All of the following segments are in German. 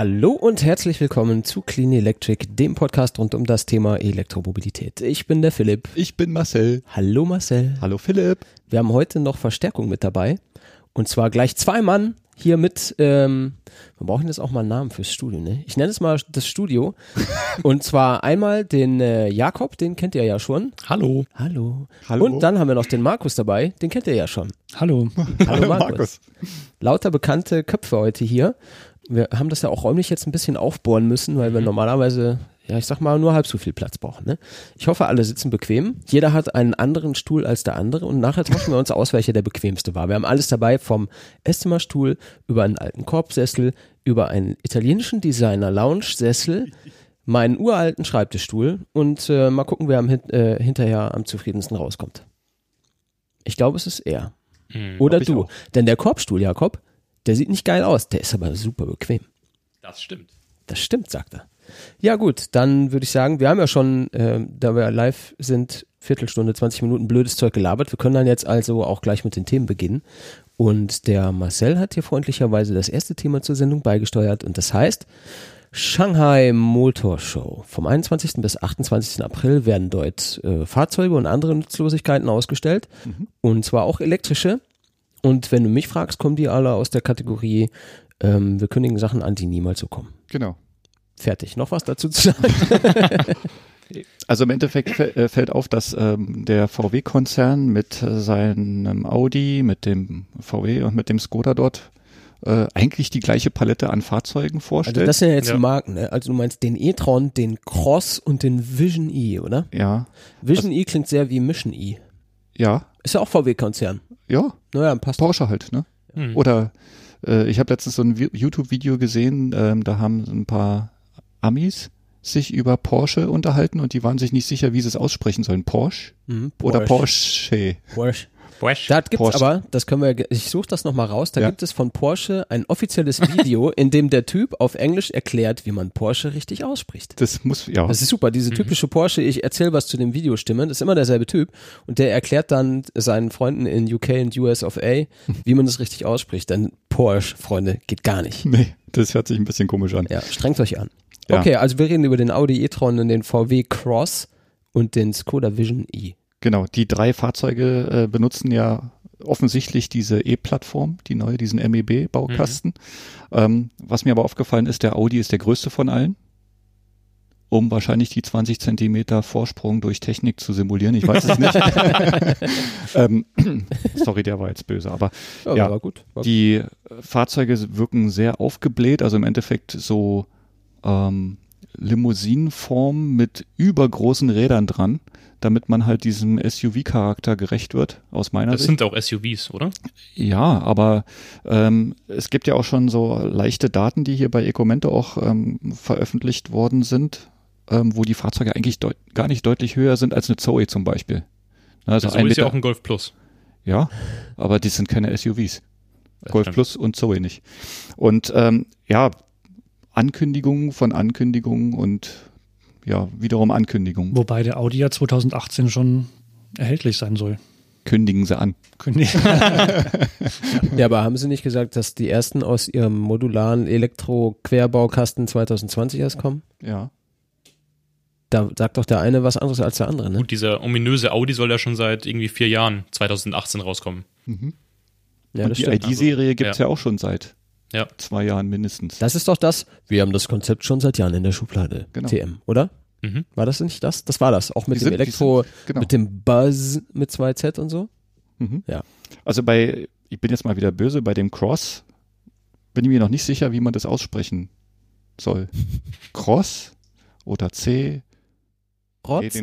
Hallo und herzlich willkommen zu Clean Electric, dem Podcast rund um das Thema Elektromobilität. Ich bin der Philipp. Ich bin Marcel. Hallo Marcel. Hallo Philipp. Wir haben heute noch Verstärkung mit dabei und zwar gleich 2 Mann hier mit, wir brauchen jetzt auch mal einen Namen fürs Studio, ne? Ich nenne es mal das Studio und zwar einmal den Jakob, den kennt ihr ja schon. Hallo. Hallo. Hallo. Und dann haben wir noch den Markus dabei, den kennt ihr ja schon. Hallo. Hallo Markus. Lauter bekannte Köpfe heute hier. Wir haben das ja auch räumlich jetzt ein bisschen aufbohren müssen, weil wir normalerweise, ja ich sag mal, nur halb so viel Platz brauchen. Ne? Ich hoffe, alle sitzen bequem. Jeder hat einen anderen Stuhl als der andere und nachher tauschen wir uns aus, welcher der bequemste war. Wir haben alles dabei, vom Esszimmerstuhl über einen alten Korbsessel, über einen italienischen Designer-Lounge-Sessel, meinen uralten Schreibtischstuhl und mal gucken, wer hinterher am zufriedensten rauskommt. Ich glaube, es ist er. Oder du. Denn der Korbstuhl, Jakob, der sieht nicht geil aus, der ist aber super bequem. Das stimmt. Das stimmt, sagt er. Ja gut, dann würde ich sagen, wir haben ja schon, da wir live sind, Viertelstunde, 20 Minuten blödes Zeug gelabert. Wir können dann jetzt also auch gleich mit den Themen beginnen. Und der Marcel hat hier freundlicherweise das erste Thema zur Sendung beigesteuert und das heißt Shanghai Motor Show. Vom 21. bis 28. April werden dort Fahrzeuge und andere Nutzlosigkeiten ausgestellt und zwar auch elektrische. Und wenn du mich fragst, kommen die alle aus der Kategorie, wir kündigen Sachen an, die niemals so kommen. Genau. Fertig. Noch was dazu zu sagen? Also im Endeffekt fällt auf, dass der VW-Konzern mit seinem Audi, mit dem VW und mit dem Skoda dort eigentlich die gleiche Palette an Fahrzeugen vorstellt. Also das sind ja jetzt Marken, ne? Also du meinst den e-tron, den Cross und den Vision E, oder? Ja. Vision E klingt sehr wie Mission E. Ja. Ist ja auch VW-Konzern. Ja. Naja, passt. Porsche halt, ne? Mhm. Oder ich habe letztens so ein YouTube-Video gesehen, da haben ein paar Amis sich über Porsche unterhalten und die waren sich nicht sicher, wie sie es aussprechen sollen. Porsche oder Porsche? Porsche. Da gibt's Porsche. Aber, das können wir, ich suche das nochmal raus, da gibt es von Porsche ein offizielles Video, in dem der Typ auf Englisch erklärt, wie man Porsche richtig ausspricht. Das muss, ja. Das ist super, diese typische Porsche, ich erzähle was zu dem Video Stimme, das ist immer derselbe Typ und der erklärt dann seinen Freunden in UK und US of A, wie man das richtig ausspricht, denn Porsche, Freunde, geht gar nicht. Nee, das hört sich ein bisschen komisch an. Ja, strengt euch an. Ja. Okay, also wir reden über den Audi e-tron und den VW Cross und den Skoda Vision E. Genau, die 3 Fahrzeuge benutzen ja offensichtlich diese E-Plattform, die neue, diesen MEB-Baukasten. Was mir aber aufgefallen ist, der Audi ist der größte von allen, um wahrscheinlich die 20 Zentimeter Vorsprung durch Technik zu simulieren. Ich weiß es nicht. Sorry, der war jetzt böse, aber ja, war gut. Die Fahrzeuge wirken sehr aufgebläht, also im Endeffekt so Limousinenform mit übergroßen Rädern dran, damit man halt diesem SUV-Charakter gerecht wird, aus meiner Sicht. Das sind auch SUVs, oder? Ja, aber es gibt ja auch schon so leichte Daten, die hier bei Ecomento auch veröffentlicht worden sind, wo die Fahrzeuge eigentlich gar nicht deutlich höher sind als eine Zoe zum Beispiel. Also Zoe ist ja auch ein Golf Plus. Ja, aber die sind keine SUVs. Golf Plus und Zoe nicht. Und Ankündigungen von Ankündigungen und ja, wiederum Ankündigungen. Wobei der Audi ja 2018 schon erhältlich sein soll. Kündigen sie an. Ja, aber haben sie nicht gesagt, dass die ersten aus ihrem modularen Elektro-Querbaukasten 2020 erst kommen? Ja. Da sagt doch der eine was anderes als der andere, ne? Gut, dieser ominöse Audi soll ja schon seit irgendwie 4 Jahren, 2018 rauskommen. Mhm. Ja, und das die stimmt. ID-Serie gibt es ja auch schon seit 2 Jahren mindestens. Das ist doch das, wir haben das Konzept schon seit Jahren in der Schublade, genau. TM, oder? Mhm. War das nicht das? Das war das, auch mit dem Elektro, genau. Mit dem Buzz mit 2Z und so? Mhm. Ja. Also ich bin jetzt mal wieder böse, bei dem Cross bin ich mir noch nicht sicher, wie man das aussprechen soll. Cross oder C? Rotz?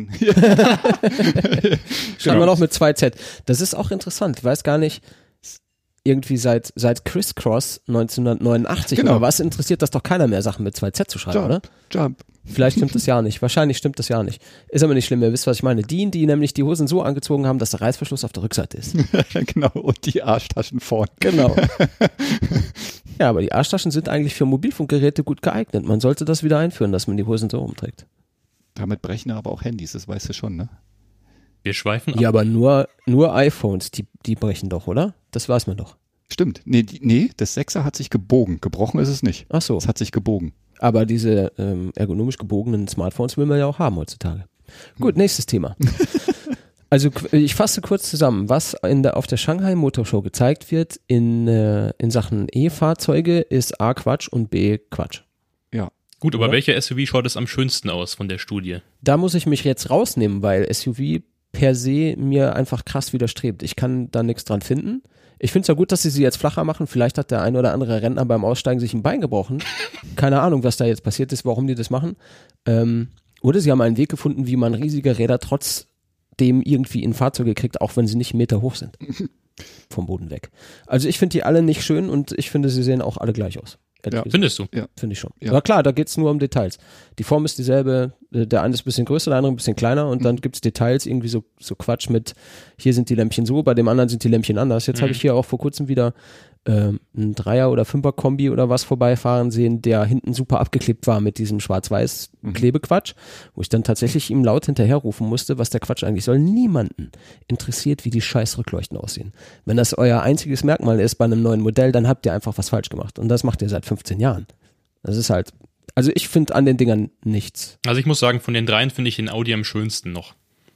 Schauen wir noch mit 2Z. Das ist auch interessant, ich weiß gar nicht, irgendwie seit Criss-Cross 1989, genau. Aber was interessiert das doch keiner mehr, Sachen mit 2Z zu schreiben, oder? Jump. Vielleicht stimmt das ja nicht. Wahrscheinlich stimmt das ja nicht. Ist aber nicht schlimm, ihr wisst, was ich meine. Die nämlich die Hosen so angezogen haben, dass der Reißverschluss auf der Rückseite ist. Genau, und die Arschtaschen vorn. Genau. Ja, aber die Arschtaschen sind eigentlich für Mobilfunkgeräte gut geeignet. Man sollte das wieder einführen, dass man die Hosen so umträgt. Damit brechen aber auch Handys, das weißt du schon, ne? Wir schweifen ab. Ja, aber nur iPhones, die brechen doch, oder? Das weiß man doch. Stimmt. Nee, das 6er hat sich gebogen. Gebrochen ist es nicht. Ach so. Es hat sich gebogen. Aber diese ergonomisch gebogenen Smartphones will man ja auch haben heutzutage. Gut, nächstes Thema. Also ich fasse kurz zusammen, was auf der Shanghai Motor Show gezeigt wird in Sachen E-Fahrzeuge ist A, Quatsch und B, Quatsch. Ja. Gut, aber Oder? welcher SUV schaut es am schönsten aus von der Studie? Da muss ich mich jetzt rausnehmen, weil SUV per se mir einfach krass widerstrebt. Ich kann da nichts dran finden. Ich finde es ja gut, dass sie jetzt flacher machen. Vielleicht hat der ein oder andere Rentner beim Aussteigen sich ein Bein gebrochen. Keine Ahnung, was da jetzt passiert ist, warum die das machen. Oder sie haben einen Weg gefunden, wie man riesige Räder trotzdem irgendwie in Fahrzeuge kriegt, auch wenn sie nicht 1 Meter hoch sind. Vom Boden weg. Also ich finde die alle nicht schön und ich finde, sie sehen auch alle gleich aus. Ja. Findest du? Ja. Finde ich schon. Ja. Aber klar, da geht's nur um Details. Die Form ist dieselbe, der eine ist ein bisschen größer, der andere ein bisschen kleiner und dann gibt's Details, irgendwie so Quatsch mit, hier sind die Lämpchen so, bei dem anderen sind die Lämpchen anders. Jetzt habe ich hier auch vor kurzem wieder einen 3er- oder 5er-Kombi oder was vorbeifahren sehen, der hinten super abgeklebt war mit diesem schwarz-weiß Klebequatsch, wo ich dann tatsächlich ihm laut hinterherrufen musste, was der Quatsch eigentlich soll. Niemanden interessiert, wie die scheiß Rückleuchten aussehen. Wenn das euer einziges Merkmal ist bei einem neuen Modell, dann habt ihr einfach was falsch gemacht. Und das macht ihr seit 15 Jahren. Das ist halt, also ich finde an den Dingern nichts. Also ich muss sagen, von den dreien finde ich den Audi am schönsten noch.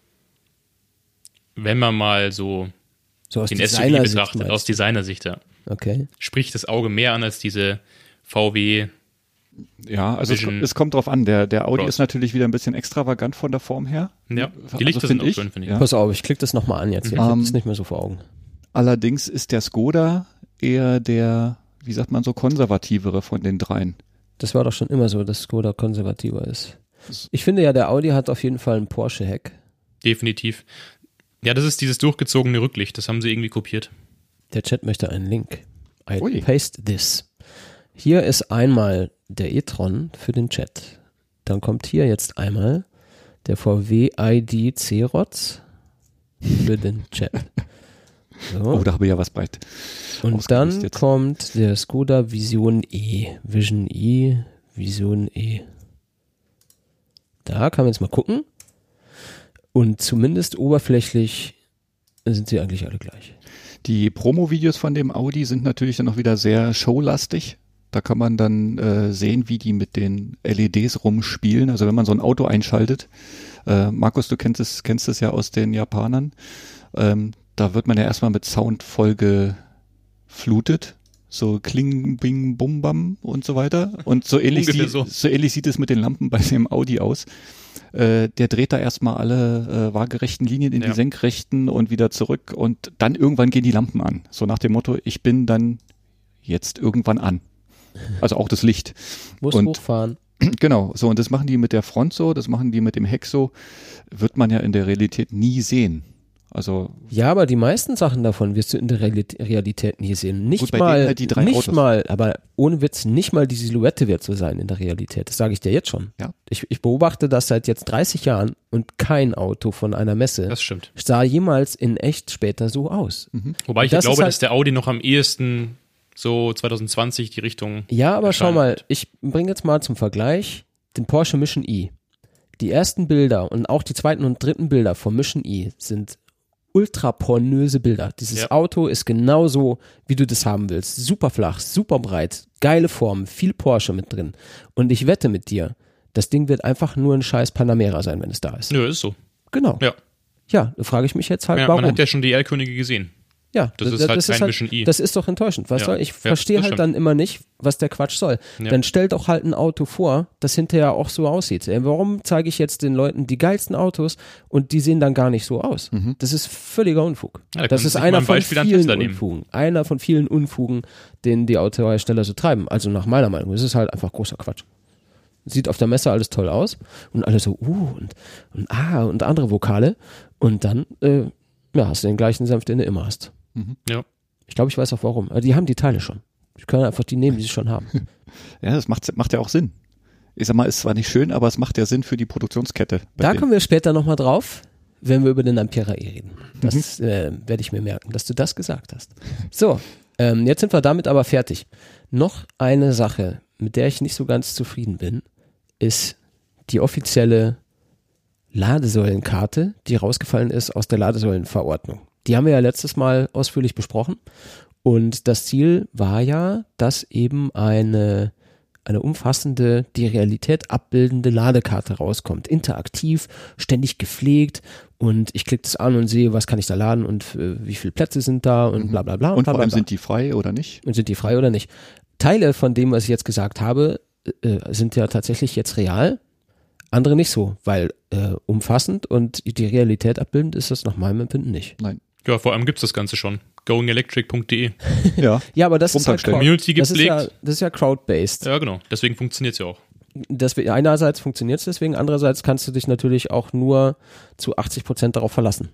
Wenn man mal so So aus den SUV Designersicht betrachtet, meinst aus du? Designersicht, ja. Okay. Spricht das Auge mehr an als diese VW. Ja, also Vision es kommt drauf an. Der Audi Cross. ist natürlich wieder ein bisschen extravagant von der Form her. Ja, Also die Lichter sind find auch ich, schön, finde ich. ja. Pass auf, ich klicke das nochmal an jetzt hier. Ich habe das nicht mehr so vor Augen. Allerdings ist der Skoda eher der, wie sagt man so, konservativere von den dreien. Das war doch schon immer so, dass Skoda konservativer ist. Ich finde ja, der Audi hat auf jeden Fall ein Porsche-Heck. Definitiv. Ja, das ist dieses durchgezogene Rücklicht, das haben sie irgendwie kopiert. Der Chat möchte einen Link. I Ui. paste this. Hier ist einmal der e-tron für den Chat. Dann kommt hier jetzt einmal der VW ID C-Rods für den Chat. So. Oh, da habe ich ja was breit. Und dann ausgelöst jetzt. kommt der Skoda Vision E. Vision E, Vision E. Da kann man jetzt mal gucken. Und zumindest oberflächlich sind sie eigentlich alle gleich. Die Promo-Videos von dem Audi sind natürlich dann auch wieder sehr showlastig. Da kann man dann sehen, wie die mit den LEDs rumspielen. Also wenn man so ein Auto einschaltet, Markus, du kennst es ja aus den Japanern, da wird man ja erstmal mit Sound voll geflutet. So Kling, Bing, Bum, Bam und so weiter. Und so ähnlich, so ähnlich sieht es mit den Lampen bei dem Audi aus. Der dreht da erstmal alle waagerechten Linien in die senkrechten und wieder zurück und dann irgendwann gehen die Lampen an. So nach dem Motto, ich bin dann jetzt irgendwann an. Also auch das Licht. Muss Und hochfahren. genau, so und das machen die mit der Front so, das machen die mit dem Heck so. Wird man ja in der Realität nie sehen. Also Ja, aber die meisten Sachen davon wirst du in der Realität nie sehen. Nicht Gut, bei denen mal, halt die drei nicht Autos. mal, aber ohne Witz, nicht mal die Silhouette wird so sein in der Realität. Das sage ich dir jetzt schon. Ja. Ich beobachte das seit jetzt 30 Jahren und kein Auto von einer Messe Das stimmt. sah jemals in echt später so aus. Wobei ich Das ist glaube, halt- dass der Audi noch am ehesten so 2020 die Richtung. Ja, aber schau erscheinen mal, wird. ich bringe jetzt mal zum Vergleich den Porsche Mission E. Die ersten Bilder und auch die zweiten und dritten Bilder vom Mission E sind ultra pornöse Bilder. Dieses Auto ist genauso, wie du das haben willst. Super flach, super breit, geile Form, viel Porsche mit drin. Und ich wette mit dir, das Ding wird einfach nur ein scheiß Panamera sein, wenn es da ist. Nö, ist so. Genau. Ja. Ja, da frage ich mich jetzt halt, Ja, warum. man hat ja schon die Erlkönige gesehen. Ja, Das ist halt kein Mission E. Das ist doch enttäuschend, weißt Ja. du? Ich Ja, verstehe das halt stimmt. dann immer nicht, was der Quatsch soll. Ja. Dann stell doch halt ein Auto vor, das hinterher auch so aussieht. Warum zeige ich jetzt den Leuten die geilsten Autos und die sehen dann gar nicht so aus? Das ist völliger Unfug. Ja, da Das können ist Sie sich einer mal ein von Beispiel an vielen Tesla nehmen. Unfugen. Einer von vielen Unfugen, den die Autohersteller so treiben. Also nach meiner Meinung. Das ist halt einfach großer Quatsch. Sieht auf der Messe alles toll aus und alle so, und andere Vokale und dann, hast du den gleichen Senf, den du immer hast. Ja. Ich glaube, ich weiß auch warum. Aber die haben die Teile schon. Die können einfach die nehmen, die sie schon haben. ja, das macht ja auch Sinn. Ich sag mal, ist zwar nicht schön, aber es macht ja Sinn für die Produktionskette. bei Da denen. kommen wir später nochmal drauf, wenn wir über den Ampera E reden. Das werde ich mir merken, dass du das gesagt hast. So, jetzt sind wir damit aber fertig. Noch eine Sache, mit der ich nicht so ganz zufrieden bin, ist die offizielle Ladesäulenkarte, die rausgefallen ist aus der Ladesäulenverordnung. Die haben wir ja letztes Mal ausführlich besprochen Und das Ziel war ja, dass eben eine umfassende, die Realität abbildende Ladekarte rauskommt. Interaktiv, ständig gepflegt und ich klicke das an und sehe, was kann ich da laden und wie viele Plätze sind da und bla bla bla. Und vor allem bla. Sind die frei oder nicht? Und sind die frei oder nicht? Teile von dem, was ich jetzt gesagt habe, sind ja tatsächlich jetzt real, andere nicht so, weil umfassend und die Realität abbildend ist das nach meinem Empfinden nicht. Nein. Ja, vor allem gibt's das Ganze schon. Goingelectric.de. Ja. Ja, aber das ist halt Community das gepflegt. ist ja crowd-based. Ja, genau. Deswegen funktioniert's ja auch. Einerseits funktioniert es deswegen, andererseits kannst du dich natürlich auch nur zu 80% darauf verlassen.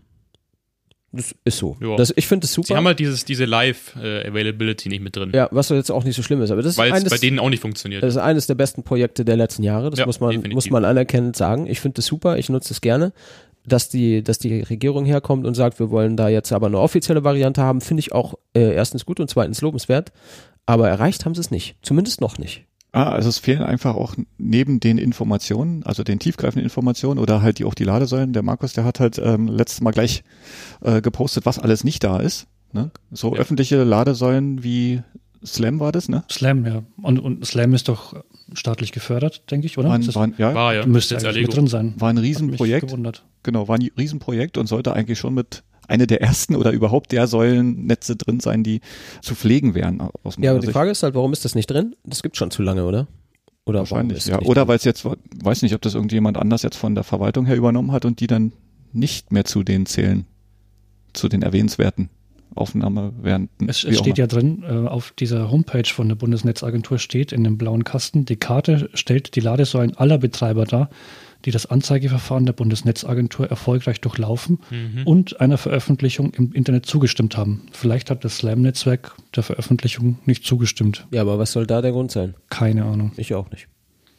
Das ist so. Ja. Ich finde es super. Sie haben halt diese Live-Availability nicht mit drin. Ja, was jetzt auch nicht so schlimm ist. Aber das Weil es ist bei denen auch nicht funktioniert. Das ist eines der besten Projekte der letzten Jahre. Das Ja, muss definitiv. man anerkennend sagen. Ich finde es super. Ich nutze es gerne. Dass die Regierung herkommt und sagt, wir wollen da jetzt aber eine offizielle Variante haben, finde ich auch erstens gut und zweitens lobenswert. Aber erreicht haben sie es nicht. Zumindest noch nicht. Also es fehlen einfach auch neben den Informationen, also den tiefgreifenden Informationen oder halt auch die Ladesäulen. Der Markus, der hat halt letztes Mal gleich gepostet, was alles nicht da ist. Ne? So Ja. öffentliche Ladesäulen wie Slam war das, ne? Slam, ja. Und Slam ist doch staatlich gefördert, denke ich, oder? War Ist das, War ja. müsste Jetzt eigentlich mit Allego. drin sein. ein Hat mich Riesenprojekt. gewundert. Genau, war ein Riesenprojekt und sollte eigentlich schon mit eine der ersten oder überhaupt der Säulennetze drin sein, die zu pflegen wären. Aus Ja, meiner aber die Sicht. Frage ist halt, warum ist das nicht drin? Das gibt schon zu lange, oder? Oder warum Wahrscheinlich, ist ja. es nicht Oder drin? weil es jetzt, weiß nicht, ob das irgendjemand anders jetzt von der Verwaltung her übernommen hat und die dann nicht mehr zu denen zählen, zu den erwähnenswerten Aufnahmewerten. Es steht ja drin, auf dieser Homepage von der Bundesnetzagentur steht in dem blauen Kasten, die Karte stellt die Ladesäulen aller Betreiber dar, die das Anzeigeverfahren der Bundesnetzagentur erfolgreich durchlaufen und einer Veröffentlichung im Internet zugestimmt haben. Vielleicht hat das Slam-Netzwerk der Veröffentlichung nicht zugestimmt. Ja, aber was soll da der Grund sein? Keine Ahnung. Ich auch nicht.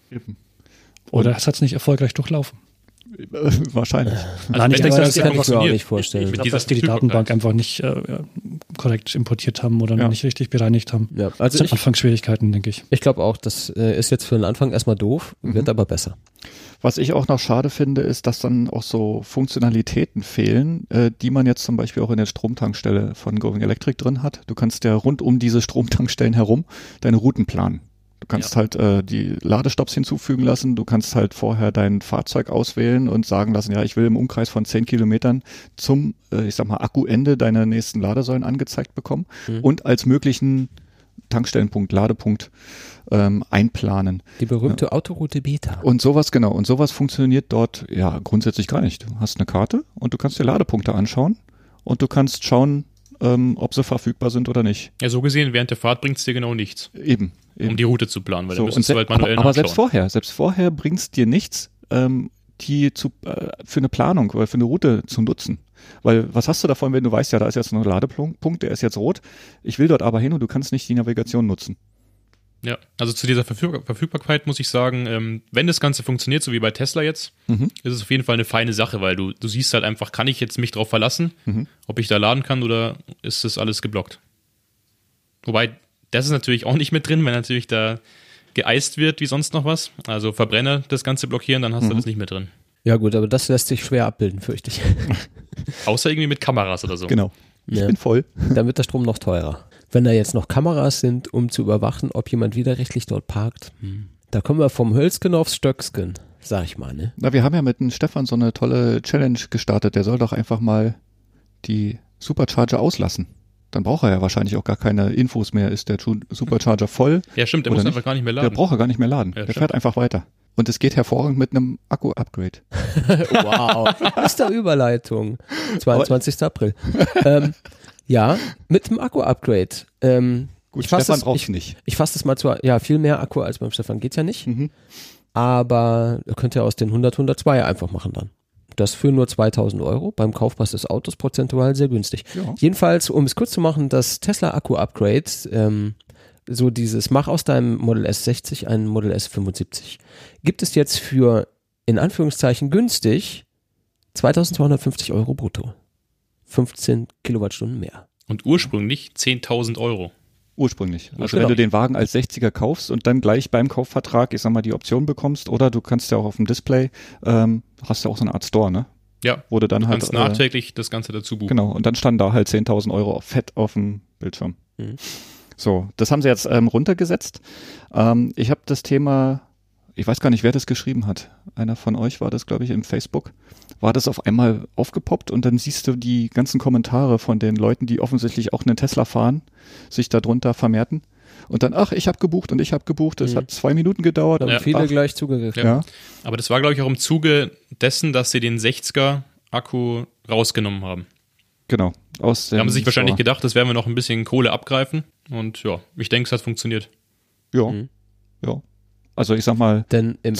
Oder es hat es nicht erfolgreich durchlaufen. Wahrscheinlich. Nein, ich wenn denke, das dass die kann ich mir auch funktioniert, nicht vorstellen. Ich mit glaube, dieser dass die Datenbank Verfügbarkeit. einfach nicht korrekt importiert haben oder Ja. nicht richtig bereinigt haben. Ja, Das also sind Anfangsschwierigkeiten, denke ich. ich glaube auch, das ist jetzt für den Anfang erstmal doof, wird aber besser. Was ich auch noch schade finde, ist, dass dann auch so Funktionalitäten fehlen, die man jetzt zum Beispiel auch in der Stromtankstelle von Going Electric drin hat. Du kannst ja rund um diese Stromtankstellen herum deine Routen planen. Du kannst halt die Ladestops hinzufügen lassen, du kannst halt vorher dein Fahrzeug auswählen und sagen lassen, ja, ich will im Umkreis von 10 Kilometern zum, ich sag mal, Akkuende deiner nächsten Ladesäulen angezeigt bekommen und als möglichen Tankstellenpunkt, Ladepunkt einplanen. Die berühmte Autoroute Beta. Und sowas, genau, und sowas funktioniert dort ja grundsätzlich gar nicht. Du hast eine Karte und du kannst dir Ladepunkte anschauen und du kannst schauen, ob sie verfügbar sind oder nicht. Ja, so gesehen, während der Fahrt bringt's dir genau nichts, Eben. um die Route zu planen, weil So, dann müsstest du halt manuell aber nachschauen. selbst vorher bringt's dir nichts, die für eine Planung oder für eine Route zu nutzen. Weil was hast du davon, wenn du weißt, ja, da ist jetzt noch ein Ladepunkt, der ist jetzt rot, ich will dort aber hin und du kannst nicht die Navigation nutzen. Ja, also zu dieser Verfügbarkeit muss ich sagen, wenn das Ganze funktioniert, so wie bei Tesla jetzt, ist es auf jeden Fall eine feine Sache, weil du siehst halt einfach, kann ich jetzt mich drauf verlassen, ob ich da laden kann oder ist das alles geblockt? Wobei, das ist natürlich auch nicht mit drin, wenn natürlich da geeist wird wie sonst noch was, also Verbrenner das Ganze blockieren, dann hast du das nicht mit drin. Ja gut, aber das lässt sich schwer abbilden, fürchte ich. Außer irgendwie mit Kameras oder so. Genau. Ich Ja. bin voll. Dann wird der Strom noch teurer. Wenn da jetzt noch Kameras sind, um zu überwachen, ob jemand widerrechtlich dort parkt, da kommen wir vom Hölzgen aufs Stöcksken, sag ich mal, ne? Na, wir haben ja mit dem Stefan so eine tolle Challenge gestartet. Der soll doch einfach mal die Supercharger auslassen. Dann braucht er ja wahrscheinlich auch gar keine Infos mehr. Ist der Supercharger voll? Ja, stimmt, der Oder muss nicht? einfach gar nicht mehr Der laden. braucht er gar nicht mehr laden. Ja, Der stimmt. fährt einfach weiter. Und es geht hervorragend mit einem Akku-Upgrade. Wow, ist der Überleitung. 22. April. Ja, mit dem Akku-Upgrade. Gut, Ich fass Stefan das- braucht's nicht. Ich fasse das mal zu, ja, viel mehr Akku als beim Stefan geht's ja nicht. Aber ihr könnt ja aus den 100, 102 einfach machen dann. Das für nur 2.000 €, beim Kaufpreis des Autos prozentual sehr günstig. Ja. Jedenfalls, um es kurz zu machen, das Tesla Akku-Upgrade, so dieses mach aus deinem Model S60 ein Model S75, gibt es jetzt für, in Anführungszeichen, günstig 2.250 € brutto. 15 Kilowattstunden mehr. Und ursprünglich 10.000 €. Ursprünglich. Also Genau. wenn du den Wagen als 60er kaufst und dann gleich beim Kaufvertrag, ich sag mal, die Option bekommst, oder du kannst ja auch auf dem Display, hast du auch so eine Art Store, ne? Ja, Wo du dann du halt, kannst nachträglich das Ganze dazu buchen. genau, und dann stand da halt 10.000 € fett auf dem Bildschirm. So, das haben sie jetzt runtergesetzt. Ich habe das Thema, ich weiß gar nicht, wer das geschrieben hat. Einer von euch war das, glaube ich, im Facebook. War das auf einmal aufgepoppt und dann siehst du die ganzen Kommentare von den Leuten, die offensichtlich auch einen Tesla fahren, sich darunter vermehrten. Und dann, ich habe gebucht und ich habe gebucht. Es hat 2 Minuten gedauert. Da haben viele gleich zugegriffen. Ja. Aber das war, glaube ich, auch im Zuge dessen, dass sie den 60er Akku rausgenommen haben. Genau. Da haben sie sich wahrscheinlich gedacht, das werden wir noch ein bisschen Kohle abgreifen. Und ja, ich denke, es hat funktioniert. Ja, ja. Also ich sag mal, Denn im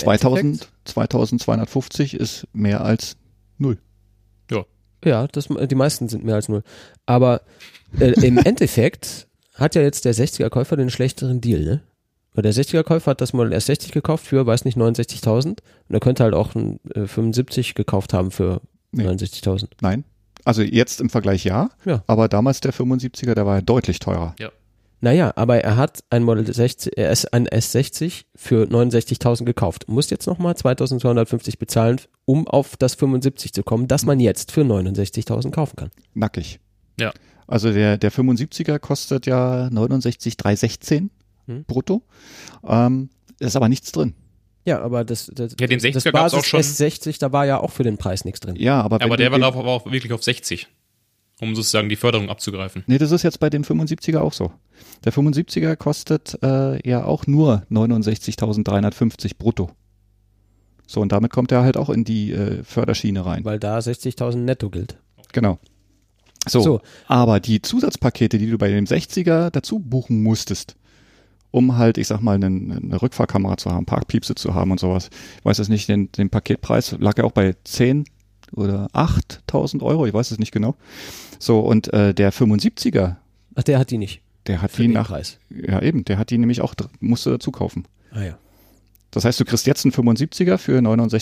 2250 ist mehr als 0. Ja, die meisten sind mehr als 0. Aber im Endeffekt hat ja jetzt der 60er-Käufer den schlechteren Deal, ne? Weil der 60er-Käufer hat das Model S60 gekauft für, weiß nicht, 69.000. Und er könnte halt auch ein 75 gekauft haben für 69.000. Nein. Also jetzt im Vergleich ja. Aber damals der 75er, der war ja deutlich teurer. Ja. Naja, aber er hat ein Model 60, ein S60 für 69.000 gekauft. Muss jetzt nochmal 2.250 bezahlen, um auf das 75 zu kommen, das man jetzt für 69.000 kaufen kann. Nackig. Ja. Also der 75er kostet ja 69.316 brutto. Ist aber nichts drin. Ja, aber den 60er gab es auch schon. S60, da war ja auch für den Preis nichts drin. Ja, aber der war aber auch wirklich auf 60, um sozusagen die Förderung abzugreifen. Nee, das ist jetzt bei dem 75er auch so. Der 75er kostet ja auch nur 69.350 brutto. So, und damit kommt er halt auch in die Förderschiene rein. Weil da 60.000 netto gilt. Genau. So, aber die Zusatzpakete, die du bei dem 60er dazu buchen musstest, um halt, ich sag mal, eine Rückfahrkamera zu haben, Parkpiepse zu haben und sowas. Ich weiß es nicht, den Paketpreis lag ja auch bei 10 oder 8.000 Euro, ich weiß es nicht genau. So, und der 75er. Ach, der hat die nicht. Der hat für die den nach. Preis. Ja, eben, der hat die nämlich auch, musst du dazu kaufen. Ah ja. Das heißt, du kriegst jetzt einen 75er für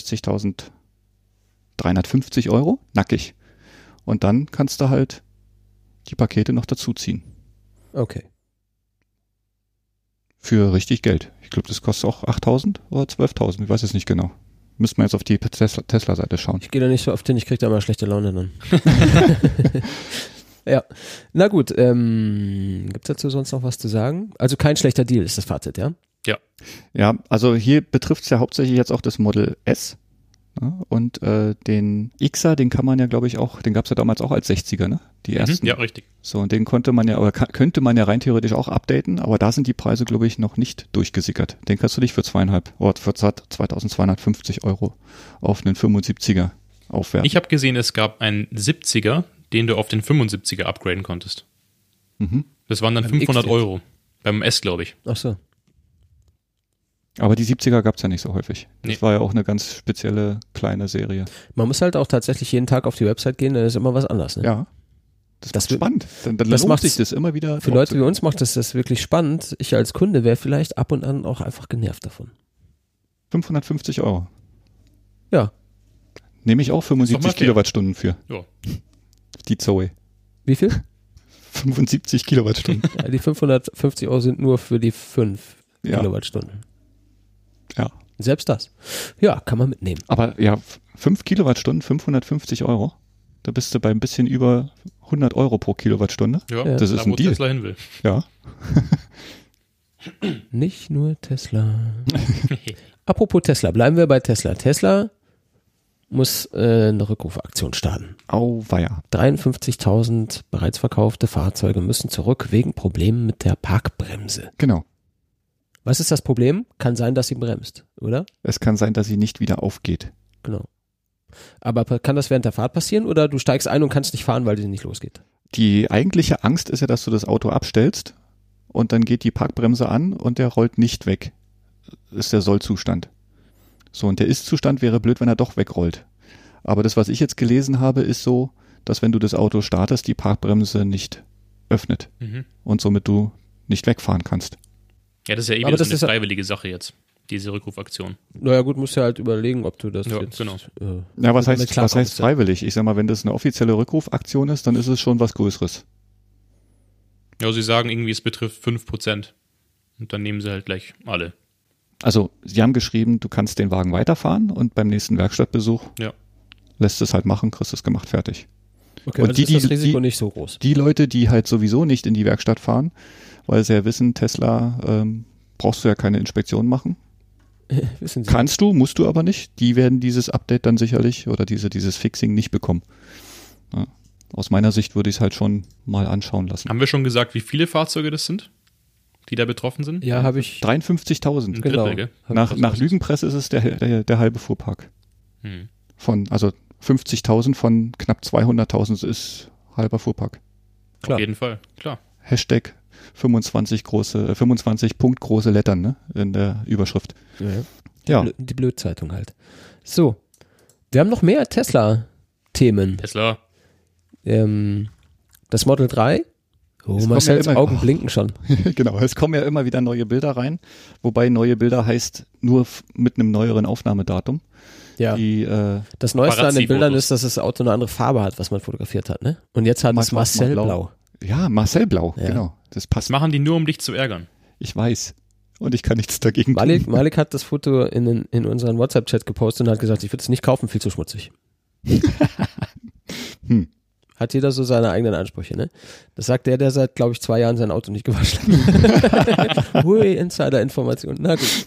69.350 Euro, nackig. Und dann kannst du halt die Pakete noch dazu ziehen. Okay. Für richtig Geld. Ich glaube, das kostet auch 8.000 oder 12.000. Ich weiß es nicht genau. Müsste man jetzt auf die Tesla-Seite schauen. Ich gehe da nicht so oft hin, ich kriege da immer schlechte Laune dann. Ja, na gut. Gibt es dazu sonst noch was zu sagen? Also kein schlechter Deal ist das Fazit, ja? Ja. Ja, also hier betrifft es ja hauptsächlich jetzt auch das Model S. Ja, und den Xer, den kann man ja, glaube ich, auch, den gab es ja damals auch als 60er, ne? Die ersten. Ja, richtig. So, und den könnte man ja rein theoretisch auch updaten, aber da sind die Preise, glaube ich, noch nicht durchgesickert. Den kannst du dich für 2.250 Euro auf einen 75er aufwerten. Ich habe gesehen, es gab einen 70er, den du auf den 75er upgraden konntest. Das waren dann 500 Euro. Beim S, glaube ich. Ach so. Aber die 70er gab es ja nicht so häufig. Das Nee. war ja auch eine ganz spezielle kleine Serie. Man muss halt auch tatsächlich jeden Tag auf die Website gehen, dann ist immer was anderes. Ne? Ja. Das wird spannend. Dann das lohnt macht's sich das immer wieder. Für Leute wie uns macht das wirklich spannend. Ich als Kunde wäre vielleicht ab und an auch einfach genervt davon. 550 Euro. Ja. Nehme ich auch Ist doch 75 mal fair. Kilowattstunden für. Ja. Die Zoe. Wie viel? 75 Kilowattstunden. Ja, die 550 Euro sind nur für die 5 Ja. Kilowattstunden. Ja. Selbst das. Ja, kann man mitnehmen. Aber ja, 5 Kilowattstunden, 550 Euro. Da bist du bei ein bisschen über 100 Euro pro Kilowattstunde. Ja, Das ist da ein wo Deal. Tesla hin will. Ja. Nicht nur Tesla. Apropos Tesla, bleiben wir bei Tesla. Tesla muss eine Rückrufaktion starten. Auweia. 53.000 bereits verkaufte Fahrzeuge müssen zurück wegen Problemen mit der Parkbremse. Genau. Was ist das Problem? Kann sein, dass sie bremst, oder? Es kann sein, dass sie nicht wieder aufgeht. Genau. Aber kann das während der Fahrt passieren oder du steigst ein und kannst nicht fahren, weil sie nicht losgeht? Die eigentliche Angst ist ja, dass du das Auto abstellst und dann geht die Parkbremse an und der rollt nicht weg. Das ist der Sollzustand. So, und der Ist-Zustand wäre blöd, wenn er doch wegrollt. Aber das, was ich jetzt gelesen habe, ist so, dass wenn du das Auto startest, die Parkbremse nicht öffnet und somit du nicht wegfahren kannst. Ja, das ist ja eben Aber so das eine ist ja- freiwillige Sache jetzt, diese Rückrufaktion. Naja gut, musst du halt überlegen, ob du das Ja, jetzt... genau. Ja, was damit heißt klarkommst. freiwillig? Ich sag mal, wenn das eine offizielle Rückrufaktion ist, dann ist es schon was Größeres. Ja, sie sagen irgendwie, es betrifft 5%. Und dann nehmen sie halt gleich alle. Also, sie haben geschrieben, du kannst den Wagen weiterfahren und beim nächsten Werkstattbesuch Ja. lässt es halt machen, kriegst es gemacht, fertig. Okay, Und also ist das Risiko nicht so groß. Die Leute, die halt sowieso nicht in die Werkstatt fahren, weil sie ja wissen, Tesla brauchst du ja keine Inspektion machen. Wissen Sie. Kannst du, musst du aber nicht. Die werden dieses Update dann sicherlich oder dieses Fixing nicht bekommen. Ja. Aus meiner Sicht würde ich es halt schon mal anschauen lassen. Haben wir schon gesagt, wie viele Fahrzeuge das sind, die da betroffen sind? Ja, habe ich. 53.000. Ein Genau. Drittel, gell? Nach Lügenpresse ist es der halbe Fuhrpark. Also 50.000 von knapp 200.000 ist halber Fuhrpark. Klar. Auf jeden Fall, klar. Hashtag 25 Punkt große Lettern, ne, in der Überschrift. Ja. Die Blödzeitung halt. So. Wir haben noch mehr Tesla-Themen. Tesla. Das Model 3. Oh, Es Marcells kommen ja immer- Augen blinken schon. Genau, es kommen ja immer wieder neue Bilder rein, wobei neue Bilder heißt nur mit einem neueren Aufnahmedatum. Ja. Die, Das Neueste an den Bildern Paparazzi-Fotos. ist, dass das Auto eine andere Farbe hat, was man fotografiert hat, ne? Und jetzt hat es Mal schwarz, mal Marcel blau. Blau. ja, Marcel Blau, Ja. genau. Das Das passt. machen die nur, um dich zu ärgern. Ich weiß. Und ich kann nichts dagegen tun. Malik hat das Foto in unseren WhatsApp-Chat gepostet und hat gesagt, ich würde es nicht kaufen, viel zu schmutzig. Hat jeder so seine eigenen Ansprüche, ne? Das sagt der seit, glaube ich, 2 Jahren sein Auto nicht gewaschen hat. Hui, Insider-Information. Na gut.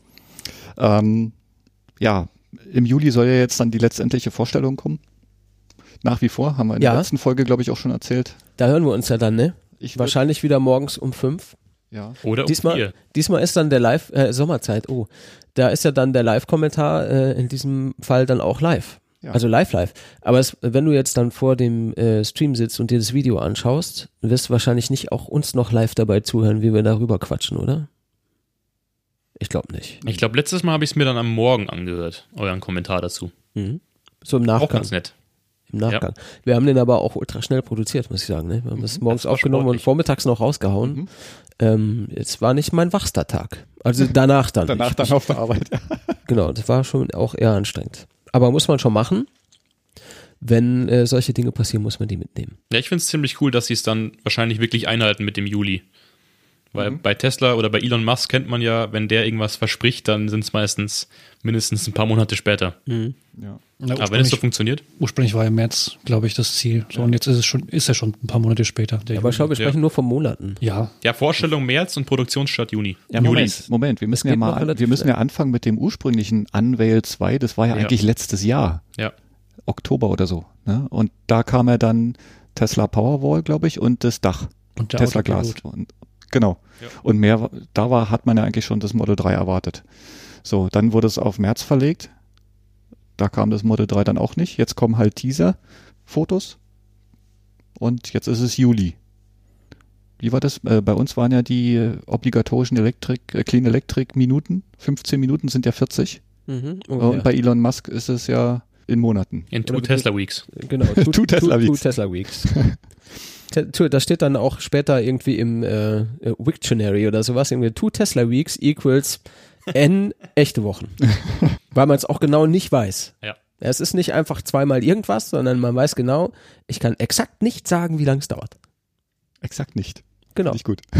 Ja, im Juli soll ja jetzt dann die letztendliche Vorstellung kommen. Nach wie vor, haben wir in der Ja. letzten Folge, glaube ich, auch schon erzählt. Da hören wir uns ja dann, ne? Ich würd- Wahrscheinlich wieder morgens um 5. Ja. Oder um Diesmal 4. ist dann der Sommerzeit, da ist ja dann der Live-Kommentar in diesem Fall dann auch live. Ja. Also live. Aber wenn du jetzt dann vor dem Stream sitzt und dir das Video anschaust, wirst du wahrscheinlich nicht auch uns noch live dabei zuhören, wie wir darüber quatschen, oder? Ich glaube nicht. Ich glaube, letztes Mal habe ich es mir dann am Morgen angehört, euren Kommentar dazu. So im Auch Nachgang. ganz nett. Im Nachgang. Wir haben den aber auch ultra schnell produziert, muss ich sagen. Ne? Wir haben das morgens Das war aufgenommen und sportlich. vormittags noch rausgehauen. Jetzt war nicht mein wachster Tag. Also danach dann. Danach dann auf der Arbeit. Genau, das war schon auch eher anstrengend. Aber muss man schon machen. Wenn solche Dinge passieren, muss man die mitnehmen. Ja, ich finde es ziemlich cool, dass sie es dann wahrscheinlich wirklich einhalten mit dem Juli. Weil bei Tesla oder bei Elon Musk kennt man ja, wenn der irgendwas verspricht, dann sind es meistens mindestens ein paar Monate später. Ja. Aber wenn es so funktioniert, Ursprünglich war im März, glaube ich, das Ziel. So, und jetzt ist er schon ein paar Monate später. Der Aber Juli. schau, wir sprechen nur von Monaten. Ja, ja, Vorstellung März und Produktionsstart Juni. Ja, Moment. Wir müssen geht ja noch mal, relativ wir müssen schnell. ja anfangen mit dem ursprünglichen Unveil 2. Das war ja Ja. eigentlich letztes Jahr. Ja. Oktober oder so. Ne? Und da kam ja dann Tesla Powerwall, glaube ich, und das Dach. und der Tesla Glas. Autopilot. Und, genau. Ja. Und mehr, hat man ja eigentlich schon das Model 3 erwartet. So, dann wurde es auf März verlegt. Da kam das Model 3 dann auch nicht. Jetzt kommen halt Teaser-Fotos. Und jetzt ist es Juli. Wie war das? Bei uns waren ja die obligatorischen Clean Electric Minuten. 15 Minuten sind ja 40. Mhm, Und bei Elon Musk ist es ja in Monaten. In 2 Oder Tesla Weeks. Genau, Two Tesla Weeks. Two Tesla Weeks. Da steht dann auch später irgendwie im Wiktionary oder sowas, irgendwie 2 Tesla Weeks equals n echte Wochen. Weil man es auch genau nicht weiß. Ja. Es ist nicht einfach zweimal irgendwas, sondern man weiß genau, ich kann exakt nicht sagen, wie lange es dauert. Exakt nicht. Genau. Nicht gut.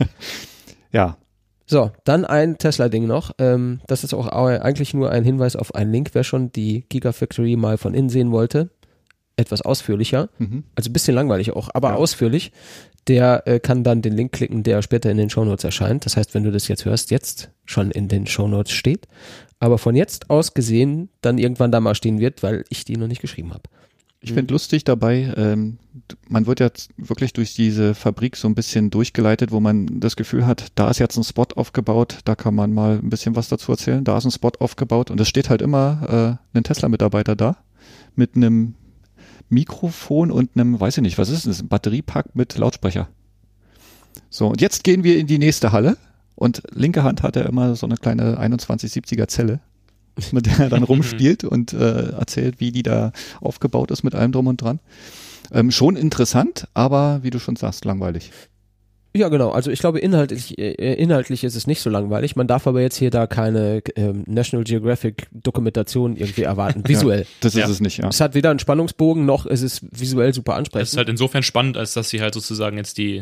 Ja. So, dann ein Tesla-Ding noch. Das ist auch eigentlich nur ein Hinweis auf einen Link, wer schon die Gigafactory mal von innen sehen wollte. Etwas ausführlicher, also ein bisschen langweilig auch, aber ausführlich. Der kann dann den Link klicken, der später in den Shownotes erscheint. Das heißt, wenn du das jetzt hörst, jetzt schon in den Shownotes steht, aber von jetzt aus gesehen dann irgendwann da mal stehen wird, weil ich die noch nicht geschrieben habe. Ich finde lustig dabei, man wird jetzt wirklich durch diese Fabrik so ein bisschen durchgeleitet, wo man das Gefühl hat, da ist jetzt ein Spot aufgebaut, da kann man mal ein bisschen was dazu erzählen, da ist ein Spot aufgebaut und es steht halt immer ein Tesla-Mitarbeiter da mit einem Mikrofon und einem, weiß ich nicht, was ist das, ein Batteriepack mit Lautsprecher. So, und jetzt gehen wir in die nächste Halle und linke Hand hat er immer so eine kleine 2170er Zelle, mit der er dann rumspielt und erzählt, wie die da aufgebaut ist mit allem drum und dran. Schon interessant, aber wie du schon sagst, langweilig. Ja, genau. Also ich glaube, inhaltlich ist es nicht so langweilig. Man darf aber jetzt hier da keine National Geographic Dokumentation irgendwie erwarten, visuell. Ja, das ist Ja. es nicht, ja. Es hat weder einen Spannungsbogen, noch ist es visuell super Das ansprechend. ist halt insofern spannend, als dass sie halt sozusagen jetzt die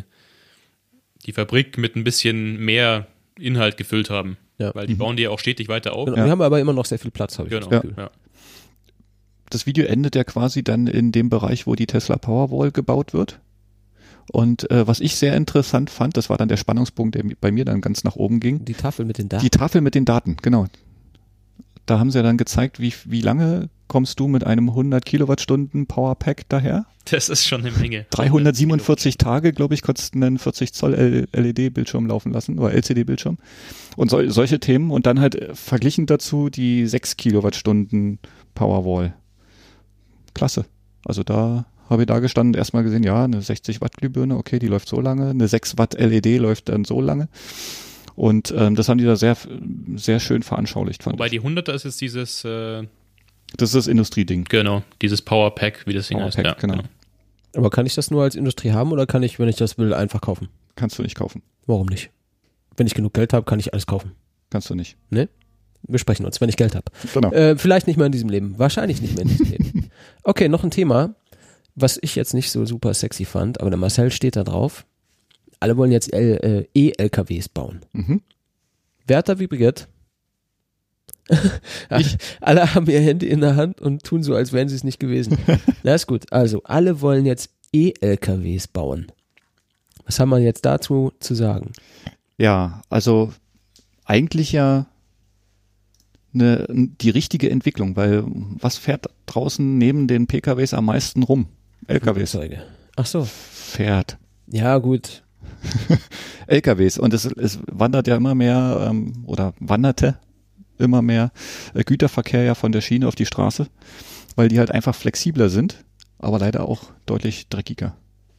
Fabrik mit ein bisschen mehr Inhalt gefüllt haben. Ja. Weil die bauen die ja auch stetig weiter auf. Genau. Ja. Wir haben aber immer noch sehr viel Platz, habe ich Genau. das Gefühl. Ja. das Video endet ja quasi dann in dem Bereich, wo die Tesla Powerwall gebaut wird. Und was ich sehr interessant fand, das war dann der Spannungspunkt, der bei mir dann ganz nach oben ging. Die Tafel mit den Daten. Die Tafel mit den Daten, genau. Da haben sie ja dann gezeigt, wie lange kommst du mit einem 100 Kilowattstunden Powerpack daher? Das ist schon eine Menge. 347 Tage, glaube ich, konntest einen 40 Zoll LED-Bildschirm laufen lassen oder LCD-Bildschirm und solche Themen und dann halt verglichen dazu die 6 Kilowattstunden Powerwall. Klasse. Also da habe ich da gestanden, erstmal gesehen, ja, eine 60 Watt Glühbirne, okay, die läuft so lange, eine 6 Watt LED läuft dann so lange. Und das haben die da sehr, sehr schön veranschaulicht, fand Wobei ich. die 100er ist jetzt dieses Das ist das Industrieding. genau, dieses Powerpack, wie das Ding heißt. Powerpack, genau. Aber kann ich das nur als Industrie haben oder kann ich, wenn ich das will, einfach kaufen? Kannst du nicht kaufen. Warum nicht? Wenn ich genug Geld habe, kann ich alles kaufen. Kannst du nicht. Ne? Wir sprechen uns, wenn ich Geld habe. Genau. Vielleicht nicht mehr in diesem Leben. Wahrscheinlich nicht mehr in diesem Leben. Okay, noch ein Thema, was ich jetzt nicht so super sexy fand, aber der Marcel steht da drauf. Alle wollen jetzt E-LKWs bauen. Mhm. Wer hat da vibriert? Alle haben ihr Handy in der Hand und tun so, als wären sie es nicht gewesen. Na ist gut. Also, alle wollen jetzt E-LKWs bauen. Was haben wir jetzt dazu zu sagen? Ja, also eigentlich ja die richtige Entwicklung, weil was fährt draußen neben den PKWs am meisten rum? LKWs. Flugzeuge. Ach so. Fährt. Ja, gut. LKWs. Und es wandert ja immer mehr oder wanderte immer mehr Güterverkehr ja von der Schiene auf die Straße, weil die halt einfach flexibler sind, aber leider auch deutlich dreckiger.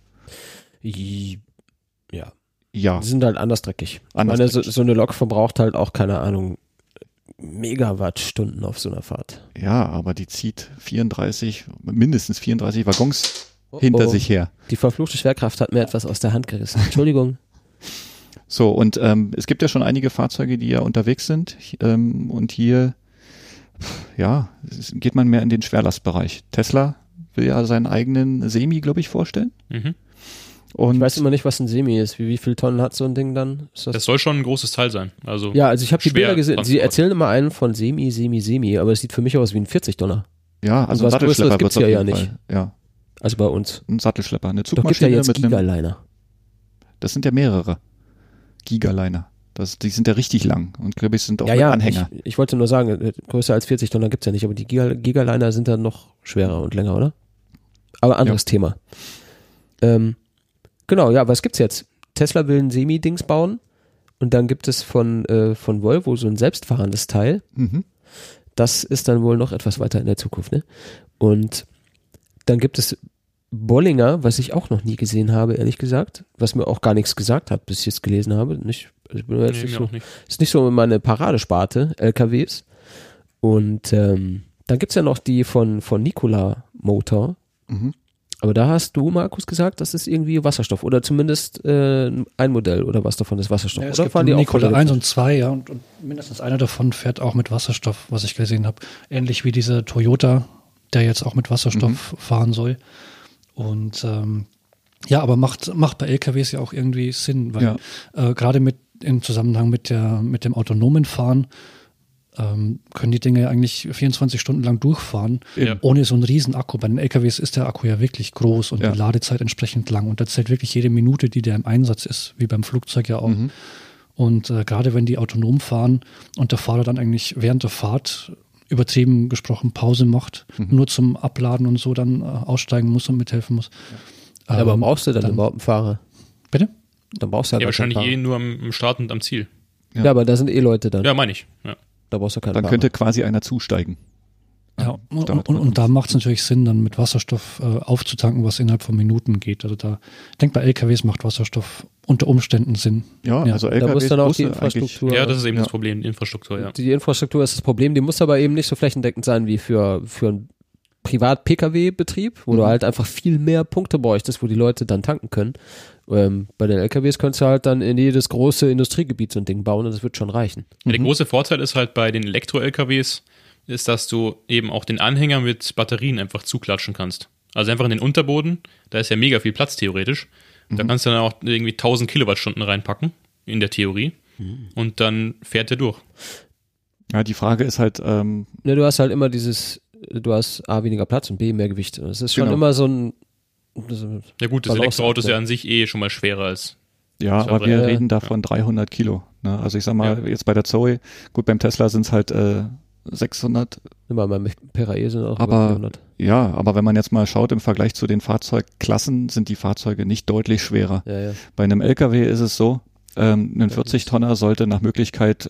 Ja. Ja. Die sind halt anders dreckig. Anders Ich meine, dreckig. so eine Lok verbraucht halt auch, keine Ahnung, Megawattstunden auf so einer Fahrt. Ja, aber die zieht mindestens 34 Waggons hinter sich her. Die verfluchte Schwerkraft hat mir etwas aus der Hand gerissen. Entschuldigung. So, und es gibt ja schon einige Fahrzeuge, die ja unterwegs sind. Und hier, ja, geht man mehr in den Schwerlastbereich. Tesla will ja seinen eigenen Semi, glaube ich, vorstellen. Mhm. Und Ich weiß immer nicht, was ein Semi ist. Wie viel Tonnen hat so ein Ding dann? Ist Das soll schon ein großes Teil sein. Also ja, also ich habe die schwer Bilder gesehen. Sie Transport. erzählen immer einen von Semi, aber es sieht für mich aus wie ein 40-Tonner. ja, also was ein Größeres Sattelschlepper gibt's wird's auf ja jeden nicht. Fall. Ja, Also bei uns. ein Sattelschlepper, eine Doch gibt ja Zugmaschine jetzt mit einem. Gigaliner. Das sind ja mehrere Gigaliner. Die sind ja richtig lang und glaube ich sind auch mit Ja, Anhänger. ich wollte nur sagen, größer als 40 Tonner gibt's ja nicht, aber die Gigaliner sind dann noch schwerer und länger, oder? Aber anderes Thema. Genau, ja, was gibt's jetzt? Tesla will ein Semi-Dings bauen und dann gibt es von Volvo so ein selbstfahrendes Teil. Mhm. Das ist dann wohl noch etwas weiter in der Zukunft, ne? Und dann gibt es Bollinger, was ich auch noch nie gesehen habe, ehrlich gesagt, was mir auch gar nichts gesagt hat, bis ich es gelesen habe. Nicht, also ich bin jetzt Nee, nicht mir so, auch nicht. ist nicht so meine Paradesparte, LKWs. Und dann gibt's ja noch die von Nikola Motor. Mhm. Aber da hast du, Markus, gesagt, das ist irgendwie Wasserstoff oder zumindest ein Modell oder was davon ist Wasserstoff. Ja, es oder gibt fahren die auch Nikola voll 1 und 2, ja, und mindestens einer davon fährt auch mit Wasserstoff, was ich gesehen habe. Ähnlich wie dieser Toyota, der jetzt auch mit Wasserstoff fahren soll. Und ja, aber macht bei LKWs ja auch irgendwie Sinn, weil gerade im Zusammenhang mit dem autonomen Fahren können die Dinge ja eigentlich 24 Stunden lang durchfahren, Ja. ohne so einen riesen Akku. Bei den LKWs ist der Akku ja wirklich groß und Ja. die Ladezeit entsprechend lang. Und da zählt wirklich jede Minute, die der im Einsatz ist, wie beim Flugzeug ja auch. Mhm. Und gerade wenn die autonom fahren und der Fahrer dann eigentlich während der Fahrt, übertrieben gesprochen, Pause macht, nur zum Abladen und so dann aussteigen muss und mithelfen muss. Ja, aber brauchst du dann überhaupt einen Fahrer? Bitte? Dann brauchst du halt Ja, gar keinen wahrscheinlich Fahrer. nur am Start und am Ziel. Ja, aber da sind Leute dann. Ja, meine ich. Ja. Da brauchst du keinen Dann Fahrer. könnte quasi einer zusteigen. Ja, damit und da macht es natürlich Sinn, dann mit Wasserstoff aufzutanken, was innerhalb von Minuten geht. Also da, ich denke, bei LKWs macht Wasserstoff unter Umständen Sinn. Ja, Ja. also Da LKWs muss dann auch die musste eigentlich- Infrastruktur. Ja, das ist eben Ja. das Problem, die Infrastruktur, ja. Die Infrastruktur ist das Problem, die muss aber eben nicht so flächendeckend sein wie für einen Privat-Pkw-Betrieb, wo du halt einfach viel mehr Punkte bräuchtest, wo die Leute dann tanken können. Bei den LKWs könntest du halt dann in jedes große Industriegebiet so ein Ding bauen und das wird schon reichen. Ja, der große Vorteil ist halt bei den Elektro-LKWs, ist, dass du eben auch den Anhänger mit Batterien einfach zuklatschen kannst. Also einfach in den Unterboden, da ist ja mega viel Platz theoretisch. Da kannst du dann auch irgendwie 1000 Kilowattstunden reinpacken, in der Theorie. Und dann fährt der durch. Ja, die Frage ist halt, Ne, du hast halt immer dieses du hast A, weniger Platz und B, mehr Gewicht. Das ist schon Genau. immer so ein Ja gut, das Balance- Elektroauto ist ja ja. an sich schon mal schwerer als Ja, Das aber war wir drin. reden da von 300 Kilo. Ne? Also ich sag mal, Ja. jetzt bei der Zoe, gut, beim Tesla sind es halt 600. immer mal Perae sind auch Aber- über 400. Ja, aber wenn man jetzt mal schaut, im Vergleich zu den Fahrzeugklassen sind die Fahrzeuge nicht deutlich schwerer. Ja, ja. Bei einem LKW ist es so, ein 40-Tonner sollte nach Möglichkeit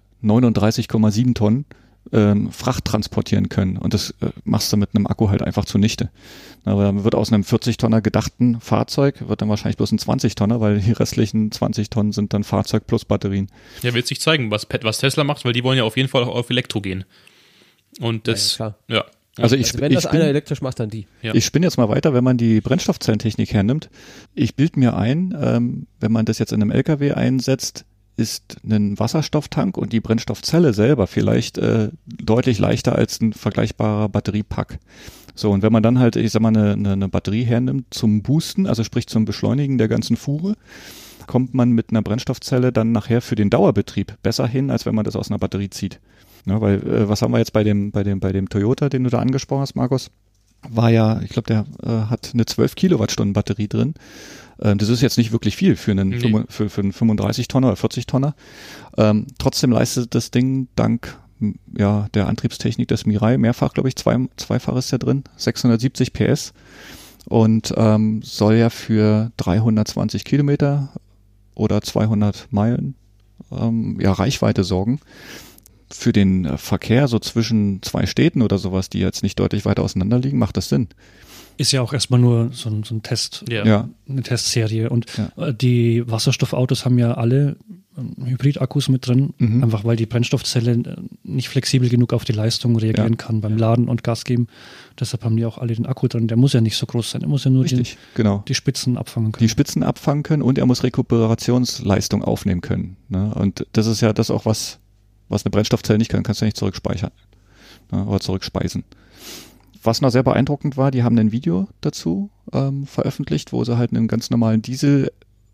39,7 Tonnen Fracht transportieren können. Und das machst du mit einem Akku halt einfach zunichte. Aber dann wird aus einem 40-Tonner gedachten Fahrzeug, wird dann wahrscheinlich bloß ein 20-Tonner, weil die restlichen 20 Tonnen sind dann Fahrzeug plus Batterien. Ja, wird sich zeigen, was Tesla macht, weil die wollen ja auf jeden Fall auch auf Elektro gehen. Und das, Ja, ja. Also Also wenn das einer elektrisch macht, dann die. Ja. Ich spinne jetzt mal weiter, wenn man die Brennstoffzellentechnik hernimmt. Ich bilde mir ein, wenn man das jetzt in einem LKW einsetzt, ist ein Wasserstofftank und die Brennstoffzelle selber vielleicht deutlich leichter als ein vergleichbarer Batteriepack. So, und wenn man dann halt, ich sag mal, eine Batterie hernimmt zum Boosten, also sprich zum Beschleunigen der ganzen Fuhre, kommt man mit einer Brennstoffzelle dann nachher für den Dauerbetrieb besser hin, als wenn man das aus einer Batterie zieht. Ja, weil was haben wir jetzt bei dem Toyota, den du da angesprochen hast, Markus? War ja, ich glaube, der hat eine 12 Kilowattstunden Batterie drin. Das ist jetzt nicht wirklich viel für einen, für einen 35-Tonner oder 40-Tonner. Trotzdem leistet das Ding dank der Antriebstechnik des Mirai mehrfach, glaube ich, zweifach ist der drin, 670 PS und soll ja für 320 Kilometer oder 200 Meilen Reichweite sorgen. Für den Verkehr so zwischen zwei Städten oder sowas, die jetzt nicht deutlich weiter auseinander liegen, macht das Sinn. Ist ja auch erstmal nur so ein Test, Ja. eine Testserie. Und die Wasserstoffautos haben ja alle Hybridakkus mit drin, einfach weil die Brennstoffzelle nicht flexibel genug auf die Leistung reagieren kann beim Laden und Gas geben. Deshalb haben die auch alle den Akku drin. Der muss ja nicht so groß sein, er muss ja nur genau. die Spitzen abfangen können. Die Spitzen abfangen können und er muss Rekuperationsleistung aufnehmen können. Ne? Und das ist ja das auch, was eine Brennstoffzelle nicht kann, kannst du ja nicht zurückspeichern, ne? Oder zurückspeisen. Was noch sehr beeindruckend war, die haben ein Video dazu veröffentlicht, wo sie halt einen ganz normalen Diesel,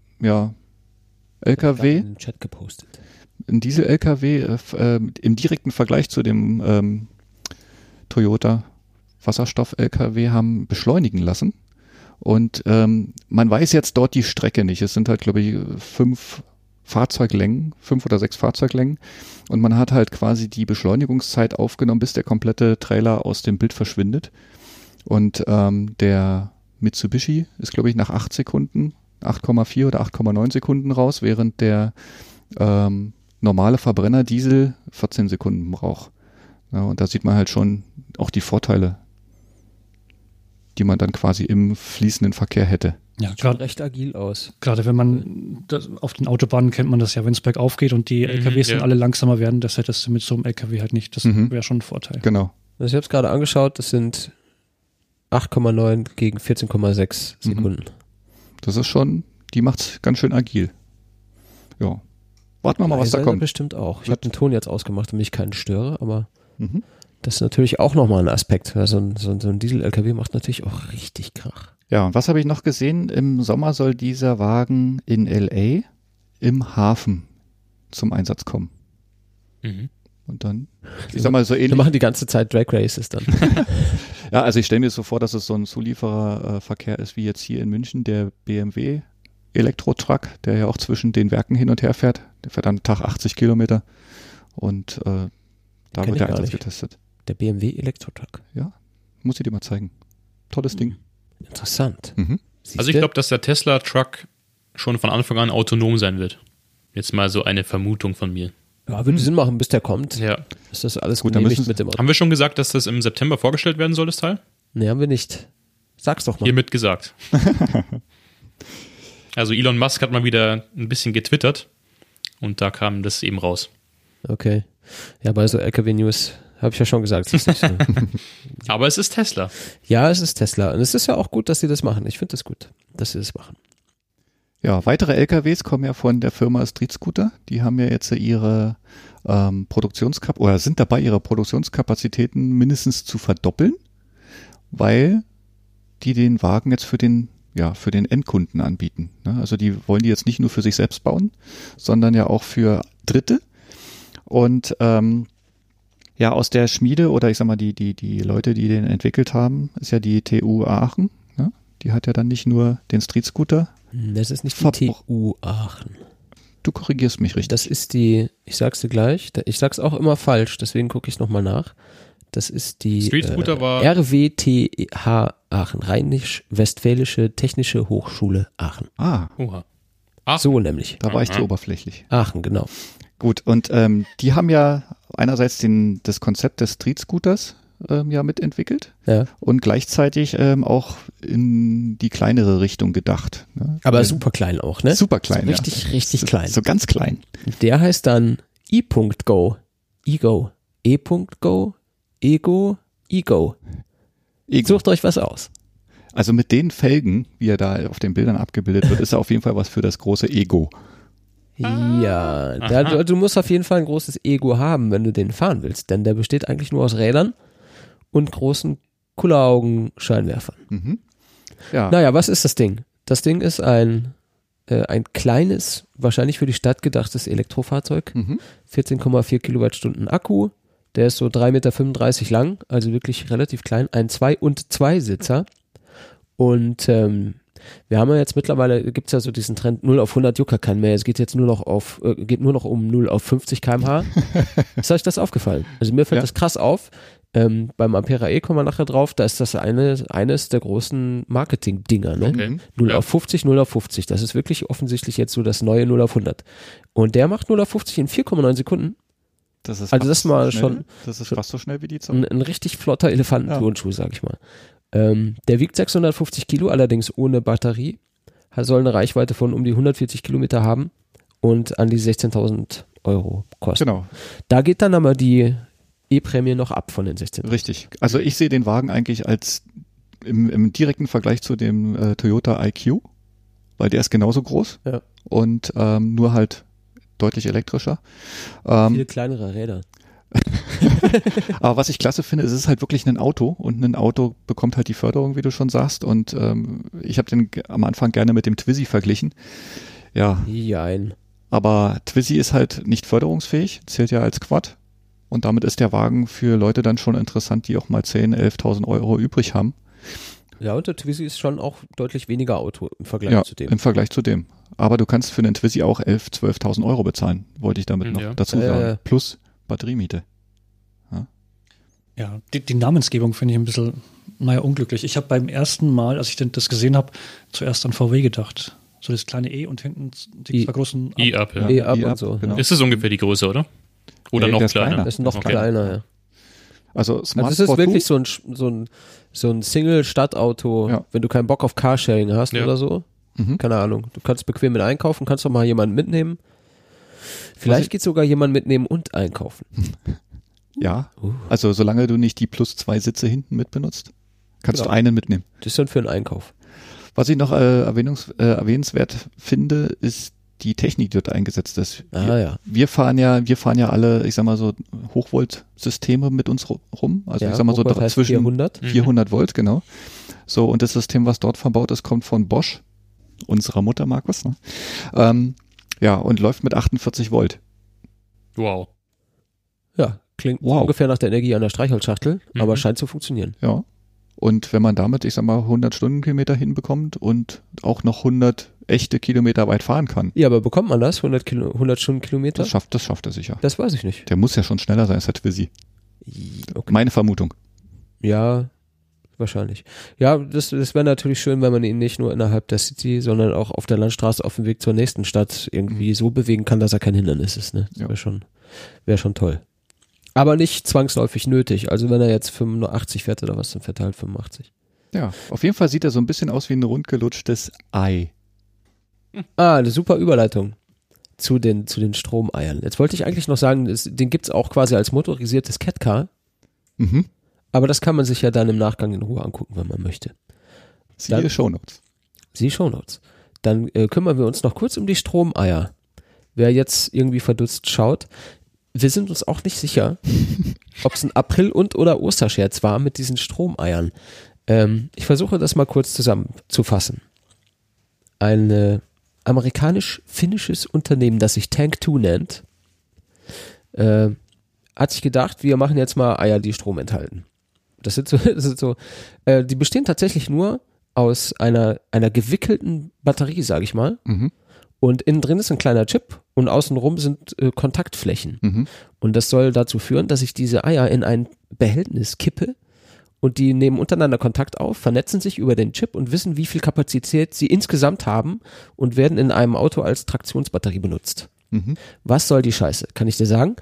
LKW, In den Chat gepostet. ein Diesel-LKW im direkten Vergleich zu dem Toyota Wasserstoff-LKW haben beschleunigen lassen. Und man weiß jetzt dort die Strecke nicht. Es sind halt, glaube ich, 5 oder 6 Fahrzeuglängen. Und man hat halt quasi die Beschleunigungszeit aufgenommen, bis der komplette Trailer aus dem Bild verschwindet. Und der Mitsubishi ist, glaube ich, nach 8 Sekunden, 8,4 oder 8,9 Sekunden raus, während der normale Verbrenner Diesel 14 Sekunden braucht. Ja, und da sieht man halt schon auch die Vorteile, die man dann quasi im fließenden Verkehr hätte. Ja, Sieht gerade recht agil aus. wenn man auf den Autobahnen kennt man das ja, wenn es bergauf geht und die LKWs dann alle langsamer werden, das hättest du mit so einem LKW halt nicht. Das wäre schon ein Vorteil. Genau. Also ich habe es gerade angeschaut, das sind 8,9 gegen 14,6 Sekunden. Das ist schon, die macht's ganz schön agil. Ja. Warten wir mal, was da Leiser kommt. Bestimmt auch. Ich habe den Ton jetzt ausgemacht, damit ich keinen störe, aber das ist natürlich auch nochmal ein Aspekt. Weil so ein Diesel-LKW macht natürlich auch richtig Krach. Ja, und was habe ich noch gesehen? Im Sommer soll dieser Wagen in LA im Hafen zum Einsatz kommen. Mhm. Und dann, ich sag mal so Wir ähnlich. machen die ganze Zeit Drag Races dann. Ja, also ich stelle mir so vor, dass es so ein Zuliefererverkehr ist wie jetzt hier in München der BMW Elektro-Truck, der ja auch zwischen den Werken hin und her fährt. Der fährt am Tag 80 Kilometer und da Kenn wird ich der gar Einsatz nicht. getestet. Der BMW Elektro-Truck. Ja, muss ich dir mal zeigen. Tolles Ding. Interessant. Siehste? Also ich glaube, dass der Tesla-Truck schon von Anfang an autonom sein wird. Jetzt mal so eine Vermutung von mir. Ja, würde Sinn machen, bis der kommt. Ja. Ist das alles Gut, dann genehmigt müssen- mit dem Auto? Haben wir schon gesagt, dass das im September vorgestellt werden soll, das Teil? Nee, haben wir nicht. Sag's doch mal. Hiermit gesagt. Also Elon Musk hat mal wieder ein bisschen getwittert und da kam das eben raus. Okay. Ja, bei so LKW-News habe ich ja schon gesagt. Es ist nicht so. Aber es ist Tesla. Ja, es ist Tesla. Und es ist ja auch gut, dass sie das machen. Ich finde es gut, dass sie das machen. Ja, weitere LKWs kommen ja von der Firma Street Scooter. Die haben ja jetzt ihre sind dabei, ihre Produktionskapazitäten mindestens zu verdoppeln, weil die den Wagen jetzt für den Endkunden anbieten. Ne? Also die wollen die jetzt nicht nur für sich selbst bauen, sondern ja auch für Dritte. Und Ja, aus der Schmiede oder ich sag mal, die Leute, die den entwickelt haben, ist ja die TU Aachen. Ne? Die hat ja dann nicht nur den Street Scooter. Das ist nicht die TU Aachen. Du korrigierst mich richtig. Das ist die, ich sag's dir gleich, ich sag's auch immer falsch, deswegen gucke ich nochmal nach. Das ist die Street Scooter war RWTH Aachen, Rheinisch-Westfälische Technische Hochschule Aachen. Oha. So nämlich. Da war ich zu oberflächlich. Aachen, genau. Gut, und die haben ja einerseits das Konzept des Street Scooters ja mitentwickelt und gleichzeitig auch in die kleinere Richtung gedacht. Ne? Aber super klein auch, ne? Super klein, so richtig klein. So ganz klein. Der heißt dann E.Go. E.Go. E.Go. Ego. Ego. Sucht euch was aus. Also mit den Felgen, wie er da auf den Bildern abgebildet wird, ist er auf jeden Fall was für das große Ego. Ja, du musst auf jeden Fall ein großes Ego haben, wenn du den fahren willst, denn der besteht eigentlich nur aus Rädern und großen Kulleraugen-Scheinwerfern. Mhm. Ja. Naja, was ist das Ding? Das Ding ist ein kleines, wahrscheinlich für die Stadt gedachtes Elektrofahrzeug, 14,4 Kilowattstunden Akku, der ist so 3,35 Meter lang, also wirklich relativ klein, ein 2- und 2-Sitzer und wir haben ja jetzt mittlerweile, gibt es ja so diesen Trend, 0 auf 100 juckt keinen mehr, es geht jetzt nur noch um 0 auf 50 km/h. Ist euch das aufgefallen? Also mir fällt das krass auf, beim Ampera E kommen wir nachher drauf, da ist das eines der großen Marketing-Dinger, ne? Okay. 0 auf 50, 0 auf 50, das ist wirklich offensichtlich jetzt so das neue 0 auf 100. Und der macht 0 auf 50 in 4,9 Sekunden. Das ist also das mal so schon das ist fast so schnell wie die Zunge. ein richtig flotter Elefantenturnschuh, sag ich mal. Der wiegt 650 Kilo, allerdings ohne Batterie. Soll eine Reichweite von um die 140 Kilometer haben und an die 16.000 Euro kosten. Genau. Da geht dann aber die E-Prämie noch ab von den 16.000. Richtig. Also ich sehe den Wagen eigentlich als im direkten Vergleich zu dem Toyota IQ, weil der ist genauso groß und nur halt deutlich elektrischer. Viele kleinere Räder. Aber was ich klasse finde, es ist halt wirklich ein Auto und ein Auto bekommt halt die Förderung, wie du schon sagst, und ich habe den am Anfang gerne mit dem Twizy verglichen. Ja. Jein. Aber Twizy ist halt nicht förderungsfähig, zählt ja als Quad und damit ist der Wagen für Leute dann schon interessant, die auch mal 10.000, 11.000 Euro übrig haben. Ja, und der Twizy ist schon auch deutlich weniger Auto im Vergleich zu dem. Im Vergleich zu dem. Aber du kannst für einen Twizy auch 11.000, 12.000 Euro bezahlen, wollte ich damit noch dazu sagen. Plus Batteriemiete. Ja, die Namensgebung finde ich ein bisschen, unglücklich. Ich habe beim ersten Mal, als ich das gesehen habe, zuerst an VW gedacht. So das kleine E und hinten die zwei großen E-Up, ja. E-Up und so. Genau. Ist das ungefähr die Größe, oder? Oder noch kleiner? Das ist noch kleiner, ja. Also Smart das ist Sport wirklich so ein Single-Stadtauto, wenn du keinen Bock auf Carsharing hast oder so. Keine Ahnung. Du kannst bequem mit einkaufen, kannst doch mal jemanden mitnehmen. Vielleicht geht sogar jemand mitnehmen und einkaufen. Ja, also solange du nicht die plus 2 Sitze hinten mit benutzt, kannst du einen mitnehmen. Das ist dann für einen Einkauf. Was ich noch erwähnenswert finde, ist die Technik, die dort eingesetzt ist. Wir fahren ja alle, ich sag mal so, Hochvolt-Systeme mit uns rum. Also ich sag mal so zwischen 400 Volt, genau. So, und das System, was dort verbaut ist, kommt von Bosch, unserer Mutter, Markus. Ne? Und läuft mit 48 Volt. Wow. Ja, klingt ungefähr nach der Energie an der Streichholzschachtel, aber scheint zu funktionieren. Ja. Und wenn man damit, ich sag mal, 100 Stundenkilometer hinbekommt und auch noch 100 echte Kilometer weit fahren kann. Ja, aber bekommt man das? 100 Stundenkilometer? Das schafft er sicher. Das weiß ich nicht. Der muss ja schon schneller sein als der Twizy. Okay. Meine Vermutung. Ja, wahrscheinlich. Ja, das wäre natürlich schön, wenn man ihn nicht nur innerhalb der City, sondern auch auf der Landstraße auf dem Weg zur nächsten Stadt irgendwie so bewegen kann, dass er kein Hindernis ist. Ne? Das wäre schon toll. Aber nicht zwangsläufig nötig. Also wenn er jetzt 85 fährt oder was, dann fährt er halt 85. Ja, auf jeden Fall sieht er so ein bisschen aus wie ein rundgelutschtes Ei. Eine super Überleitung zu den Stromeiern. Jetzt wollte ich eigentlich noch sagen, den gibt's auch quasi als motorisiertes Catcar. Aber das kann man sich ja dann im Nachgang in Ruhe angucken, wenn man möchte. Siehe Shownotes. Dann kümmern wir uns noch kurz um die Stromeier. Wer jetzt irgendwie verdutzt schaut, wir sind uns auch nicht sicher, ob es ein April- oder Osterscherz war mit diesen Stromeiern. Ich versuche das mal kurz zusammenzufassen. Ein amerikanisch-finnisches Unternehmen, das sich Tank2 nennt, hat sich gedacht, wir machen jetzt mal Eier, die Strom enthalten. Das sind so, die bestehen tatsächlich nur aus einer gewickelten Batterie, sage ich mal. Und innen drin ist ein kleiner Chip und außenrum sind Kontaktflächen. Und das soll dazu führen, dass ich diese Eier in ein Behältnis kippe und die nehmen untereinander Kontakt auf, vernetzen sich über den Chip und wissen, wie viel Kapazität sie insgesamt haben und werden in einem Auto als Traktionsbatterie benutzt. Was soll die Scheiße? Kann ich dir sagen?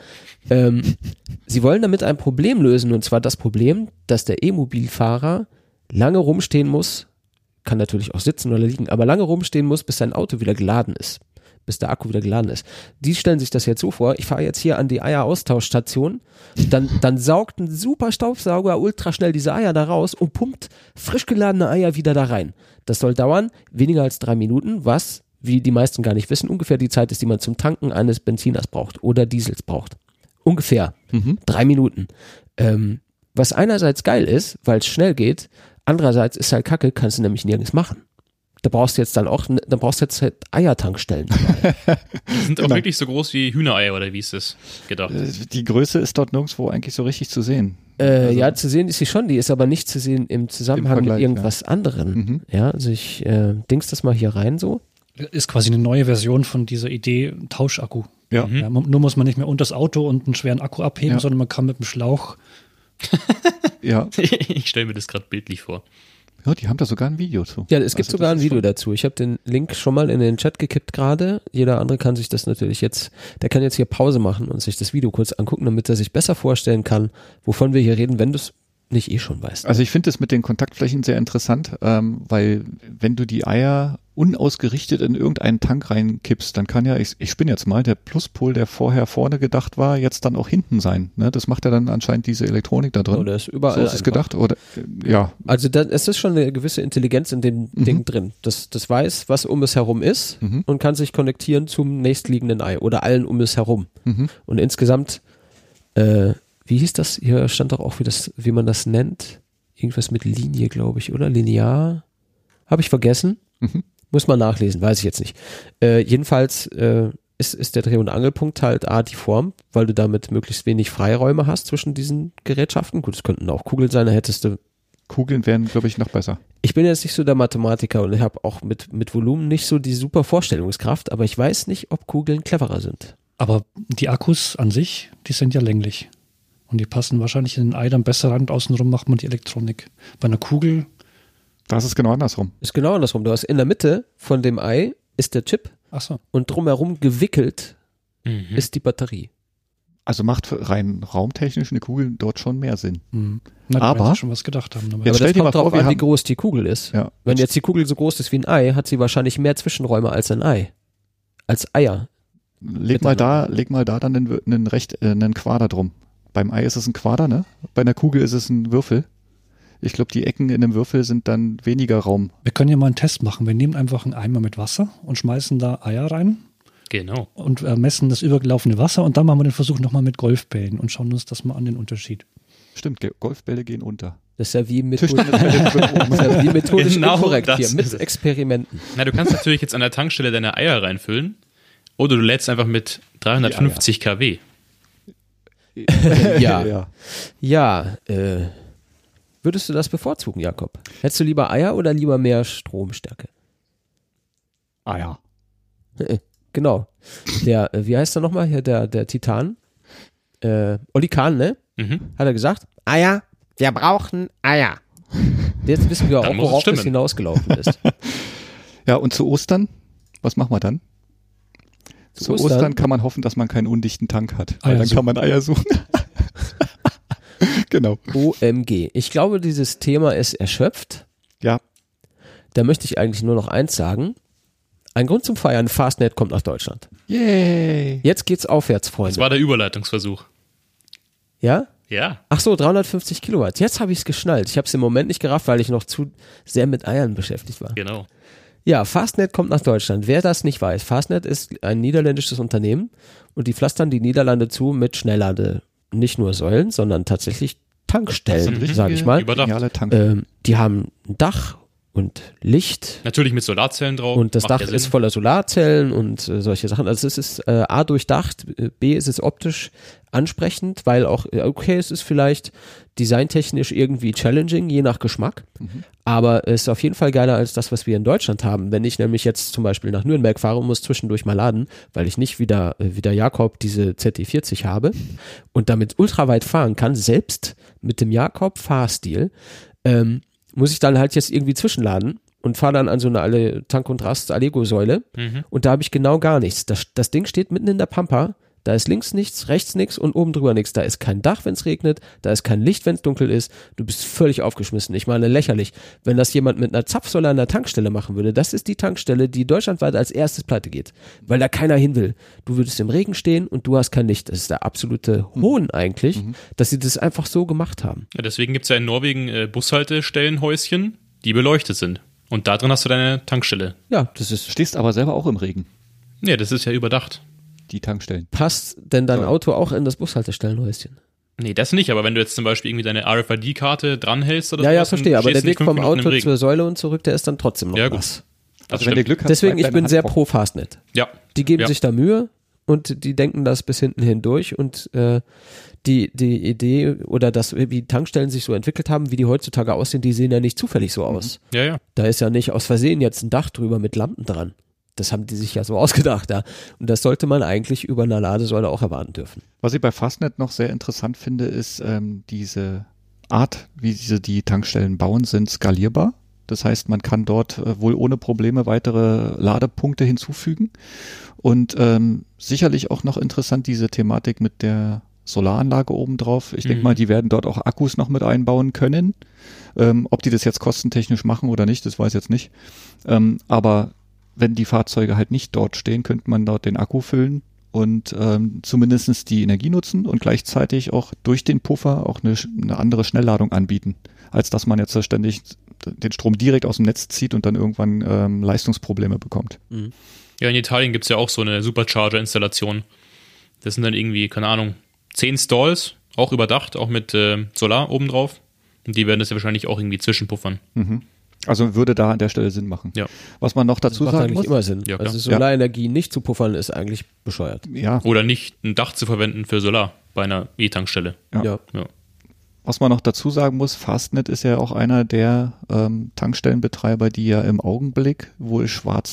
Sie wollen damit ein Problem lösen, und zwar das Problem, dass der E-Mobilfahrer lange rumstehen muss, kann natürlich auch sitzen oder liegen, aber lange rumstehen muss, bis sein Auto wieder geladen ist, bis der Akku wieder geladen ist. Die stellen sich das jetzt so vor, ich fahre jetzt hier an die Eieraustauschstation, dann saugt ein super Staubsauger ultraschnell diese Eier da raus und pumpt frisch geladene Eier wieder da rein. Das soll dauern weniger als 3 Minuten, was, wie die meisten gar nicht wissen, ungefähr die Zeit ist, die man zum Tanken eines Benziners braucht oder Diesels braucht. Ungefähr 3 Minuten. Was einerseits geil ist, weil es schnell geht, andererseits ist halt kacke, kannst du nämlich nirgends machen. Da brauchst du jetzt halt Eiertankstellen. Die sind auch wirklich so groß wie Hühnereier, oder wie ist das gedacht? Die Größe ist dort nirgendwo eigentlich so richtig zu sehen. Ja, zu sehen ist sie schon, die ist aber nicht zu sehen im Zusammenhang mit irgendwas anderem. Ja, also ich dings das mal hier rein so. Ist quasi eine neue Version von dieser Idee Tauschakku. Ja. Nur muss man nicht mehr unter das Auto und einen schweren Akku abheben, sondern man kann mit dem Schlauch. Ja. Ich stelle mir das gerade bildlich vor. Ja, die haben da sogar ein Video zu. Ja, es gibt sogar ein Video dazu. Ich habe den Link schon mal in den Chat gekippt gerade. Jeder andere kann sich das natürlich jetzt, der kann jetzt hier Pause machen und sich das Video kurz angucken, damit er sich besser vorstellen kann, wovon wir hier reden, wenn du es nicht schon weißt. Also ich finde es mit den Kontaktflächen sehr interessant, weil wenn du die Eier unausgerichtet in irgendeinen Tank reinkippst, dann kann ja, ich spinne jetzt mal, der Pluspol, der vorher vorne gedacht war, jetzt dann auch hinten sein. Ne? Das macht ja dann anscheinend diese Elektronik da drin. Oder ist überall so ist es gedacht, oder? Ja. Also es ist schon eine gewisse Intelligenz in dem Ding drin. Das weiß, was um es herum ist und kann sich konnektieren zum nächstliegenden Ei oder allen um es herum. Und insgesamt, wie hieß das? Hier stand doch auch, wie man das nennt. Irgendwas mit Linie, glaube ich, oder? Linear? Habe ich vergessen. Muss man nachlesen, weiß ich jetzt nicht. Jedenfalls ist der Dreh- und Angelpunkt halt die Form, weil du damit möglichst wenig Freiräume hast zwischen diesen Gerätschaften. Gut, es könnten auch Kugeln sein, da hättest du... Kugeln wären, glaube ich, noch besser. Ich bin jetzt nicht so der Mathematiker und ich habe auch mit Volumen nicht so die super Vorstellungskraft, aber ich weiß nicht, ob Kugeln cleverer sind. Aber die Akkus an sich, die sind ja länglich. Und die passen wahrscheinlich in den Ei dann besser rein und außenrum macht man die Elektronik. Bei einer Kugel... Das ist genau andersrum. Ist genau andersrum. Du hast in der Mitte von dem Ei ist der Chip. Ach so. Und drumherum gewickelt ist die Batterie. Also macht rein raumtechnisch eine Kugel dort schon mehr Sinn. Na, aber ja schon was gedacht haben. Ja, aber das kommt drauf an, wie groß die Kugel ist. Ja. Wenn jetzt die Kugel so groß ist wie ein Ei, hat sie wahrscheinlich mehr Zwischenräume als ein Ei. Als Eier. Leg mal da dann einen Quader drum. Beim Ei ist es ein Quader, ne? Bei einer Kugel ist es ein Würfel. Ich glaube, die Ecken in dem Würfel sind dann weniger Raum. Wir können ja mal einen Test machen. Wir nehmen einfach einen Eimer mit Wasser und schmeißen da Eier rein. Genau. Und messen das übergelaufene Wasser und dann machen wir den Versuch nochmal mit Golfbällen und schauen uns das mal an, den Unterschied. Stimmt, Golfbälle gehen unter. Das ist ja wie methodisch Genau inkorrekt das hier, ist mit es. Experimenten. Na, du kannst natürlich jetzt an der Tankstelle deine Eier reinfüllen oder du lädst einfach mit 350 kW. Ja, würdest du das bevorzugen, Jakob? Hättest du lieber Eier oder lieber mehr Stromstärke? Eier. Genau. Der, wie heißt er nochmal hier, der Titan? Oli Kahn, ne? Hat er gesagt, Eier, wir brauchen Eier. Jetzt wissen wir auch, worauf das hinausgelaufen ist. Ja, und zu Ostern, was machen wir dann? Zu Ostern kann man hoffen, dass man keinen undichten Tank hat, weil dann kann man Eier suchen. Genau. OMG. Ich glaube, dieses Thema ist erschöpft. Ja. Da möchte ich eigentlich nur noch eins sagen. Ein Grund zum Feiern, Fastnet kommt nach Deutschland. Yay. Jetzt geht's aufwärts, Freunde. Das war der Überleitungsversuch. Ja? Ja. Ach so, 350 Kilowatt. Jetzt habe ich es geschnallt. Ich habe es im Moment nicht gerafft, weil ich noch zu sehr mit Eiern beschäftigt war. Genau. Ja, Fastnet kommt nach Deutschland. Wer das nicht weiß, Fastnet ist ein niederländisches Unternehmen und die pflastern die Niederlande zu mit Schnelllade. Nicht nur Säulen, sondern tatsächlich Tankstellen, sage ich mal. Überdacht. Die haben ein Dach und Licht. Natürlich mit Solarzellen drauf. Und das Macht Dach ja ist Sinn. voller Solarzellen und solche Sachen. Also es ist A durchdacht, B ist es optisch ansprechend, weil auch, okay, es ist vielleicht designtechnisch irgendwie challenging, je nach Geschmack, aber es ist auf jeden Fall geiler als das, was wir in Deutschland haben. Wenn ich nämlich jetzt zum Beispiel nach Nürnberg fahre und muss zwischendurch mal laden, weil ich nicht wieder Jakob diese ZT40 habe und damit ultraweit fahren kann, selbst mit dem Jakob Fahrstil, muss ich dann halt jetzt irgendwie zwischenladen und fahre dann an so eine Tank- und Rast-Allego-Säule und da habe ich genau gar nichts. Das Ding steht mitten in der Pampa, da ist links nichts, rechts nichts und oben drüber nichts. Da ist kein Dach, wenn es regnet, da ist kein Licht, wenn es dunkel ist. Du bist völlig aufgeschmissen. Ich meine, lächerlich. Wenn das jemand mit einer Zapfsäule an der Tankstelle machen würde, das ist die Tankstelle, die deutschlandweit als erstes pleite geht, weil da keiner hin will. Du würdest im Regen stehen und du hast kein Licht. Das ist der absolute Hohn eigentlich, dass sie das einfach so gemacht haben. Ja, deswegen gibt es ja in Norwegen Bushaltestellenhäuschen, die beleuchtet sind. Und da drin hast du deine Tankstelle. Ja, das ist. Stehst aber selber auch im Regen, Ja, das ist ja überdacht. die Tankstellen. Passt denn dein So. Auto auch in das Bushaltestellenhäuschen? Nee, das nicht, aber wenn du jetzt zum Beispiel irgendwie deine RFID-Karte dranhältst oder Ja, sowas, verstehe, dann aber der stehst du nicht Weg 5 vom Minuten im Auto Regen. zur Säule und zurück, der ist dann trotzdem noch Ja, gut. was. Das Also wenn du stimmt. Glück hast, Deswegen, bleibt ich deine bin Hand sehr trocken. pro Fastnet. Ja. Die geben Ja. sich da Mühe und die denken das bis hinten hindurch und die Idee oder das, wie Tankstellen sich so entwickelt haben, wie die heutzutage aussehen, die sehen ja nicht zufällig so aus. Ja, ja. Da ist ja nicht aus Versehen jetzt ein Dach drüber mit Lampen dran. Das haben die sich ja so ausgedacht, ja. Und das sollte man eigentlich über einer Ladesäule auch erwarten dürfen. Was ich bei Fastnet noch sehr interessant finde, ist diese Art, wie sie die Tankstellen bauen, sind skalierbar. Das heißt, man kann dort wohl ohne Probleme weitere Ladepunkte hinzufügen. Und sicherlich auch noch interessant diese Thematik mit der Solaranlage obendrauf. Ich denke mal, die werden dort auch Akkus noch mit einbauen können. Ob die das jetzt kostentechnisch machen oder nicht, das weiß ich jetzt nicht. Aber wenn die Fahrzeuge halt nicht dort stehen, könnte man dort den Akku füllen und zumindest die Energie nutzen und gleichzeitig auch durch den Puffer auch eine andere Schnellladung anbieten, als dass man jetzt ständig den Strom direkt aus dem Netz zieht und dann irgendwann Leistungsprobleme bekommt. Ja, in Italien gibt es ja auch so eine Supercharger-Installation. Das sind dann irgendwie, keine Ahnung, 10 Stalls, auch überdacht, auch mit Solar obendrauf. Und die werden das ja wahrscheinlich auch irgendwie zwischenpuffern. Also würde da an der Stelle Sinn machen. Ja. Was man noch dazu Macht sagen eigentlich muss, immer Sinn. Ja, klar. Also Solarenergie nicht zu puffern ist eigentlich bescheuert. ja, Oder nicht ein Dach zu verwenden für Solar bei einer E-Tankstelle. Ja. Ja. Ja. was man noch dazu sagen muss, Fastnet ist ja auch einer der Tankstellenbetreiber, die ja im Augenblick wohl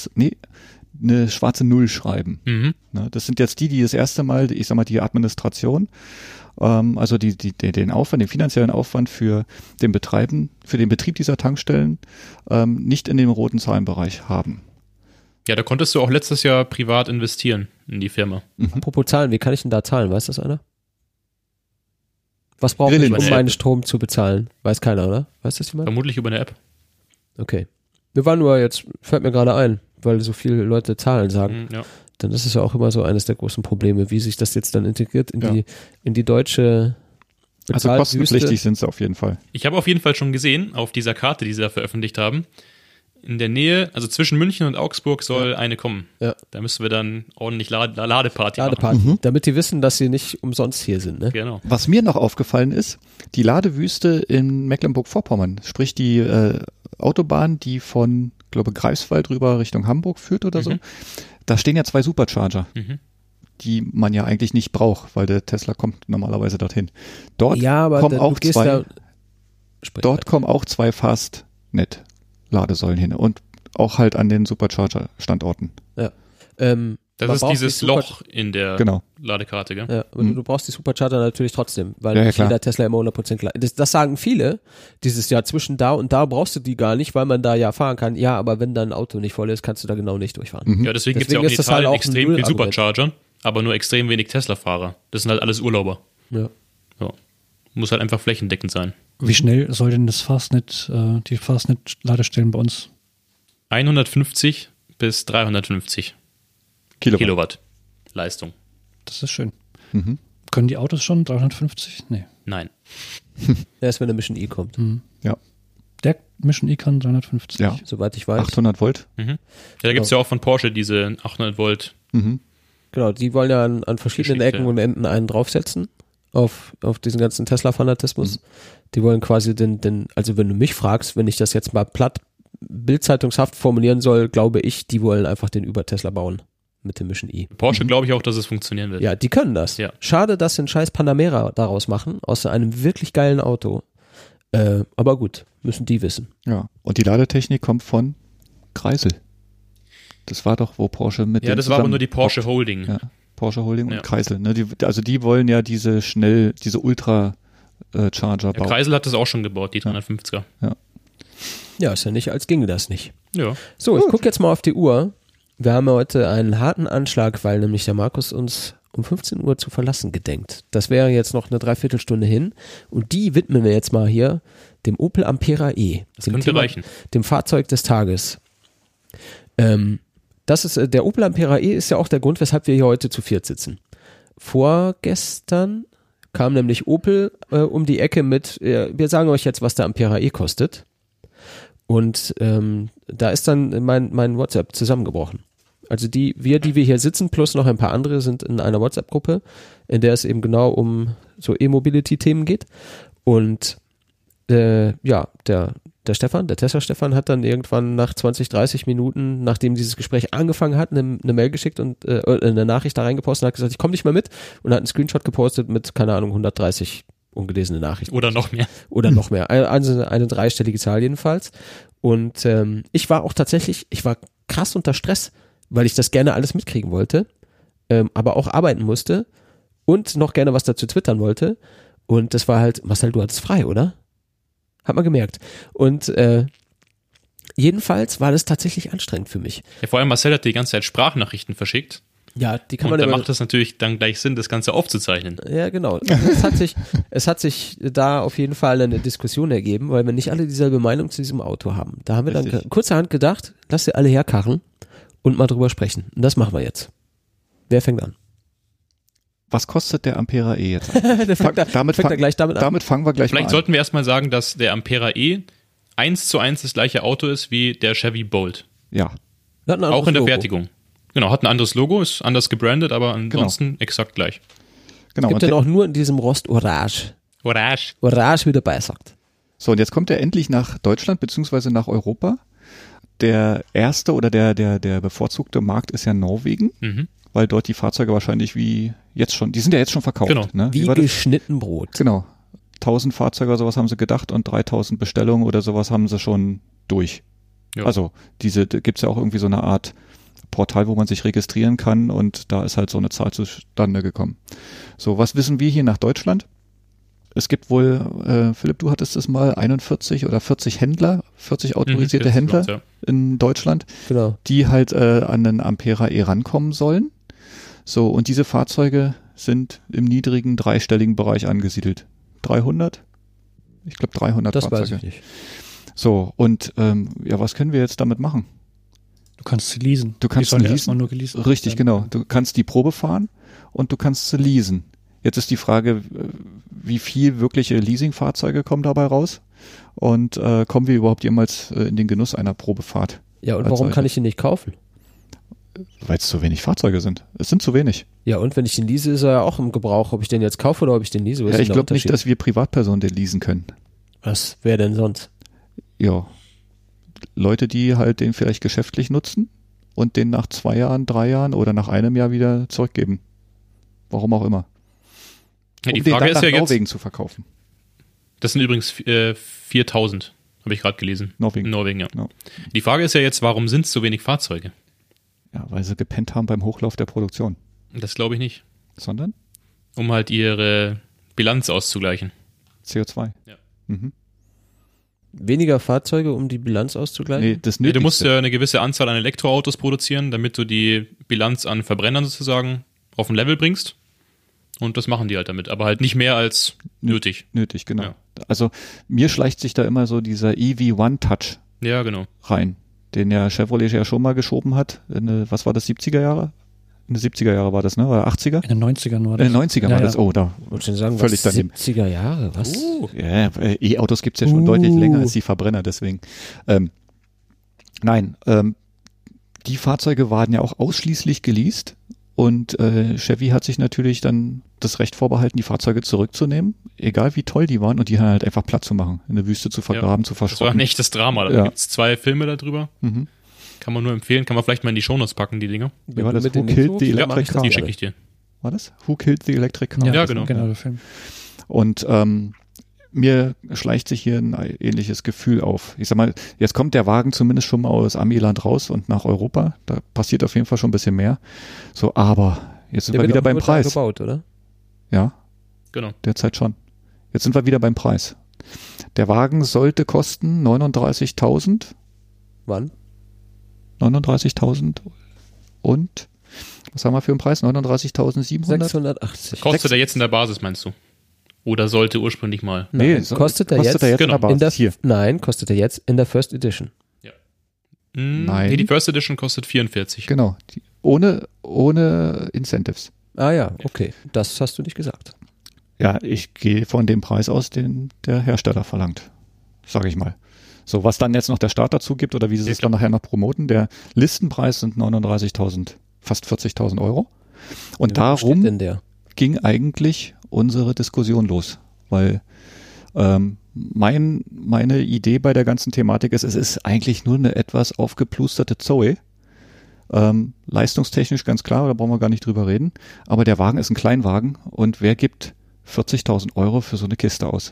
eine schwarze Null schreiben. Mhm. Ne, das sind jetzt die das erste Mal, ich sag mal, die Administration, also den Aufwand, den finanziellen Aufwand für den Betrieb dieser Tankstellen nicht in dem roten Zahlenbereich haben. Ja, da konntest du auch letztes Jahr privat investieren in die Firma. Apropos Zahlen, wie kann ich denn da zahlen? Weiß das einer? Was brauche ich, Grillen. um meinen Strom zu bezahlen? Weiß keiner, oder? Weiß das jemand? Vermutlich über eine App. Okay. Wir waren nur, jetzt fällt mir gerade ein, weil so viele Leute Zahlen sagen. Mhm, ja. Dann ist es ja auch immer so eines der großen Probleme, wie sich das jetzt dann integriert in Ja. die deutsche Also Bezahlwüste. kostenpflichtig sind sie auf jeden Fall. Ich habe auf jeden Fall schon gesehen, auf dieser Karte, die sie da veröffentlicht haben, in der Nähe, also zwischen München und Augsburg soll eine kommen. Ja. Da müssen wir dann ordentlich Ladeparty machen. Ladeparty, damit die wissen, dass sie nicht umsonst hier sind. Ne? Genau. Was mir noch aufgefallen ist, die Ladewüste in Mecklenburg-Vorpommern, sprich die Autobahn, die von, glaube Greifswald rüber Richtung Hamburg führt oder so, da stehen ja 2 Supercharger, die man ja eigentlich nicht braucht, weil der Tesla kommt normalerweise dorthin. Dort Ja, aber kommen du auch gehst 2, da. Sprich dort weiter. kommen auch 2 Fastnet-Ladesäulen hin und auch halt an den Supercharger-Standorten. Ja. Das Man ist braucht dieses die Super- Loch in der Genau. Ladekarte, gell? Ja, aber du brauchst die Supercharger natürlich trotzdem, weil Ja, ja, nicht klar. jeder Tesla immer 100% klar. Das sagen viele dieses Jahr, zwischen da und da brauchst du die gar nicht, weil man da ja fahren kann. Ja, aber wenn dein Auto nicht voll ist, kannst du da genau nicht durchfahren. Ja, deswegen gibt es ja auch in ist das halt Italien auch ein extrem viel Null-Argument. Supercharger, aber nur extrem wenig Tesla-Fahrer. Das sind halt alles Urlauber. Ja. Ja. Muss halt einfach flächendeckend sein. Wie schnell soll denn das Fastnet, die Fastnet-Ladestellen bei uns? 150 bis 350 Kilowatt Leistung. Das ist schön. Mhm. Können die Autos schon 350? Nee. Nein. Erst wenn der Mission E kommt, Ja, Der Mission E kann 350. ja. soweit ich weiß. 800 Volt. Ja, da gibt es ja auch von Porsche diese 800 Volt. Mhm. Genau, die wollen ja an verschiedenen Geschichte. Ecken und Enden einen draufsetzen auf diesen ganzen Tesla-Fanatismus. Die wollen quasi also wenn du mich fragst, wenn ich das jetzt mal platt bildzeitungshaft formulieren soll, glaube ich, die wollen einfach den Über-Tesla bauen mit dem Mission E. Porsche glaube ich auch, dass es funktionieren wird. Ja, die können das. Ja. Schade, dass sie einen scheiß Panamera daraus machen, aus einem wirklich geilen Auto. Aber gut, müssen die wissen. Ja, und die Ladetechnik kommt von Kreisel. Das war doch, wo Porsche mit Ja, dem das war aber zusammen- nur die Porsche Holding. Ja, Porsche Holding Ja. und Kreisel. Ne? Die wollen ja diese Ultra-Charger bauen. Kreisel hat das auch schon gebaut, die 350er. Ja, ist ja nicht, als ginge das nicht. Ja. So, ich gucke jetzt mal auf die Uhr. Wir haben ja heute einen harten Anschlag, weil nämlich der Markus uns um 15 Uhr zu verlassen gedenkt. Das wäre jetzt noch eine Dreiviertelstunde hin und die widmen wir jetzt mal hier dem Opel Ampera E. Das dem könnte reichen. Dem Fahrzeug des Tages. Das ist, der Opel Ampera E ist ja auch der Grund, weshalb wir hier heute zu viert sitzen. Vorgestern kam nämlich Opel um die Ecke mit, wir sagen euch jetzt, was der Ampera E kostet. Und da ist dann mein WhatsApp zusammengebrochen. Also die wir hier sitzen, plus noch ein paar andere sind in einer WhatsApp-Gruppe, in der es eben genau um so E-Mobility-Themen geht. Und ja, der Stefan, der Tesla-Stefan hat dann irgendwann nach 20, 30 Minuten, nachdem dieses Gespräch angefangen hat, eine Mail geschickt und eine Nachricht da reingepostet und hat gesagt, ich komme nicht mehr mit und hat einen Screenshot gepostet mit, keine Ahnung, 130 ungelesene Nachrichten. Oder noch mehr. Oder noch mehr. Also eine dreistellige Zahl jedenfalls. Und ich war krass unter Stress, weil ich das gerne alles mitkriegen wollte, aber auch arbeiten musste und noch gerne was dazu twittern wollte. Und das war halt, Marcel, du hattest frei, oder? Hat man gemerkt. Und jedenfalls war das tatsächlich anstrengend für mich. Ja, vor allem Marcel hat die ganze Zeit Sprachnachrichten verschickt. Ja, die kann Und man da immer, macht es natürlich dann gleich Sinn, das Ganze aufzuzeichnen. ja, genau. Es hat sich da auf jeden Fall eine Diskussion ergeben, weil wir nicht alle dieselbe Meinung zu diesem Auto haben. Da haben wir dann Richtig. kurzerhand gedacht, lass sie alle herkarren und mal drüber sprechen. Und das machen wir jetzt. Wer fängt an? Was kostet der Ampera E jetzt? Fängt er gleich damit an. Damit fangen wir gleich Vielleicht mal an. sollten wir erstmal sagen, dass der Ampera E 1:1 das gleiche Auto ist wie der Chevy Bolt. Ja, Wir hatten ein Auch in der anderes Logo. Fertigung. Genau, hat ein anderes Logo, ist anders gebrandet, aber ansonsten exakt gleich. genau. Gibt Und den auch nur in diesem Rost-Orange. Orange. Orange, wie dabei sagt. So, und jetzt kommt er endlich nach Deutschland beziehungsweise nach Europa. Der erste oder der bevorzugte Markt ist ja Norwegen, Mhm. weil dort die Fahrzeuge wahrscheinlich wie jetzt schon, die sind ja jetzt schon verkauft. Genau. Ne? Wie war das? geschnitten Brot. Genau. 1000 Fahrzeuge oder sowas haben sie gedacht und 3000 Bestellungen oder sowas haben sie schon durch. Ja. Also da gibt's ja auch irgendwie so eine Art Portal, wo man sich registrieren kann und da ist halt so eine Zahl zustande gekommen. So, was wissen wir hier nach Deutschland? Es gibt wohl, Philipp, du hattest es mal, 41 oder 40 Händler, 40 autorisierte Mhm, Händler ja. in Deutschland, Genau. die halt an den Ampera E rankommen sollen. So, und diese Fahrzeuge sind im niedrigen dreistelligen Bereich angesiedelt. 300? Ich glaube 300 Das Fahrzeuge. weiß ich nicht. So, und ja, was können wir jetzt damit machen? Du kannst sie leasen. Du kannst die sollen sie ja leasen. erstmal nur geleast Richtig, werden. genau. Du kannst die Probe fahren und du kannst sie leasen. Jetzt ist die Frage, wie viel wirkliche Leasingfahrzeuge kommen dabei raus und kommen wir überhaupt jemals in den Genuss einer Probefahrt? Ja, und Als warum solches. kann ich den nicht kaufen? Weil es zu wenig Fahrzeuge sind. Es sind zu wenig. Ja, und wenn ich den lease, ist er ja auch im Gebrauch, ob ich den jetzt kaufe oder ob ich den lease. Was Ja, ist ich denn der glaube nicht, Unterschied? dass wir Privatpersonen den leasen können. Was wäre denn sonst? Ja, Leute, die halt den vielleicht geschäftlich nutzen und den nach 2 Jahren, 3 Jahren oder nach einem Jahr wieder zurückgeben. Warum auch immer. Ja, die um den Frage dann ist nach ja jetzt, Norwegen zu verkaufen. das sind übrigens 4000, habe ich gerade gelesen. Norwegen. In Norwegen, ja. Ja. Die Frage ist ja jetzt, warum sind es so wenig Fahrzeuge? Ja, weil sie gepennt haben beim Hochlauf der Produktion. Das glaube ich nicht. Sondern Um halt ihre Bilanz auszugleichen. CO2. Ja. Mhm. Weniger Fahrzeuge, um die Bilanz auszugleichen? Nee, das Ja, Nötigste. du musst ja eine gewisse Anzahl an Elektroautos produzieren, damit du die Bilanz an Verbrennern sozusagen auf ein Level bringst. Und das machen die halt damit. Aber halt nicht mehr als nötig. Nötig, genau. Ja. Also mir schleicht sich da immer so dieser EV1-Touch Ja, genau. rein, den ja Chevrolet ja schon mal geschoben hat. Was war das, 70er Jahre? In den 70er Jahre war das, ne? Oder 80er? In den 90ern war In das. den 90er war das. Oh, da. Wollte schon sagen, Völlig was, daneben. 70er Jahre, was? Ja, E-Autos gibt's ja schon deutlich länger als die Verbrenner, deswegen. Nein, die Fahrzeuge waren ja auch ausschließlich geleast und Chevy hat sich natürlich dann das Recht vorbehalten, die Fahrzeuge zurückzunehmen, egal wie toll die waren, und die halt einfach platt zu machen, in der Wüste zu vergraben, zu Das war verschrotten. ein echtes Drama. Da gibt es 2 Filme darüber. Mhm. Kann man nur empfehlen. Kann man vielleicht mal in die Shownotes packen, die Dinger. Wie war das? Mit Who den Killed Infos? the Ja, Electric Car? Die schicke ich dir. War das? Who Killed the Electric Car? Ja, genau. der Film. Und mir schleicht sich hier ein ähnliches Gefühl auf. Ich sag mal, jetzt kommt der Wagen zumindest schon mal aus Amiland raus und nach Europa. Da passiert auf jeden Fall schon ein bisschen mehr. So, aber jetzt sind Der wir wird wieder auch beim nur da Preis. gebaut, oder? Ja, Genau. derzeit schon. Jetzt sind wir wieder beim Preis. Der Wagen sollte kosten 39.000. Wann? 39.000 und was haben wir für einen Preis? 39.700? 680. Kostet er jetzt in der Basis, meinst du? Oder sollte ursprünglich mal? Nee, kostet er jetzt in genau, der Basis hier. Nein, kostet er jetzt in der First Edition. Nein. Nee, die First Edition kostet 44. Genau, ohne Incentives. Ah ja, okay. Das hast du nicht gesagt. Ja, ich gehe von dem Preis aus, den der Hersteller verlangt, sage ich mal. So, was dann jetzt noch der Staat dazu gibt oder wie sie es dann nachher noch promoten, der Listenpreis sind 39.000, fast 40.000 Euro. Und Wo steht darum denn der? ging eigentlich unsere Diskussion los, weil meine Idee bei der ganzen Thematik ist, es ist eigentlich nur eine etwas aufgeplusterte Zoe. Leistungstechnisch ganz klar, da brauchen wir gar nicht drüber reden, aber der Wagen ist ein Kleinwagen und wer gibt 40.000 Euro für so eine Kiste aus?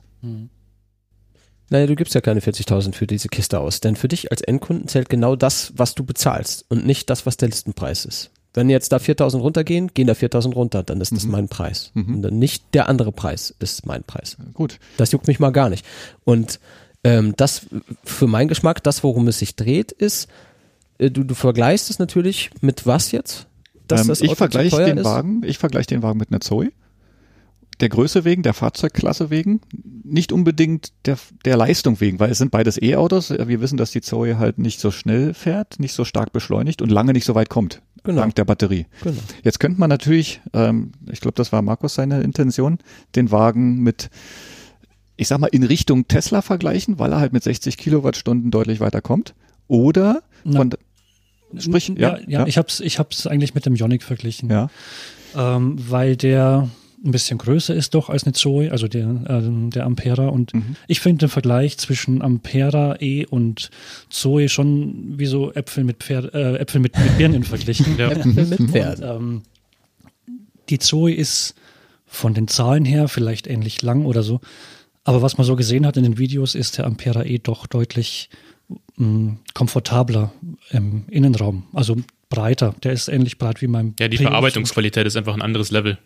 Naja, du gibst ja keine 40.000 für diese Kiste aus, denn für dich als Endkunden zählt genau das, was du bezahlst und nicht das, was der Listenpreis ist. Wenn jetzt da 4.000 runtergehen, gehen da 4.000 runter, dann ist das mein Preis. Und dann nicht der andere Preis ist mein Preis. Gut. Das juckt mich mal gar nicht. Und das für meinen Geschmack, das worum es sich dreht, ist, du vergleichst es natürlich mit was jetzt? Dass das Ich Auto vergleiche zu teuer den ist? Wagen mit einer Zoe. Der Größe wegen, der Fahrzeugklasse wegen, nicht unbedingt der Leistung wegen, weil es sind beides E-Autos. Wir wissen, dass die Zoe halt nicht so schnell fährt, nicht so stark beschleunigt und lange nicht so weit kommt, dank der Batterie. Genau. Jetzt könnte man natürlich, ich glaube, das war Markus seine Intention, den Wagen mit, ich sag mal, in Richtung Tesla vergleichen, weil er halt mit 60 Kilowattstunden deutlich weiter kommt. Oder sprich, ja. Ich hab's eigentlich mit dem Ioniq verglichen. Ja. Weil der ein bisschen größer ist doch als eine Zoe, also der Ampera. Und ich finde den Vergleich zwischen Ampera E und Zoe schon wie so Äpfel mit Birnen verglichen. Ja. Äpfel mit Pferden. Die Zoe ist von den Zahlen her vielleicht ähnlich lang oder so. Aber was man so gesehen hat in den Videos, ist der Ampera E doch deutlich komfortabler im Innenraum. Also breiter. Der ist ähnlich breit wie mein Ja, die Prius. Verarbeitungsqualität ist einfach ein anderes Level.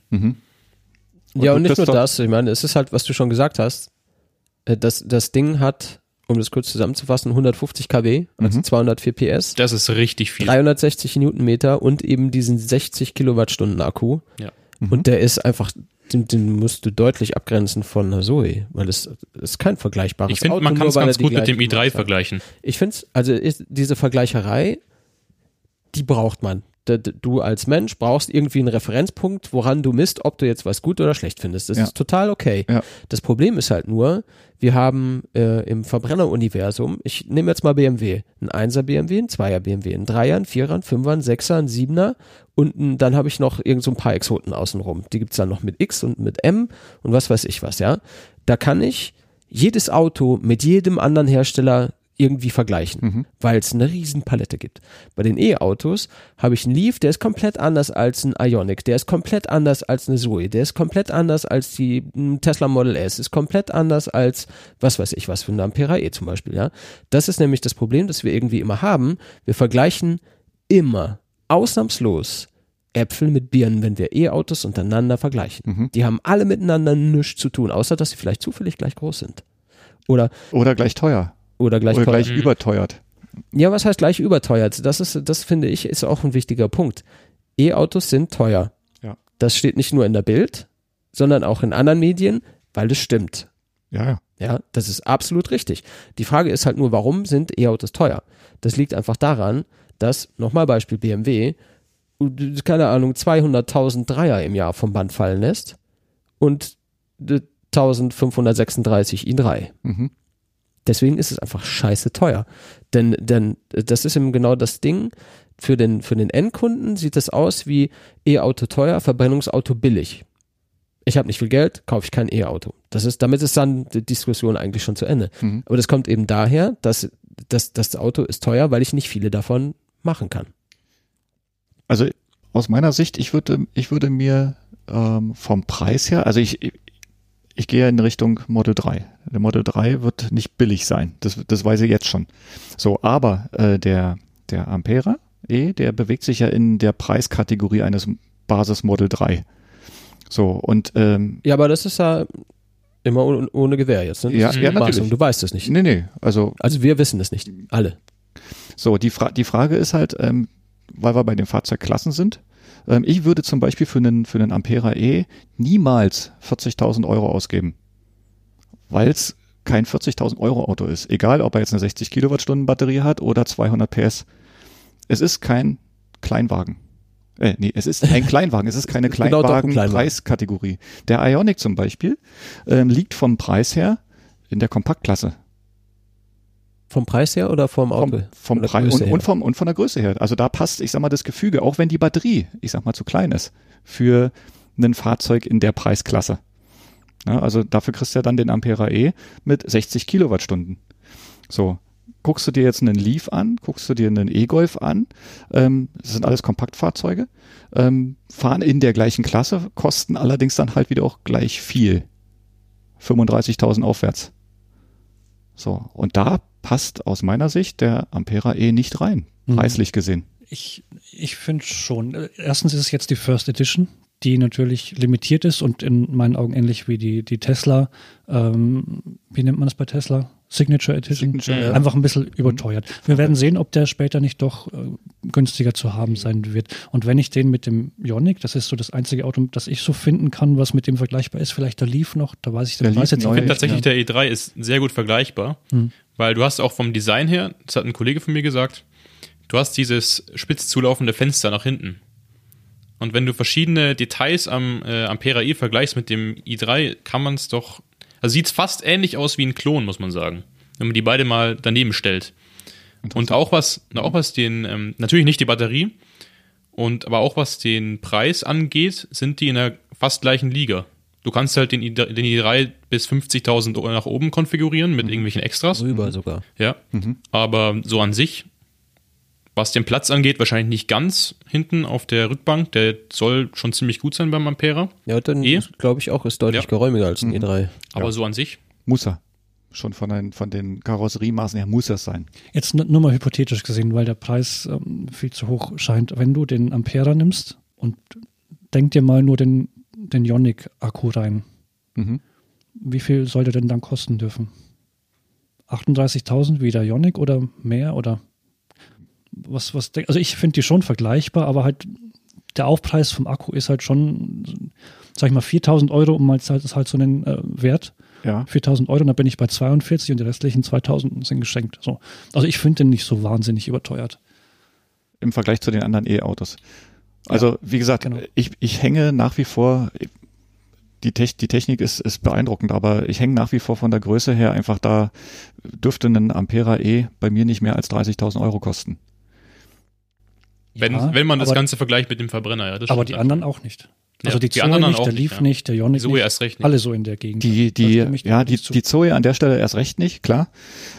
Ja, und nicht nur doch- das, ich meine, es ist halt, was du schon gesagt hast, das Ding hat, um das kurz zusammenzufassen, 150 kW, also 204 PS, Das ist richtig viel. 360 Newtonmeter und eben diesen 60 Kilowattstunden Akku. Ja. Und der ist einfach, den musst du deutlich abgrenzen von einer Zoe, weil es ist kein vergleichbares Ich finde, Auto. man kann nur es weil ganz er die gut mit dem gleichen i3 Maße hat. vergleichen. Ich finde es, also diese Vergleicherei, die braucht man. Du als Mensch brauchst irgendwie einen Referenzpunkt, woran du misst, ob du jetzt was gut oder schlecht findest. Das Ja. ist total okay. Ja. Das Problem ist halt nur, wir haben im Verbrenneruniversum, ich nehme jetzt mal BMW, ein 1er BMW, ein 2er BMW, ein 3er, ein 4er, ein 5er, ein 6er, ein 7er und dann habe ich noch irgend so ein paar Exoten außenrum. Die gibt's dann noch mit X und mit M und was weiß ich was, ja. Da kann ich jedes Auto mit jedem anderen Hersteller irgendwie vergleichen, weil es eine riesen Palette gibt. Bei den E-Autos habe ich einen Leaf, der ist komplett anders als ein Ioniq, der ist komplett anders als eine Zoe, der ist komplett anders als die Tesla Model S, ist komplett anders als was weiß ich was für eine Ampera E zum Beispiel, ja. Das ist nämlich das Problem, das wir irgendwie immer haben. Wir vergleichen immer, ausnahmslos, Äpfel mit Birnen, wenn wir E-Autos untereinander vergleichen. Die haben alle miteinander nichts zu tun, außer dass sie vielleicht zufällig gleich groß sind. Oder gleich teuer. gleich Oder teuer. gleich überteuert. Ja, was heißt gleich überteuert? Das finde ich, ist auch ein wichtiger Punkt. E-Autos sind teuer. Ja. Das steht nicht nur in der Bild, sondern auch in anderen Medien, weil das stimmt. Ja. Ja, das ist absolut richtig. Die Frage ist halt nur, warum sind E-Autos teuer? Das liegt einfach daran, dass, nochmal Beispiel BMW, keine Ahnung, 200.000 Dreier im Jahr vom Band fallen lässt und 1536 i3. Deswegen ist es einfach scheiße teuer. Denn das ist eben genau das Ding. Für den Endkunden sieht es aus wie E-Auto teuer, Verbrennungsauto billig. Ich habe nicht viel Geld, kaufe ich kein E-Auto. Damit ist dann die Diskussion eigentlich schon zu Ende. Aber das kommt eben daher, dass das Auto ist teuer, weil ich nicht viele davon machen kann. Also aus meiner Sicht, ich würde mir vom Preis her, also ich gehe in Richtung Model 3. Der Model 3 wird nicht billig sein. Das weiß ich jetzt schon. So, aber der Ampera E, der bewegt sich ja in der Preiskategorie eines Basis Model 3. So, und ja, aber das ist ja immer ohne Gewehr jetzt. Ne? Ja, natürlich. Du weißt es nicht. Nee. Also wir wissen es nicht. Alle. So, die Frage ist halt, weil wir bei den Fahrzeugklassen sind, ich würde zum Beispiel für einen Ampera E niemals 40.000 Euro ausgeben, weil es kein 40.000 Euro Auto ist. Egal, ob er jetzt eine 60 Kilowattstunden Batterie hat oder 200 PS. Es ist kein Kleinwagen. Es ist ein Kleinwagen. Es ist keine Kleinwagen-Preiskategorie. Der Ioniq zum Beispiel liegt vom Preis her in der Kompaktklasse. Vom Preis her oder vom Auto? Vom Preis und von der Größe her. Also da passt, ich sag mal, das Gefüge, auch wenn die Batterie, ich sag mal, zu klein ist für ein Fahrzeug in der Preisklasse. Ja, also dafür kriegst du ja dann den Ampera E mit 60 Kilowattstunden. So, guckst du dir jetzt einen Leaf an, guckst du dir einen E-Golf an, das sind alles Kompaktfahrzeuge, fahren in der gleichen Klasse, kosten allerdings dann halt wieder auch gleich viel. 35.000 aufwärts. So, und da passt aus meiner Sicht der Ampera E nicht rein, preislich gesehen. Ich finde schon. Erstens ist es jetzt die First Edition, die natürlich limitiert ist und in meinen Augen ähnlich wie die Tesla, wie nennt man das bei Tesla? Signature Edition? Ja. Einfach ein bisschen überteuert. Wir werden sehen, ob der später nicht doch günstiger zu haben sein wird. Und wenn ich den mit dem Ioniq, das ist so das einzige Auto, das ich so finden kann, was mit dem vergleichbar ist, vielleicht der Leaf noch, da weiß ich jetzt Ich finde tatsächlich, der E3 ist sehr gut vergleichbar, weil du hast auch vom Design her, das hat ein Kollege von mir gesagt, du hast dieses spitz zulaufende Fenster nach hinten. Und wenn du verschiedene Details am Ampera E vergleichst mit dem i3, kann man es doch, also sieht es fast ähnlich aus wie ein Klon, muss man sagen, wenn man die beide mal daneben stellt. Und auch was den, natürlich nicht die Batterie, aber auch was den Preis angeht, sind die in einer fast gleichen Liga. Du kannst halt den i3 bis 50.000 Euro nach oben konfigurieren mit irgendwelchen Extras. Rüber sogar. Ja, aber so an sich, was den Platz angeht, wahrscheinlich nicht ganz hinten auf der Rückbank. Der soll schon ziemlich gut sein beim Ampera. Ja, dann glaube ich auch, ist deutlich geräumiger als ein E3. Aber so an sich. Muss er. Schon von den Karosseriemaßen her muss das sein. Jetzt nur mal hypothetisch gesehen, weil der Preis viel zu hoch scheint. Wenn du den Ampera nimmst und denk dir mal nur den Ioniq-Akku rein, wie viel soll der denn dann kosten dürfen? 38.000 wie der Ioniq oder mehr? Oder was also ich finde die schon vergleichbar, aber halt der Aufpreis vom Akku ist halt schon, sag ich mal, 4.000 Euro, um mal halt so einen Wert. Ja. 4.000 Euro, und da bin ich bei 42 und die restlichen 2.000 sind geschenkt. So. Also ich finde den nicht so wahnsinnig überteuert. Im Vergleich zu den anderen E-Autos. Also wie gesagt, genau. ich hänge nach wie vor, die Technik ist beeindruckend, aber ich hänge nach wie vor von der Größe her einfach, da dürfte ein Ampera E bei mir nicht mehr als 30.000 Euro kosten. Wenn man das Ganze vergleicht mit dem Verbrenner, ja. Das aber die anderen auch nicht. Also ja, die Zoe anderen nicht, der Leaf nicht, der Ioniq Zoe nicht. erst recht nicht. Alle so in der Gegend. Die Zoe an der Stelle erst recht nicht, klar.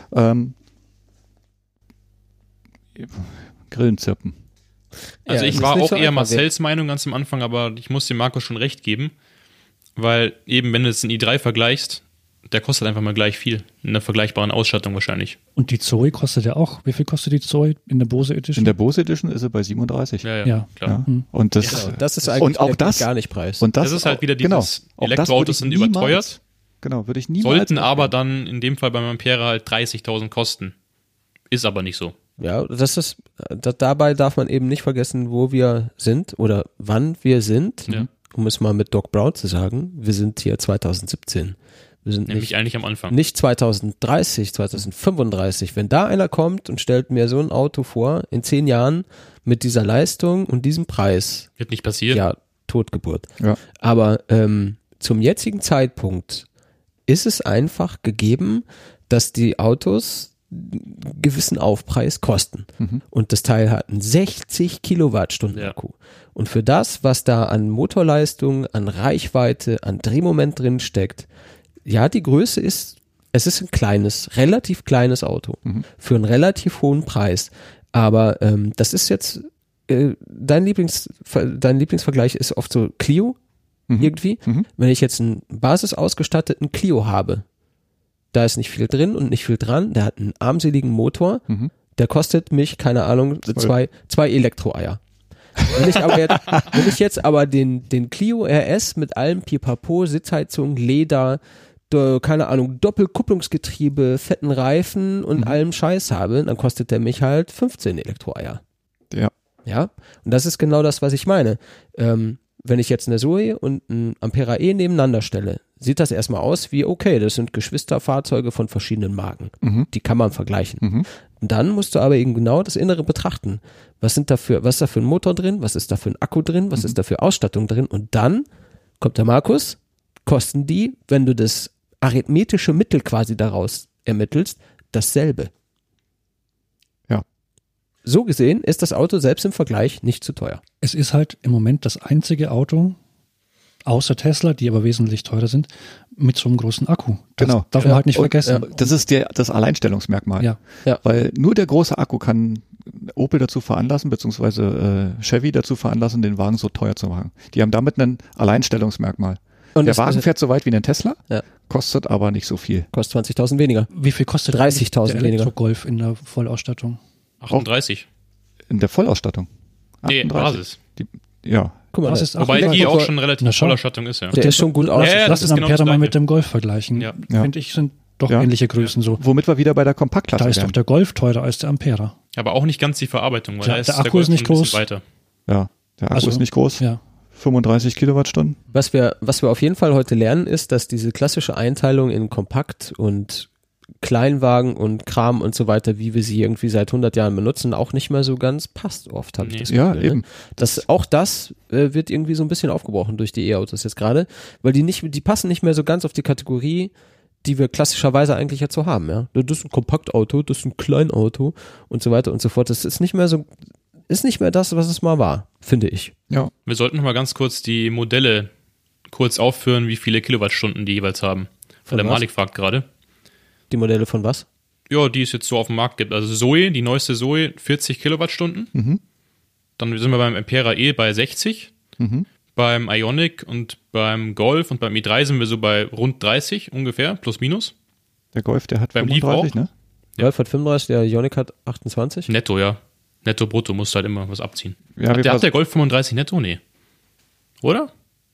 Grillen zirpen. Also Ja, ich war auch so eher Marcells Meinung ganz am Anfang, aber ich muss dem Markus schon recht geben, weil eben, wenn du jetzt einen i3 vergleichst, der kostet einfach mal gleich viel. In einer vergleichbaren Ausstattung wahrscheinlich. Und die Zoe kostet ja auch. Wie viel kostet die Zoe in der Bose Edition? In der Bose Edition ist sie bei 37. Ja. klar. Ja. Und das, das ist eigentlich auch das, gar nicht Preis. Und das ist halt wieder dieses, Elektroautos sind überteuert. Genau, würde ich niemals. Sollten aber dann in dem Fall beim Ampera halt 30.000 kosten. Ist aber nicht so. Ja, dabei darf man eben nicht vergessen, wo wir sind oder wann wir sind. Ja. Um es mal mit Doc Brown zu sagen, wir sind hier 2017. Wir sind Nämlich eigentlich am Anfang. Nicht 2030, 2035. Wenn da einer kommt und stellt mir so ein Auto vor, in 10 Jahren mit dieser Leistung und diesem Preis. Wird nicht passieren. Ja, Totgeburt. Ja. Aber zum jetzigen Zeitpunkt ist es einfach gegeben, dass die Autos gewissen Aufpreis kosten. Und das Teil hat einen 60 Kilowattstunden Akku. Und für das, was da an Motorleistung, an Reichweite, an Drehmoment drin steckt, ja, die Größe ist, es ist ein kleines, relativ kleines Auto für einen relativ hohen Preis. Aber das ist jetzt, dein Lieblingsvergleich ist oft so Clio irgendwie. Wenn ich jetzt einen basisausgestatteten Clio habe, da ist nicht viel drin und nicht viel dran, der hat einen armseligen Motor, der kostet mich, keine Ahnung, zwei Elektroeier. Wenn ich jetzt aber den Clio RS mit allem Pipapo, Sitzheizung, Leder, keine Ahnung, Doppelkupplungsgetriebe, fetten Reifen und allem Scheiß habe, dann kostet der mich halt 15 Elektroeier. Ja. Und das ist genau das, was ich meine. Wenn ich jetzt eine Zoe und ein Ampera E nebeneinander stelle, sieht das erstmal aus wie, okay, das sind Geschwisterfahrzeuge von verschiedenen Marken. Die kann man vergleichen. Und dann musst du aber eben genau das Innere betrachten. Was ist da für ein Motor drin? Was ist da für ein Akku drin? Was ist da für Ausstattung drin? Und dann kommt der Markus, kosten die, wenn du das arithmetische Mittel quasi daraus ermittelst, dasselbe. Ja. So gesehen ist das Auto selbst im Vergleich nicht zu teuer. Es ist halt im Moment das einzige Auto, außer Tesla, die aber wesentlich teurer sind, mit so einem großen Akku. Das darf man halt nicht vergessen. Das ist das Alleinstellungsmerkmal. Ja. Weil nur der große Akku kann Opel dazu veranlassen, beziehungsweise Chevy dazu veranlassen, den Wagen so teuer zu machen. Die haben damit ein Alleinstellungsmerkmal. Und der Wagen fährt so weit wie ein Tesla, kostet aber nicht so viel. Kostet 20.000 weniger. Wie viel kostet 30.000 der weniger. Elektro-Golf in der Vollausstattung? 38. In der Vollausstattung? Nee, 38. Basis. Guck mal, Wobei die auch schon relativ Vollausstattung ist, ja. Der ist schon gut aus. Lass den Ampere mal mit dem Golf vergleichen. Ja. Finde ich, sind doch ähnliche Größen so. Womit wir wieder bei der Kompaktklasse Da ist doch der Golf teurer als der Ampere. Aber auch nicht ganz die Verarbeitung, weil Ja, da ist der Akku Golf ist nicht schon ein groß. bisschen weiter. Ja, der Akku ist nicht groß. Ja. 35 Kilowattstunden. Was wir auf jeden Fall heute lernen, ist, dass diese klassische Einteilung in Kompakt und Kleinwagen und Kram und so weiter, wie wir sie irgendwie seit 100 Jahren benutzen, auch nicht mehr so ganz passt oft, habe ich das Gefühl. Ja, eben. Auch das wird irgendwie so ein bisschen aufgebrochen durch die E-Autos jetzt gerade, weil die passen nicht mehr so ganz auf die Kategorie, die wir klassischerweise eigentlich jetzt so haben. Ja? Das ist ein Kompaktauto, das ist ein Kleinauto und so weiter und so fort. Das ist nicht mehr das, was es mal war, finde ich. Ja. Wir sollten noch mal ganz kurz die Modelle kurz aufführen, wie viele Kilowattstunden die jeweils haben. Weil der Malik fragt gerade. Die Modelle von was? Ja, die es jetzt so auf dem Markt gibt. Also Zoe, die neueste Zoe, 40 Kilowattstunden. Dann sind wir beim Ampera E bei 60. Beim Ioniq und beim Golf und beim i3 sind wir so bei rund 30 ungefähr, plus minus. Der Golf, der hat beim 35, ne? Golf hat 35, der Ioniq hat 28. Netto, ja. Netto, brutto, musst du halt immer was abziehen. Ja, hat der Golf 35 netto? Nee. Oder?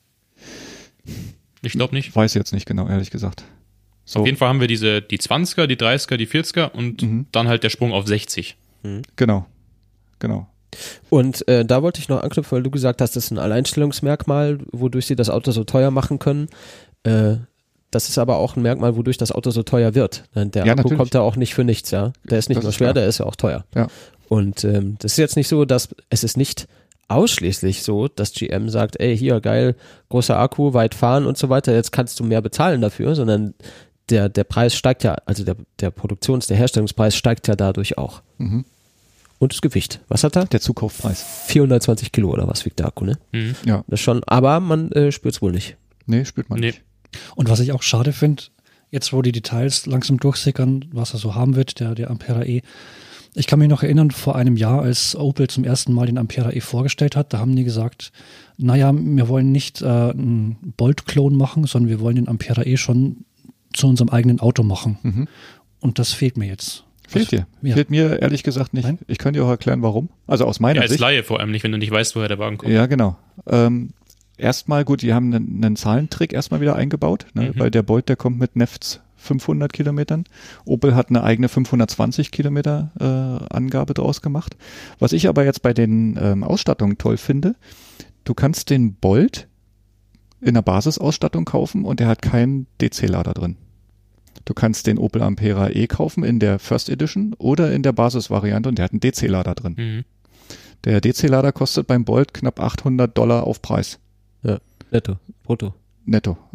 Ich glaube nicht. Weiß jetzt nicht genau, ehrlich gesagt. So. Auf jeden Fall haben wir die 20er, die 30er, die 40er und dann halt der Sprung auf 60. Genau. Und da wollte ich noch anknüpfen, weil du gesagt hast, das ist ein Alleinstellungsmerkmal, wodurch sie das Auto so teuer machen können. Das ist aber auch ein Merkmal, wodurch das Auto so teuer wird. Der Akku natürlich. kommt da auch nicht für nichts, ja. Der ist nicht nur schwer, der ist ja auch teuer. Ja. Und das ist jetzt nicht so, dass es ist nicht ausschließlich so, dass GM sagt, ey, hier, geil, großer Akku, weit fahren und so weiter, jetzt kannst du mehr bezahlen dafür, sondern der Preis steigt ja, also der der Herstellungspreis steigt ja dadurch auch. Und das Gewicht. Was hat er? Der Zukaufpreis. 420 Kilo oder was wiegt der Akku, ne? Ja. Das schon, aber man spürt es wohl nicht. Nee, spürt man nicht. Und was ich auch schade finde, jetzt wo die Details langsam durchsickern, was er so haben wird, der Ampera E. Ich kann mich noch erinnern, vor einem Jahr, als Opel zum ersten Mal den Ampera E vorgestellt hat, da haben die gesagt, naja, wir wollen nicht einen Bolt-Klon machen, sondern wir wollen den Ampera E schon zu unserem eigenen Auto machen. Und das fehlt mir jetzt. Fehlt dir? Ja. Fehlt mir ehrlich gesagt nicht. Nein? Ich könnte dir auch erklären, warum. Also aus meiner Ja, als Sicht. Laie vor allem nicht, wenn du nicht weißt, woher der Wagen kommt. Ja, genau. Erstmal gut, die haben einen Zahlentrick erstmal wieder eingebaut, ne? Weil der Bolt, der kommt mit Nefts 500 Kilometern. Opel hat eine eigene 520 Kilometer Angabe draus gemacht. Was ich aber jetzt bei den Ausstattungen toll finde, du kannst den Bolt in der Basisausstattung kaufen und der hat keinen DC-Lader drin. Du kannst den Opel Ampera E kaufen in der First Edition oder in der Basisvariante und der hat einen DC-Lader drin. Der DC-Lader kostet beim Bolt knapp $800 Aufpreis. Ja, netto, brutto. Netto. Also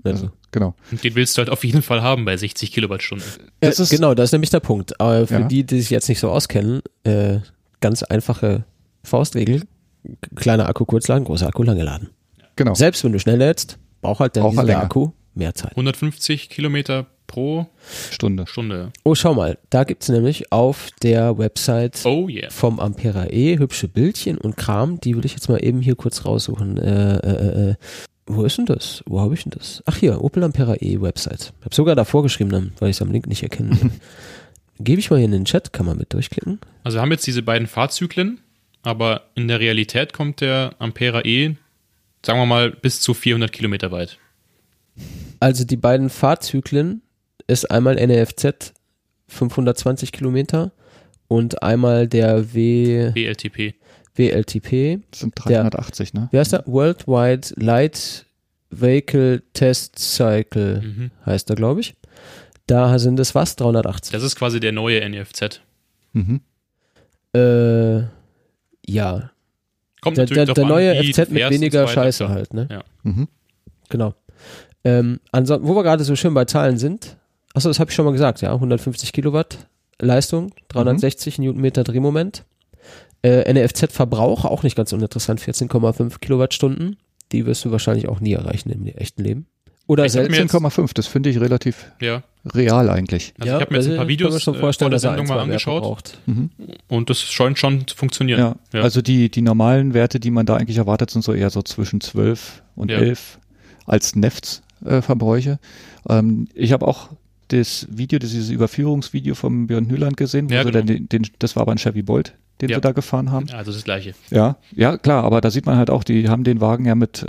genau. Und den willst du halt auf jeden Fall haben bei 60 Kilowattstunden. Genau, das ist nämlich der Punkt. Aber für Ja. die sich jetzt nicht so auskennen, ganz einfache Faustregel, kleiner Akku kurz laden, großer Akku lange laden. Genau. Selbst wenn du schnell lädst, braucht halt Braucht er der länger. Akku mehr Zeit. 150 Kilometer pro Stunde. Stunde. Oh, schau mal, da gibt's nämlich auf der Website Oh yeah. vom Ampera E hübsche Bildchen und Kram, die will ich jetzt mal eben hier kurz raussuchen. Wo ist denn das? Wo habe ich denn das? Ach hier, Opel Ampera E Website. Ich habe sogar davor geschrieben, weil ich es am Link nicht erkennen will. Gebe ich mal hier in den Chat, kann man mit durchklicken. Also wir haben jetzt diese beiden Fahrzyklen, aber in der Realität kommt der Ampera E, sagen wir mal, bis zu 400 Kilometer weit. Also die beiden Fahrzyklen ist einmal NEFZ 520 Kilometer und einmal der WLTP. WLTP. Das sind 380, ne? Wie heißt der? Worldwide Light Vehicle Test Cycle heißt er, glaube ich. Da sind es was? 380. Das ist quasi der neue NEFZ. Mhm. Ja. Kommt Der natürlich neue an, wie FZ du mit fährst weniger und so weiter, Scheiße klar. halt, ne? Ja. Mhm. Genau. Ansonsten, wo wir gerade so schön bei Zahlen sind, achso, das habe ich schon mal gesagt, ja, 150 Kilowatt Leistung, 360 Newtonmeter Drehmoment. NEFZ-Verbrauch, auch nicht ganz uninteressant, 14,5 Kilowattstunden. Die wirst du wahrscheinlich auch nie erreichen im echten Leben. Oder Ich hab selten. mir jetzt- 16,5, das finde ich relativ Ja. real eigentlich. Also ich habe mir jetzt ein paar ich kann mir Videos schon vor vorstellen, der dass er Sendung ein, mal zwei mehr angeschaut verbraucht. und das scheint schon zu funktionieren. Ja, also die normalen Werte, die man da eigentlich erwartet, sind so eher so zwischen 12 und Ja. 11 als Nefts-Verbräuche. Ich habe auch das Video, dieses Überführungsvideo vom Björn Hüland gesehen, wo Ja, sie genau. dann das war aber ein Chevy Bolt, den Ja. sie da gefahren haben. Also das Gleiche. Ja, klar, aber da sieht man halt auch, die haben den Wagen ja mit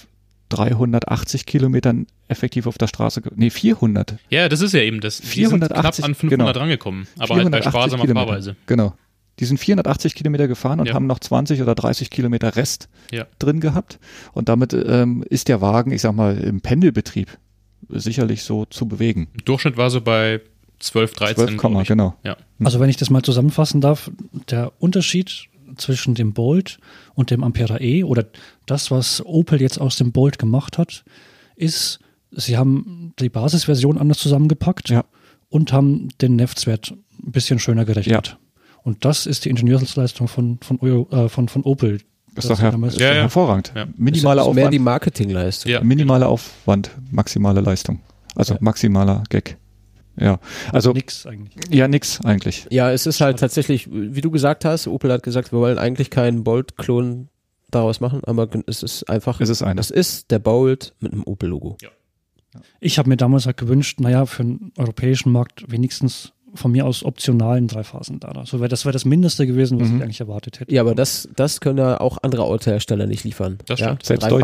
380 Kilometern effektiv auf der Straße, 400. Ja, das ist ja eben das. Die sind 480, knapp an 500 genau. rangekommen, aber halt bei 480 sparsamer Kilometer. Fahrweise. Genau. Die sind 480 Kilometer gefahren und Ja. haben noch 20 oder 30 Kilometer Rest Ja. drin gehabt. Und damit ist der Wagen, ich sag mal, im Pendelbetrieb sicherlich so zu bewegen. Im Durchschnitt war so bei 12, 13. 12, glaub ich. genau. Ja. Also wenn ich das mal zusammenfassen darf, der Unterschied zwischen dem Bolt und dem Ampera E oder das, was Opel jetzt aus dem Bolt gemacht hat, ist, sie haben die Basisversion anders zusammengepackt Ja. und haben den Neftswert ein bisschen schöner gerechnet. Und das ist die Ingenieursleistung von Opel. Ist doch, sie damals- ist doch Ja, ja. hervorragend. Ja. Minimaler Das ist mehr die Aufwand, Marketingleistung. Ja. minimaler Aufwand, maximale Leistung. Also Ja. maximaler Gag. Ja, also Nix eigentlich. ja, nix eigentlich. Ja, es ist halt tatsächlich, wie du gesagt hast, Opel hat gesagt, wir wollen eigentlich keinen Bolt-Klon daraus machen, aber es ist einfach, Es ist einer. das ist der Bolt mit einem Opel-Logo. Ich habe mir damals halt gewünscht, naja, für den europäischen Markt wenigstens von mir aus optionalen Dreiphasenlader. So das wäre das Mindeste gewesen, was ich eigentlich erwartet hätte. Ja, aber das können ja auch andere Autohersteller nicht liefern. Das ja? stimmt. Selbst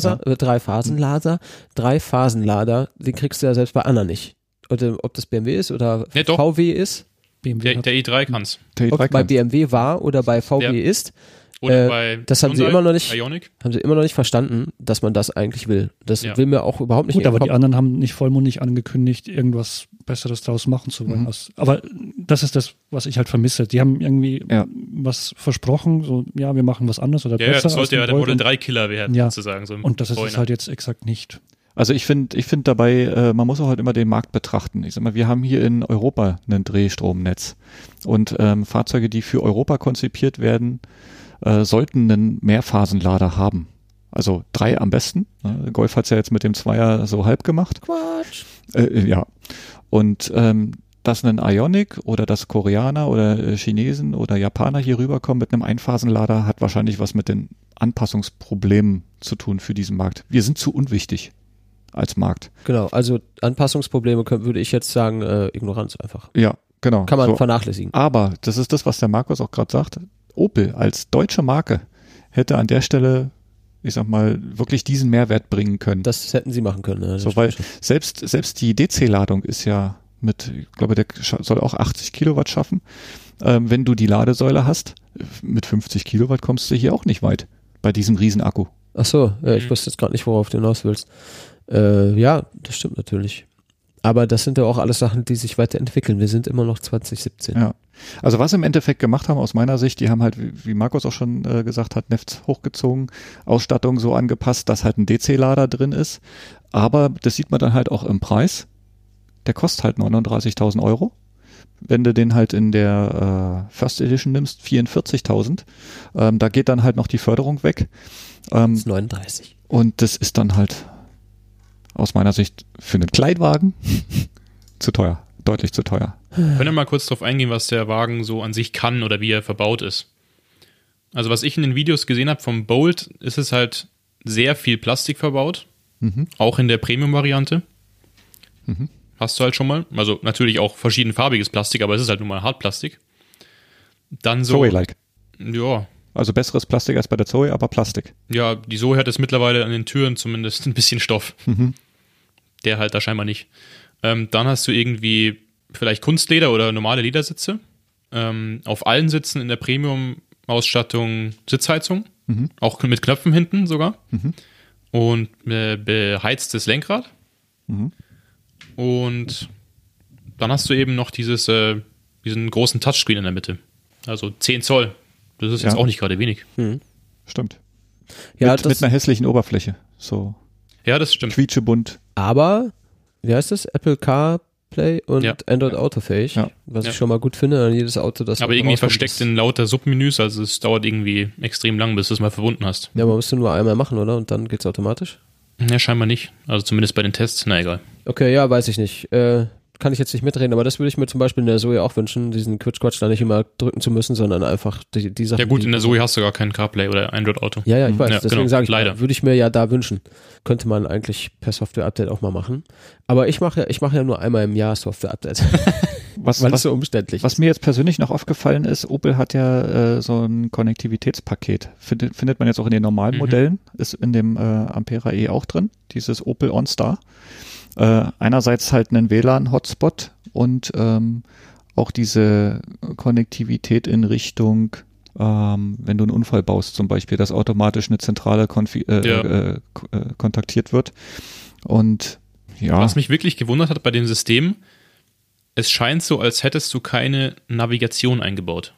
Dreiphasenlader, den kriegst du ja selbst bei anderen nicht. Oder ob das BMW ist oder Ja, doch. VW ist, BMW Der i3 kann's. Der ob es bei BMW war oder bei VW Ja. ist, Oder bei das haben sie Hyundai, immer noch nicht- Ioniq. haben sie immer noch nicht verstanden, dass man das eigentlich will. Das Ja. will mir auch überhaupt nicht Gut, aber die entkommen. anderen haben nicht vollmundig angekündigt, irgendwas Besseres draus machen zu wollen. Aber das ist das, was ich halt vermisse. Die haben irgendwie Ja. was versprochen, so, ja, wir machen was anderes oder Ja, ja, besser. das sollte als ja der wir Model wollten. 3 Killer werden, Ja. sozusagen. So im Und das ist es Vorhinein. halt jetzt exakt nicht. Also ich finde dabei, man muss auch halt immer den Markt betrachten. Ich sag mal, wir haben hier in Europa ein Drehstromnetz und Fahrzeuge, die für Europa konzipiert werden, sollten einen Mehrphasenlader haben. Also 3 am besten. Golf hat es ja jetzt mit dem Zweier so halb gemacht. Quatsch. Ja. Und dass ein Ioniq oder das Koreaner oder Chinesen oder Japaner hier rüberkommen mit einem Einphasenlader, hat wahrscheinlich was mit den Anpassungsproblemen zu tun für diesen Markt. Wir sind zu unwichtig als Markt. Genau, also Anpassungsprobleme würde ich jetzt sagen, Ignoranz einfach. Ja, genau. Kann man So. vernachlässigen. Aber das ist das, was der Markus auch gerade sagt. Opel als deutsche Marke hätte an der Stelle, ich sag mal, wirklich diesen Mehrwert bringen können. Das hätten sie machen können. Ja, das So, weil stimmt selbst die DC-Ladung ist ja mit, ich glaube, der soll auch 80 Kilowatt schaffen. Wenn du die Ladesäule hast, mit 50 Kilowatt kommst du hier auch nicht weit bei diesem Riesenakku. Ach so, ja, ich wusste jetzt gerade nicht, worauf du hinaus willst. Ja, das stimmt natürlich. Aber das sind ja auch alles Sachen, die sich weiterentwickeln. Wir sind immer noch 2017. Ja. Also was sie im Endeffekt gemacht haben aus meiner Sicht, die haben halt, wie Markus auch schon gesagt hat, Nefts hochgezogen, Ausstattung so angepasst, dass halt ein DC-Lader drin ist. Aber das sieht man dann halt auch im Preis. Der kostet halt 39.000 €. Wenn du den halt in der First Edition nimmst, 44.000. Da geht dann halt noch die Förderung weg. Das ist 39. Und das ist dann halt aus meiner Sicht für einen Kleinwagen zu teuer, deutlich zu teuer. Können wir mal kurz darauf eingehen, was der Wagen so an sich kann oder wie er verbaut ist? Also was ich in den Videos gesehen habe vom Bolt, ist es halt sehr viel Plastik verbaut, auch in der Premium-Variante. Hast du halt schon mal. Also natürlich auch verschiedenfarbiges Plastik, aber es ist halt nun mal Hartplastik. Dann so. Zoe-like. Ja. Also besseres Plastik als bei der Zoe, aber Plastik. Ja, die Zoe hat jetzt mittlerweile an den Türen zumindest ein bisschen Stoff. Der halt da scheinbar nicht. Dann hast du irgendwie vielleicht Kunstleder oder normale Ledersitze. Auf allen Sitzen in der Premium-Ausstattung Sitzheizung. Auch mit Knöpfen hinten sogar. Und beheiztes Lenkrad. Und dann hast du eben noch diesen großen Touchscreen in der Mitte. Also 10 Zoll. Das ist jetzt auch nicht gerade wenig. Stimmt. Ja, mit einer hässlichen Oberfläche. So Ja, das stimmt. quietschebunt. Aber, wie heißt das? Apple CarPlay und Android Autofähig. Ja. Was ich schon mal gut finde an jedes Auto, das aber irgendwie versteckt in lauter Submenüs, also es dauert irgendwie extrem lang, bis du es mal verbunden hast. Ja, man müsste nur einmal machen, oder? Und dann geht's automatisch? Ja, scheinbar nicht. Also zumindest bei den Tests, na egal. Okay, ja, weiß ich nicht. Kann ich jetzt nicht mitreden, aber das würde ich mir zum Beispiel in der Zoe auch wünschen, diesen Quatsch da nicht immer drücken zu müssen, sondern einfach die Sachen. Ja gut, in der Zoe hast du gar keinen CarPlay oder Android Auto. Ja, ich weiß, deswegen sage ich, leider. Würde ich mir ja da wünschen. Könnte man eigentlich per Software-Update auch mal machen. Aber ich mache ja nur einmal im Jahr Software-Update. Weil es so umständlich was ist. mir jetzt persönlich noch aufgefallen ist, Opel hat ja so ein Konnektivitätspaket. Findet man jetzt auch in den normalen Modellen, ist in dem Ampera E auch drin, dieses Opel OnStar. Einerseits halt einen WLAN-Hotspot und auch diese Konnektivität in Richtung, wenn du einen Unfall baust zum Beispiel, dass automatisch eine Zentrale kontaktiert wird. Und ja. Was mich wirklich gewundert hat bei dem System, es scheint so, als hättest du keine Navigation eingebaut.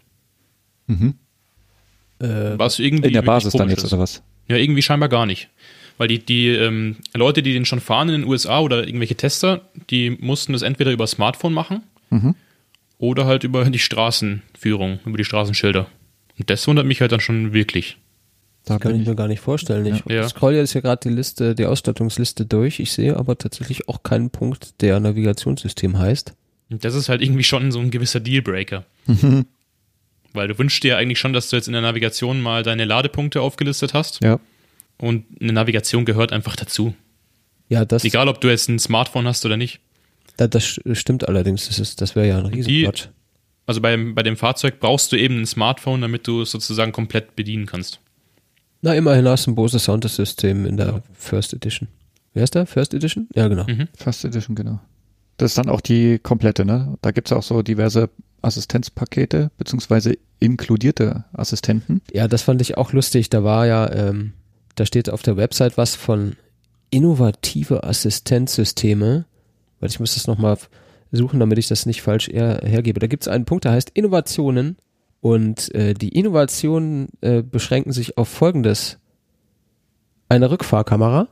Was irgendwie in der Basis dann jetzt ist. oder was? Ja, irgendwie scheinbar gar nicht. Weil die Leute, die den schon fahren in den USA oder irgendwelche Tester, die mussten das entweder über Smartphone machen oder halt über die Straßenführung, über die Straßenschilder. Und das wundert mich halt dann schon wirklich. Das kann ich mir gar nicht vorstellen. Ich scroll jetzt hier gerade die Ausstattungsliste durch. Ich sehe aber tatsächlich auch keinen Punkt, der Navigationssystem heißt. Und das ist halt irgendwie schon so ein gewisser Dealbreaker. Weil du wünschst dir eigentlich schon, dass du jetzt in der Navigation mal deine Ladepunkte aufgelistet hast. Ja. Und eine Navigation gehört einfach dazu. Ja, egal, ob du jetzt ein Smartphone hast oder nicht. Das stimmt allerdings. Das wäre ja ein Riesenquatsch. Also bei dem Fahrzeug brauchst du eben ein Smartphone, damit du es sozusagen komplett bedienen kannst. Na, immerhin hast du ein Bose Soundsystem in der First Edition. Wer ist der? First Edition? Ja, genau. First Edition, genau. Das ist dann auch die komplette, ne? Da gibt es auch so diverse Assistenzpakete, beziehungsweise inkludierte Assistenten. Ja, das fand ich auch lustig. Da war ja, da steht auf der Website was von innovative Assistenzsysteme, weil ich muss das nochmal suchen, damit ich das nicht falsch hergebe. Da gibt es einen Punkt, der heißt Innovationen und die Innovationen beschränken sich auf Folgendes. Eine Rückfahrkamera.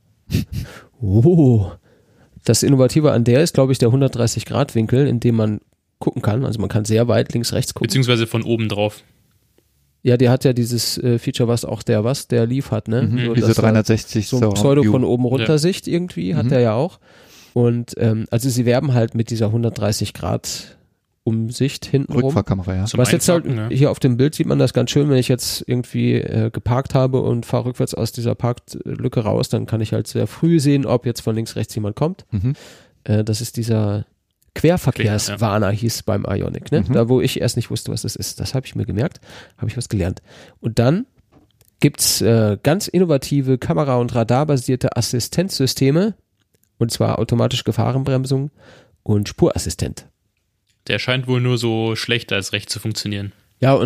Das Innovative an der ist, glaube ich, der 130-Grad-Winkel, in dem man gucken kann. Also man kann sehr weit links, rechts gucken. Beziehungsweise von oben drauf. Ja, der hat ja dieses Feature, was der Leaf hat, ne? So, diese 360 so ein Pseudo von oben runter Sicht irgendwie, hat der ja auch. Und also sie werben halt mit dieser 130 Grad Umsicht hintenrum. Rückfahrkamera, ja. Was jetzt halt, hier auf dem Bild sieht man das ganz schön, wenn ich jetzt irgendwie geparkt habe und fahre rückwärts aus dieser Parklücke raus, dann kann ich halt sehr früh sehen, ob jetzt von links, rechts jemand kommt. Das ist dieser Querverkehrswarner, hieß beim Ioniq, ne? Da, wo ich erst nicht wusste, was das ist. Das habe ich mir gemerkt, habe ich was gelernt. Und dann gibt's ganz innovative Kamera- und Radarbasierte Assistenzsysteme, und zwar automatische Gefahrenbremsung und Spurassistent. Der scheint wohl nur so schlecht als recht zu funktionieren. Ja, und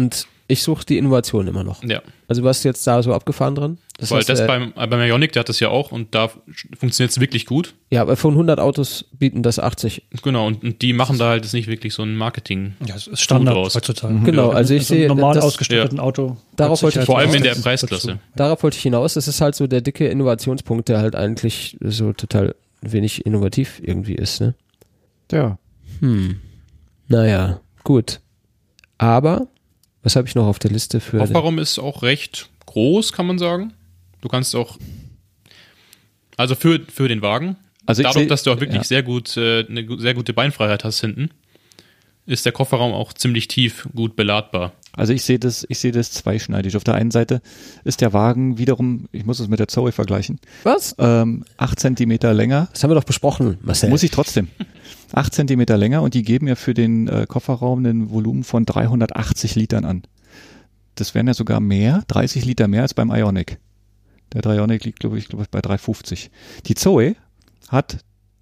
Ich suche die Innovation immer noch. Ja. Also was ist jetzt da so abgefahren drin? Weil das beim Ioniq, der hat das ja auch und da funktioniert es wirklich gut. Ja, aber von 100 Autos bieten das 80. Genau, und die machen da halt jetzt nicht wirklich so ein Marketing. Ja, das ist Standard raus. heutzutage. Genau, also ich sehe, ein normal das- ausgestatteten Auto. Darauf wollte ich Vor allem in der dazu. Preisklasse. Darauf wollte ich hinaus. Das ist halt so der dicke Innovationspunkt, der halt eigentlich so total wenig innovativ irgendwie ist. Ne? Ja. Naja, gut. Aber, was habe ich noch auf der Liste für... Kofferraum ist auch recht groß, kann man sagen. Du kannst auch, also für den Wagen, Also ich dadurch, seh- dass du auch wirklich ja. sehr gut, eine sehr gute Beinfreiheit hast hinten, ist der Kofferraum auch ziemlich tief gut beladbar. Also ich sehe das zweischneidig. Auf der einen Seite ist der Wagen wiederum, ich muss es mit der Zoe vergleichen, Was? 8 Zentimeter länger. Das haben wir doch besprochen, Marcel. Muss ich trotzdem. 8 Zentimeter länger und die geben ja für den Kofferraum ein Volumen von 380 Litern an. Das wären ja sogar mehr, 30 Liter mehr als beim Ioniq. Der Ioniq liegt, glaube ich, bei 350. Die Zoe hat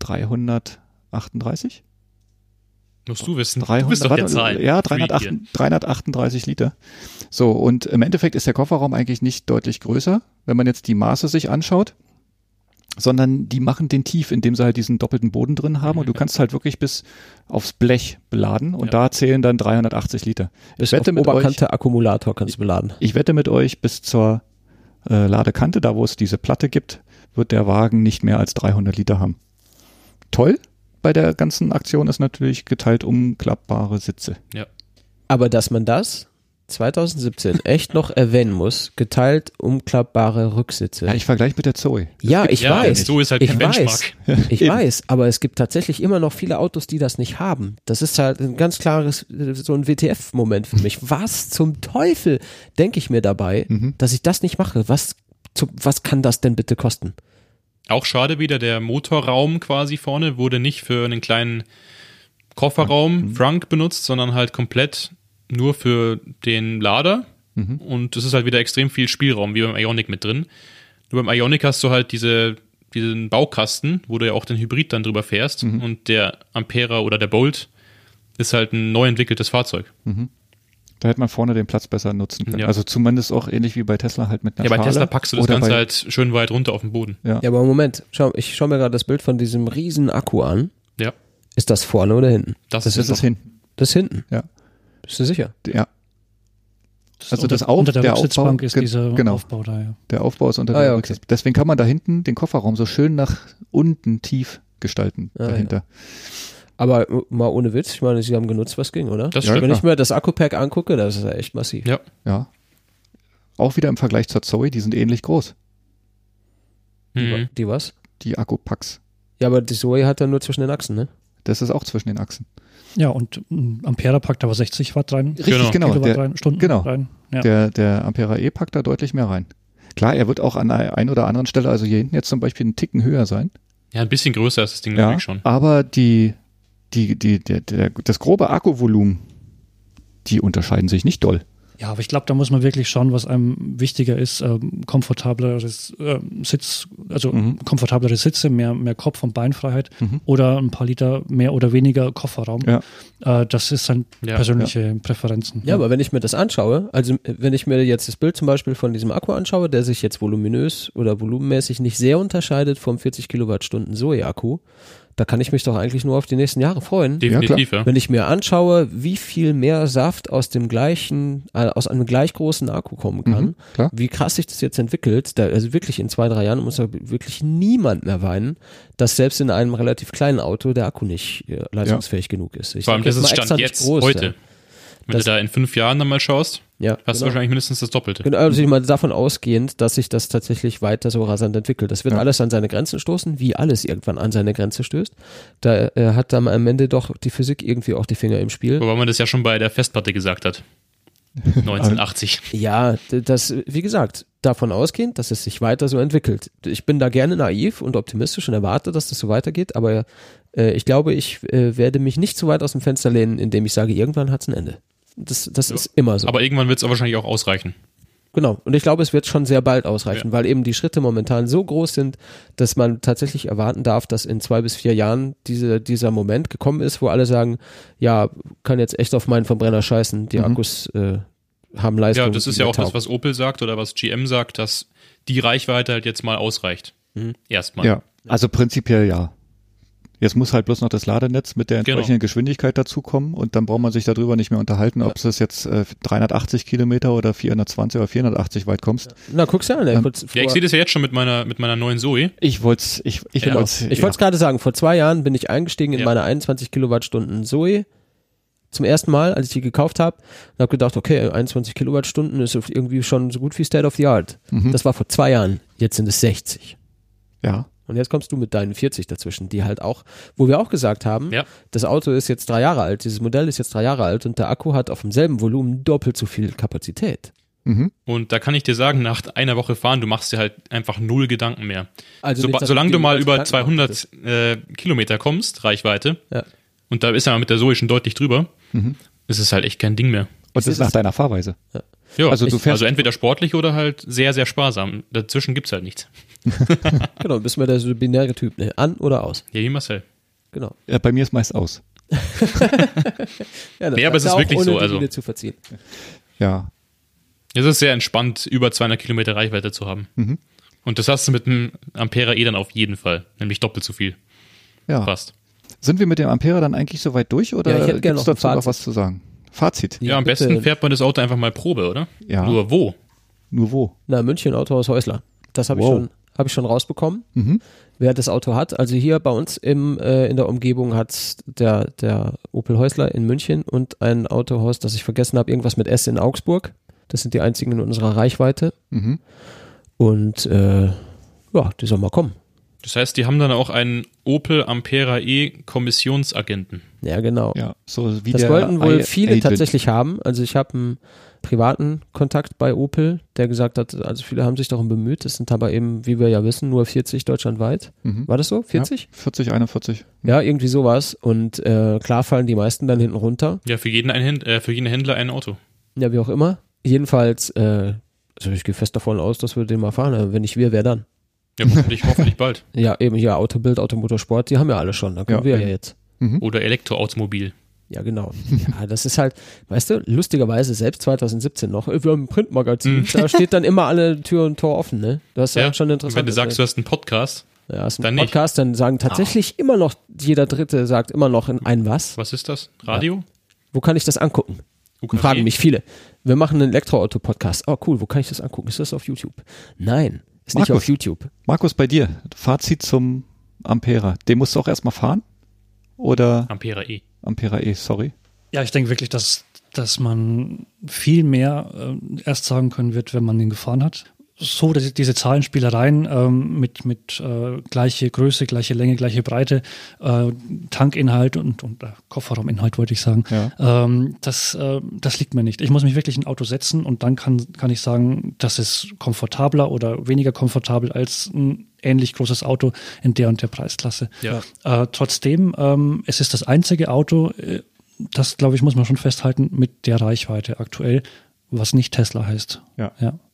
338? Musst du wissen. 300, du bist doch der Zahlen. Ja, Freak hier. 338 Liter. So, und im Endeffekt ist der Kofferraum eigentlich nicht deutlich größer, wenn man jetzt die Maße sich anschaut, sondern die machen den tief, indem sie halt diesen doppelten Boden drin haben und du kannst halt wirklich bis aufs Blech beladen und da zählen dann 380 Liter. Bis auf Oberkante Akkumulator kannst du beladen. Ich wette mit euch, bis zur Ladekante, da wo es diese Platte gibt, wird der Wagen nicht mehr als 300 Liter haben. Toll bei der ganzen Aktion ist natürlich geteilt umklappbare Sitze. Ja. Aber dass man das 2017 echt noch erwähnen muss, geteilt umklappbare Rücksitze. Ja, ich vergleiche mit der Zoe. Ja, ich Ja, weiß. so ist halt ich kein weiß. Benchmark. Ich weiß, aber es gibt tatsächlich immer noch viele Autos, die das nicht haben. Das ist halt ein ganz klares, so ein WTF-Moment für mich. Was zum Teufel denke ich mir dabei, dass ich das nicht mache? Was kann das denn bitte kosten? Auch schade wieder, der Motorraum quasi vorne wurde nicht für einen kleinen Kofferraum Trunk benutzt, sondern halt komplett nur für den Lader. Und es ist halt wieder extrem viel Spielraum, wie beim Ioniq mit drin. Nur beim Ioniq hast du halt diesen Baukasten, wo du ja auch den Hybrid dann drüber fährst. Und der Ampera oder der Bolt ist halt ein neu entwickeltes Fahrzeug. Da hätte man vorne den Platz besser nutzen können. Ja. Also zumindest auch ähnlich wie bei Tesla halt mit einer Ja, bei Schale. Tesla packst du das Oder Ganze bei- halt schön weit runter auf den Boden. Ja. Ja, aber Moment, ich schau mir gerade das Bild von diesem riesen Akku an. Ja, Ist das vorne oder hinten? das ist Das ist hinten. Das ist hinten. Ja. Bist du sicher? Ja. Also das unter der der Rücksitzbank Aufbau- ist dieser genau. Aufbau da, ja. Der Aufbau ist unter Ah, der ja, okay. Rücksitz. Deswegen kann man da hinten den Kofferraum so schön nach unten tief gestalten Ah, dahinter. Aber mal ohne Witz, ich meine, sie haben genutzt, was ging, oder? Das Ja, stimmt. Wenn klar. ich mir das Akku-Pack angucke, das ist ja echt massiv. Ja. Ja. Auch wieder im Vergleich zur Zoe, die sind ähnlich groß, Mhm. Die was? die Akkupacks. Ja, aber die Zoe hat dann nur zwischen den Achsen, ne? Das ist auch zwischen den Achsen. Ja, und ein Ampere packt aber 60 Watt rein. Richtig, genau. Kilowatt Der, rein, Stunden genau. rein. Ja. der Ampera E packt da deutlich mehr rein. Klar, er wird auch an der einen oder anderen Stelle, also hier hinten jetzt zum Beispiel einen Ticken höher sein. Ja, ein bisschen größer ist das Ding Ja, natürlich schon. aber das grobe Akkuvolumen, die unterscheiden sich nicht doll. Ja, aber ich glaube, da muss man wirklich schauen, was einem wichtiger ist. Komfortableres Sitz, also komfortablere Sitze, mehr Kopf- und Beinfreiheit oder ein paar Liter mehr oder weniger Kofferraum. Ja. Das ist dann Ja, persönliche Präferenzen. Ja, aber wenn ich mir das anschaue, also wenn ich mir jetzt das Bild zum Beispiel von diesem Akku anschaue, der sich jetzt voluminös oder volumenmäßig nicht sehr unterscheidet vom 40 Kilowattstunden Zoe-Akku, da kann ich mich doch eigentlich nur auf die nächsten Jahre freuen. Definitiv, ja. Wenn ich mir anschaue, wie viel mehr Saft aus dem gleichen, aus einem gleich großen Akku kommen kann, klar. wie krass sich das jetzt entwickelt, also wirklich in 2-3 Jahren muss da wirklich niemand mehr weinen, dass selbst in einem relativ kleinen Auto der Akku nicht leistungsfähig genug ist. Ich Vor allem, sag das jetzt ist mal Stand extra nicht jetzt, groß, heute. ja. Wenn Das- du da in 5 Jahren dann mal schaust, Ja, hast du genau. wahrscheinlich mindestens das Doppelte. Genau, also ich meine, davon ausgehend, dass sich das tatsächlich weiter so rasant entwickelt. Das wird Ja. alles an seine Grenzen stoßen, wie alles irgendwann an seine Grenze stößt. Da hat dann am Ende doch die Physik irgendwie auch die Finger im Spiel. Wobei man das ja schon bei der Festplatte gesagt hat. 1980. Ja, das, wie gesagt, davon ausgehend, dass es sich weiter so entwickelt. Ich bin da gerne naiv und optimistisch und erwarte, dass das so weitergeht, aber ich glaube, ich werde mich nicht zu weit aus dem Fenster lehnen, indem ich sage, irgendwann hat es ein Ende. Das ist immer so. Aber irgendwann wird es wahrscheinlich auch ausreichen. Genau. Und ich glaube, es wird schon sehr bald ausreichen, weil eben die Schritte momentan so groß sind, dass man tatsächlich erwarten darf, dass in 2 bis 4 Jahren dieser Moment gekommen ist, wo alle sagen, ja, kann jetzt echt auf meinen Verbrenner scheißen, die Akkus haben Leistung. Ja, das ist ja auch das, was Opel sagt oder was GM sagt, dass die Reichweite halt jetzt mal ausreicht. Erstmal. Ja, also prinzipiell ja. Jetzt muss halt bloß noch das Ladenetz mit der entsprechenden Geschwindigkeit dazukommen und dann braucht man sich darüber nicht mehr unterhalten, ob es jetzt 380 Kilometer oder 420 oder 480 weit kommst. Na, guck's ja an. Ja, ich sehe das ja jetzt schon mit meiner neuen Zoe. Ich wollte es gerade sagen, vor 2 Jahren bin ich eingestiegen in meine 21 Kilowattstunden Zoe zum ersten Mal, als ich die gekauft habe und habe gedacht, okay, 21 Kilowattstunden ist irgendwie schon so gut wie State of the Art. Das war vor 2 Jahren, jetzt sind es 60. Ja. Und jetzt kommst du mit deinen 40 dazwischen, die halt auch, wo wir auch gesagt haben, das Auto ist jetzt 3 Jahre alt, dieses Modell ist jetzt 3 Jahre alt und der Akku hat auf demselben Volumen doppelt so viel Kapazität. Und da kann ich dir sagen, nach einer Woche fahren, du machst dir halt einfach 0 Gedanken mehr. Also solange du mal über 200 Kilometer kommst, Reichweite, und da ist er mit der Zoe schon deutlich drüber, ist es halt echt kein Ding mehr. Und das ist nach deiner Fahrweise. Ja, also du fährst entweder sportlich oder halt sehr, sehr sparsam. Dazwischen gibt's halt nichts. Genau, bist wir der so binäre Typ, ne? An oder aus. Ja, wie Marcel. Genau. Ja, bei mir ist meist aus. Ja, aber es ist wirklich so. Also, zu verziehen. Ja. Es ist sehr entspannt, über 200 Kilometer Reichweite zu haben. Und das hast du mit einem Ampera E dann auf jeden Fall. Nämlich doppelt so viel. Ja. Fast. Sind wir mit dem Ampera dann eigentlich so weit durch oder ich hätte gerne gibt's noch dazu ein noch was zu sagen? Fazit. Ja, am besten fährt man das Auto einfach mal Probe, oder? Ja. Nur wo? Nur wo? Na, München, Autohaus Häusler. Das habe ich schon rausbekommen, wer das Auto hat. Also hier bei uns in der Umgebung hat der Opel Häusler in München und ein Autohaus, das ich vergessen habe, irgendwas mit S in Augsburg. Das sind die einzigen in unserer Reichweite. Und die sollen mal kommen. Das heißt, die haben dann auch einen Opel Ampera E Kommissionsagenten. Ja, genau. Ja, so wie das wollten wohl viele tatsächlich haben. Also ich habe einen privaten Kontakt bei Opel, der gesagt hat, also viele haben sich darum bemüht. Es sind aber eben, wie wir ja wissen, nur 40 deutschlandweit. War das so? 40? Ja, 40, 41. Ja, irgendwie sowas. Und klar fallen die meisten dann hinten runter. Ja, für jeden Händler ein Auto. Ja, wie auch immer. Jedenfalls, also ich gehe fest davon aus, dass wir den mal fahren. Wenn nicht wir, wer dann? Ja, hoffentlich bald. Ja, eben hier Autobild, Automotorsport, die haben ja alle schon. Da können wir ja jetzt. Oder Elektroautomobil. Ja, genau. Ja, das ist halt, weißt du, lustigerweise selbst 2017 noch, wir haben ein Printmagazin, da steht dann immer alle Tür und Tor offen, ne? Das ist ja schon interessant. Wenn du sagst, du hast einen Podcast. Ja, hast einen Podcast, dann sagen tatsächlich immer noch, jeder Dritte sagt immer noch ein was. Was ist das? Radio? Ja. Wo kann ich das angucken? UKW? Fragen mich viele. Wir machen einen Elektroauto-Podcast. Oh cool, wo kann ich das angucken? Ist das auf YouTube? Nein, ist nicht auf YouTube. Markus, bei dir, Fazit zum Ampera. Den musst du auch erstmal fahren? Oder? Ampera E. Ampera E, sorry. Ja, ich denke wirklich, dass man viel mehr erst sagen können wird, wenn man ihn gefahren hat. So, dass diese Zahlenspielereien mit gleiche Größe, gleiche Länge, gleiche Breite, Tankinhalt und Kofferrauminhalt wollte ich sagen, das liegt mir nicht. Ich muss mich wirklich in ein Auto setzen und dann kann ich sagen, das ist komfortabler oder weniger komfortabel als ein ähnlich großes Auto in der und der Preisklasse. Ja. Trotzdem, es ist das einzige Auto, das, glaube ich, muss man schon festhalten, mit der Reichweite aktuell, was nicht Tesla heißt. Ja.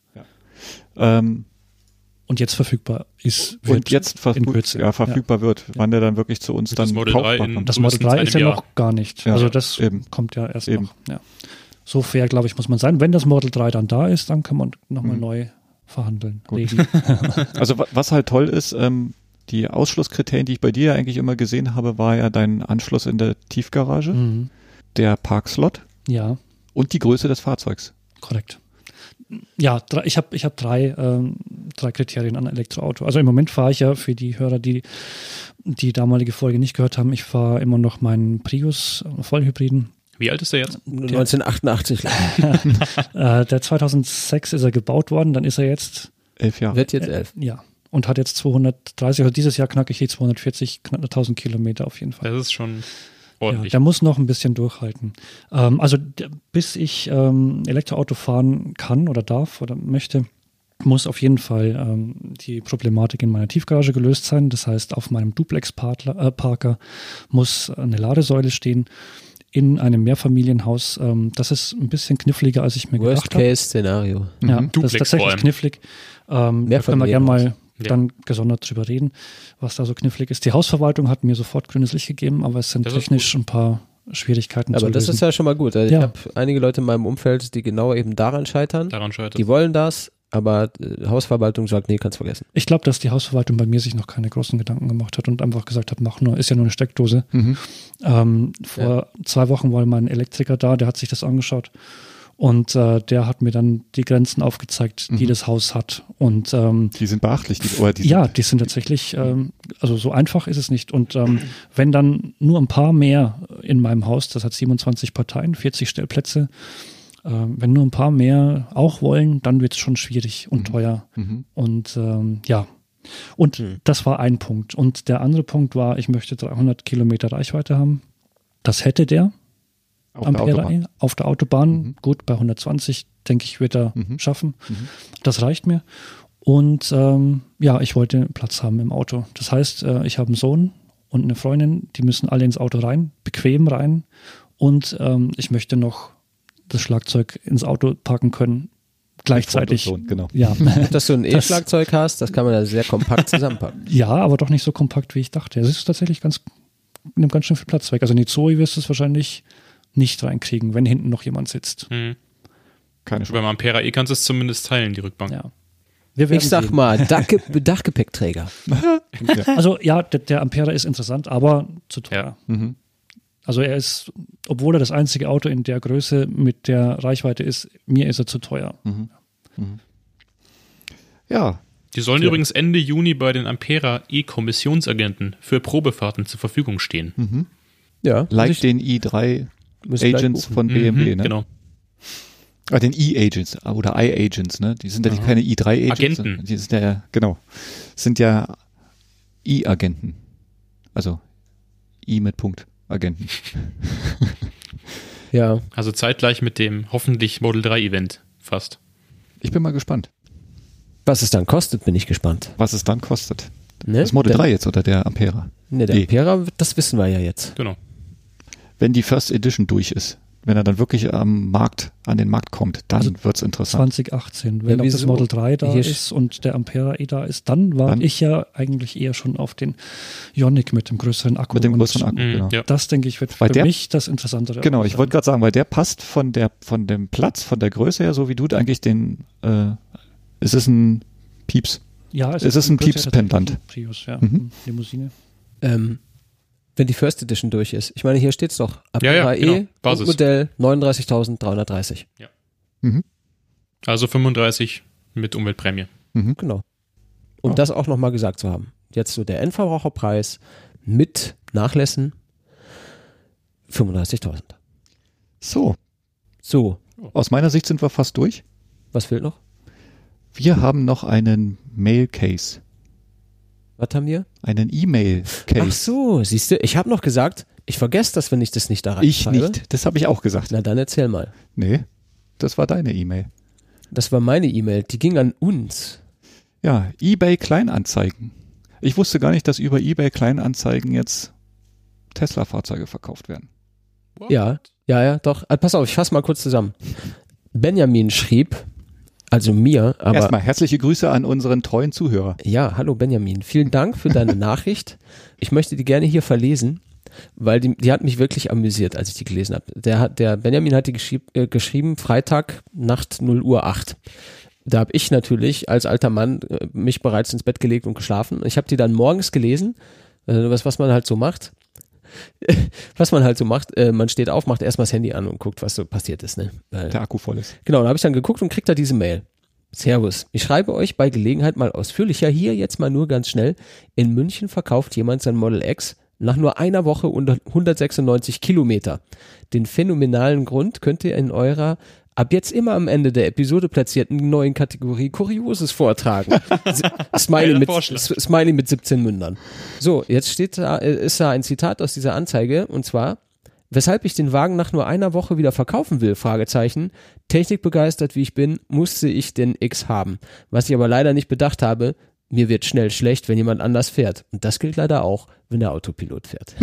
Und jetzt verfügbar ist. Und jetzt verfügbar wird, wann der dann wirklich zu uns das dann Model kaufbar 3 kommt. Das Model 3 ist ja noch gar nicht. Ja, also das kommt ja erst noch. Ja. So fair, glaube ich, muss man sein. Wenn das Model 3 dann da ist, dann kann man nochmal neu verhandeln. Also was halt toll ist, die Ausschlusskriterien, die ich bei dir eigentlich immer gesehen habe, war ja dein Anschluss in der Tiefgarage, der Parkslot und die Größe des Fahrzeugs. Korrekt. Ja, ich hab drei Kriterien an Elektroauto. Also im Moment fahre ich ja, für die Hörer, die damalige Folge nicht gehört haben, ich fahre immer noch meinen Prius Vollhybriden. Wie alt ist der jetzt? 1988. Der 2006 ist er gebaut worden, dann ist er jetzt 11 Jahre. Wird jetzt 11. Ja. Und hat jetzt 230, also dieses Jahr knacke ich die 240.000 Kilometer auf jeden Fall. Das ist schon ordentlich. Ja, der muss noch ein bisschen durchhalten. Also bis ich Elektroauto fahren kann oder darf oder möchte, muss auf jeden Fall die Problematik in meiner Tiefgarage gelöst sein. Das heißt, auf meinem Duplex-Parker muss eine Ladesäule stehen in einem Mehrfamilienhaus. Das ist ein bisschen kniffliger, als ich mir gedacht habe. Worst-Case-Szenario. Ja, das ist tatsächlich knifflig. Da können wir gerne mal dann gesondert drüber reden, was da so knifflig ist. Die Hausverwaltung hat mir sofort grünes Licht gegeben, aber es sind technisch ein paar Schwierigkeiten zu Aber lösen. das ist ja schon mal gut. Also Ja. ich habe einige Leute in meinem Umfeld, die genau eben daran scheitern. scheitert. Die wollen das, aber Hausverwaltung sagt, nee, kannst vergessen. Ich glaube, dass die Hausverwaltung bei mir sich noch keine großen Gedanken gemacht hat und einfach gesagt hat, mach nur, ist ja nur eine Steckdose. Vor 2 Wochen war mal ein Elektriker da, der hat sich das angeschaut und der hat mir dann die Grenzen aufgezeigt, die das Haus hat. Und Die sind beachtlich. Die sind tatsächlich, also so einfach ist es nicht. Und wenn dann nur ein paar mehr in meinem Haus, das hat 27 Parteien, 40 Stellplätze, wenn nur ein paar mehr auch wollen, dann wird es schon schwierig und teuer. Und ja, und das war ein Punkt. Und der andere Punkt war, ich möchte 300 Kilometer Reichweite haben. Das hätte der Ampere auf der Autobahn. Gut, bei 120, denke ich, wird er schaffen. Das reicht mir. Und ja, ich wollte Platz haben im Auto. Das heißt, ich habe einen Sohn und eine Freundin, die müssen alle ins Auto rein, bequem rein. Und ich möchte noch das Schlagzeug ins Auto packen können, gleichzeitig. Genau. Ja. Dass du ein E-Schlagzeug hast, das kann man ja sehr kompakt zusammenpacken. Ja, aber doch nicht so kompakt, wie ich dachte. Es ist tatsächlich nimmt ganz schön viel Platz weg. Also in die Zoe wirst du es wahrscheinlich nicht reinkriegen, wenn hinten noch jemand sitzt. Keine Chance. Beim Ampera E kannst du es zumindest teilen, die Rückbank. Ja. Ich sag mal, Dachgepäckträger. Also ja, der Ampera ist interessant, aber zu teuer. Also er ist, obwohl er das einzige Auto in der Größe mit der Reichweite ist, mir ist er zu teuer. Ja. Die sollen übrigens Ende Juni bei den Ampera E-Kommissionsagenten für Probefahrten zur Verfügung stehen. Ja, Like den i3 Agents von BMW, ne? Genau. Den E-Agents oder I-Agents, ne? Die sind ja keine i3-Agents. Agenten. Die sind ja, genau. Sind ja I-Agenten. Also I mit Punkt. Agenten. Ja. Also zeitgleich mit dem hoffentlich Model 3 Event fast. Ich bin mal gespannt. Was es dann kostet, bin ich gespannt. Was es dann kostet. Ne? Das Model 3 jetzt oder der Ampera? Ne, der Ampera, das wissen wir ja jetzt. Genau. Wenn die First Edition durch ist, wenn er dann wirklich an den Markt kommt, dann wird's interessant. 2018, wenn Ja, auch das Model 3 da Hier ist und der Ampera da ist, dann war ich ja eigentlich eher schon auf den Ioniq mit dem größeren Akku. Mit dem größeren Akku, genau. Ja. Das, denke ich, wird Weil für der- mich das Interessantere. Genau, Auto ich wollte gerade sagen, weil der passt von dem Platz, von der Größe her, so wie du eigentlich es ist ein Pieps. Ja, es ist ein Pieps-Pendant. Prius, ja. Mhm. Limousine. Wenn die First Edition durch ist. Ich meine, hier steht's doch. Ja, Ampera genau. E, Basis. Modell 39.330. Also 35 mit Umweltprämie. Genau. Um das auch nochmal gesagt zu haben. Jetzt so der Endverbraucherpreis mit Nachlässen 35.000. So, So, aus meiner Sicht sind wir fast durch. was fehlt noch? Wir haben noch einen Mail-Case. Was haben wir? Einen E-Mail-Case. Ach so, siehst du, ich habe noch gesagt, ich vergesse das, wenn ich das nicht da Ich reinschreibe. nicht. Das habe ich auch gesagt. Na dann erzähl mal. Nee, das war deine E-Mail. Das war meine E-Mail, die ging an uns. Ja, eBay Kleinanzeigen. Ich wusste gar nicht, dass über eBay Kleinanzeigen jetzt Tesla-Fahrzeuge verkauft werden. Ja, doch. Pass auf, ich fasse mal kurz zusammen. Benjamin schrieb, also mir, aber Erstmal herzliche Grüße an unseren treuen Zuhörer. ja, hallo Benjamin, vielen Dank für deine Nachricht. Ich möchte die gerne hier verlesen, weil die hat mich wirklich amüsiert, als ich die gelesen habe. Der Benjamin hat die geschrieben, Freitag, Nacht 0:08 Uhr. Da habe ich natürlich als alter Mann mich bereits ins Bett gelegt und geschlafen. Ich habe die dann morgens gelesen, was man halt so macht. Man steht auf, macht erstmal das Handy an und guckt, was so passiert ist. Ne? Der Akku voll ist. Genau, da habe ich dann geguckt und krieg da diese Mail. Servus, ich schreibe euch bei Gelegenheit mal ausführlicher, hier jetzt mal nur ganz schnell. In München verkauft jemand sein Model X nach nur einer Woche unter 196 Kilometer. Den phänomenalen Grund könnt ihr in eurer ab jetzt immer am Ende der Episode platzierten neuen Kategorie Kurioses vortragen. Smiley mit 17 Mündern. So, jetzt ist da ein Zitat aus dieser Anzeige und zwar: Weshalb ich den Wagen nach nur einer Woche wieder verkaufen will, Fragezeichen. Technikbegeistert wie ich bin, musste ich den X haben. Was ich aber leider nicht bedacht habe, mir wird schnell schlecht, wenn jemand anders fährt. Und das gilt leider auch, wenn der Autopilot fährt.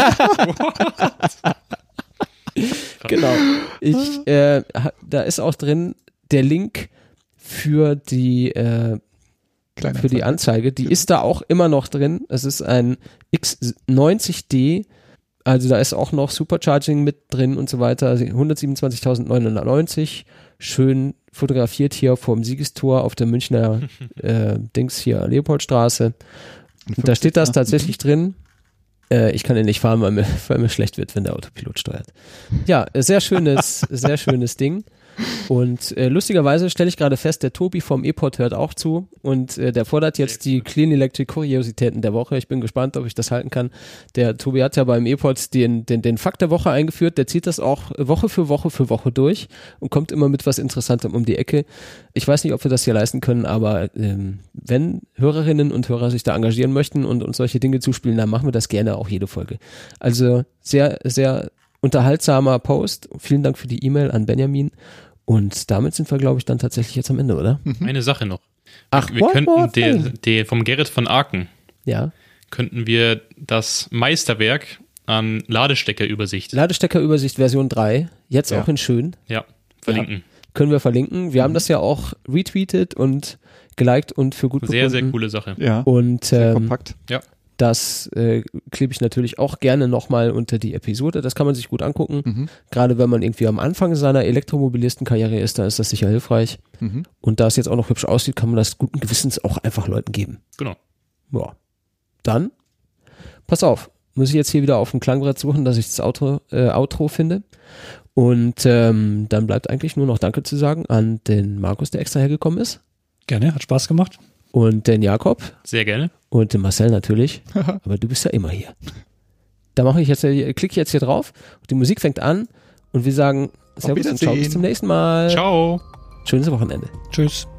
Genau. Da ist auch drin der Link für die Anzeige. Die ist da auch immer noch drin. Es ist ein X90D Also da ist auch noch Supercharging mit drin und so weiter. 127.990. Schön fotografiert hier vorm Siegestor auf der Münchner Dings hier, Leopoldstraße. Und da steht das tatsächlich drin. Ich kann ihn nicht fahren, weil mir schlecht wird, wenn der Autopilot steuert. Ja, sehr schönes Ding. Und lustigerweise stelle ich gerade fest, der Tobi vom E-Pod hört auch zu und der fordert jetzt die Clean Electric Kuriositäten der Woche. Ich bin gespannt, ob ich das halten kann. Der Tobi hat ja beim E-Pod den Fakt der Woche eingeführt. Der zieht das auch Woche für Woche durch und kommt immer mit was Interessantem um die Ecke. Ich weiß nicht, ob wir das hier leisten können, aber wenn Hörerinnen und Hörer sich da engagieren möchten und uns solche Dinge zuspielen, dann machen wir das gerne auch jede Folge. Also sehr, sehr unterhaltsamer Post. Vielen Dank für die E-Mail an Benjamin. Und damit sind wir, glaube ich, dann tatsächlich jetzt am Ende, oder? Eine Sache noch. Ach, wir könnten vom Gerrit von Aken, könnten wir das Meisterwerk an Ladesteckerübersicht Version 3, jetzt auch in schön. Ja, verlinken. Ja, können wir verlinken. Wir haben das ja auch retweetet und geliked und für gut befunden. Sehr, sehr coole Sache. Ja, und sehr kompakt. Ja. Das klebe ich natürlich auch gerne nochmal unter die Episode. Das kann man sich gut angucken. Gerade wenn man irgendwie am Anfang seiner Elektromobilistenkarriere ist, da ist das sicher hilfreich. Und da es jetzt auch noch hübsch aussieht, kann man das guten Gewissens auch einfach Leuten geben. Genau. Ja. Dann, pass auf, muss ich jetzt hier wieder auf dem Klangbrett suchen, dass ich das Outro finde. Und dann bleibt eigentlich nur noch Danke zu sagen an den Markus, der extra hergekommen ist. Gerne, hat Spaß gemacht. Und den Jakob. Sehr gerne. Und den Marcel natürlich. Aber du bist ja immer hier. Da klicke ich jetzt hier drauf. Die Musik fängt an und wir sagen Servus und ciao, bis zum nächsten Mal. Ciao. Schönes Wochenende. Tschüss.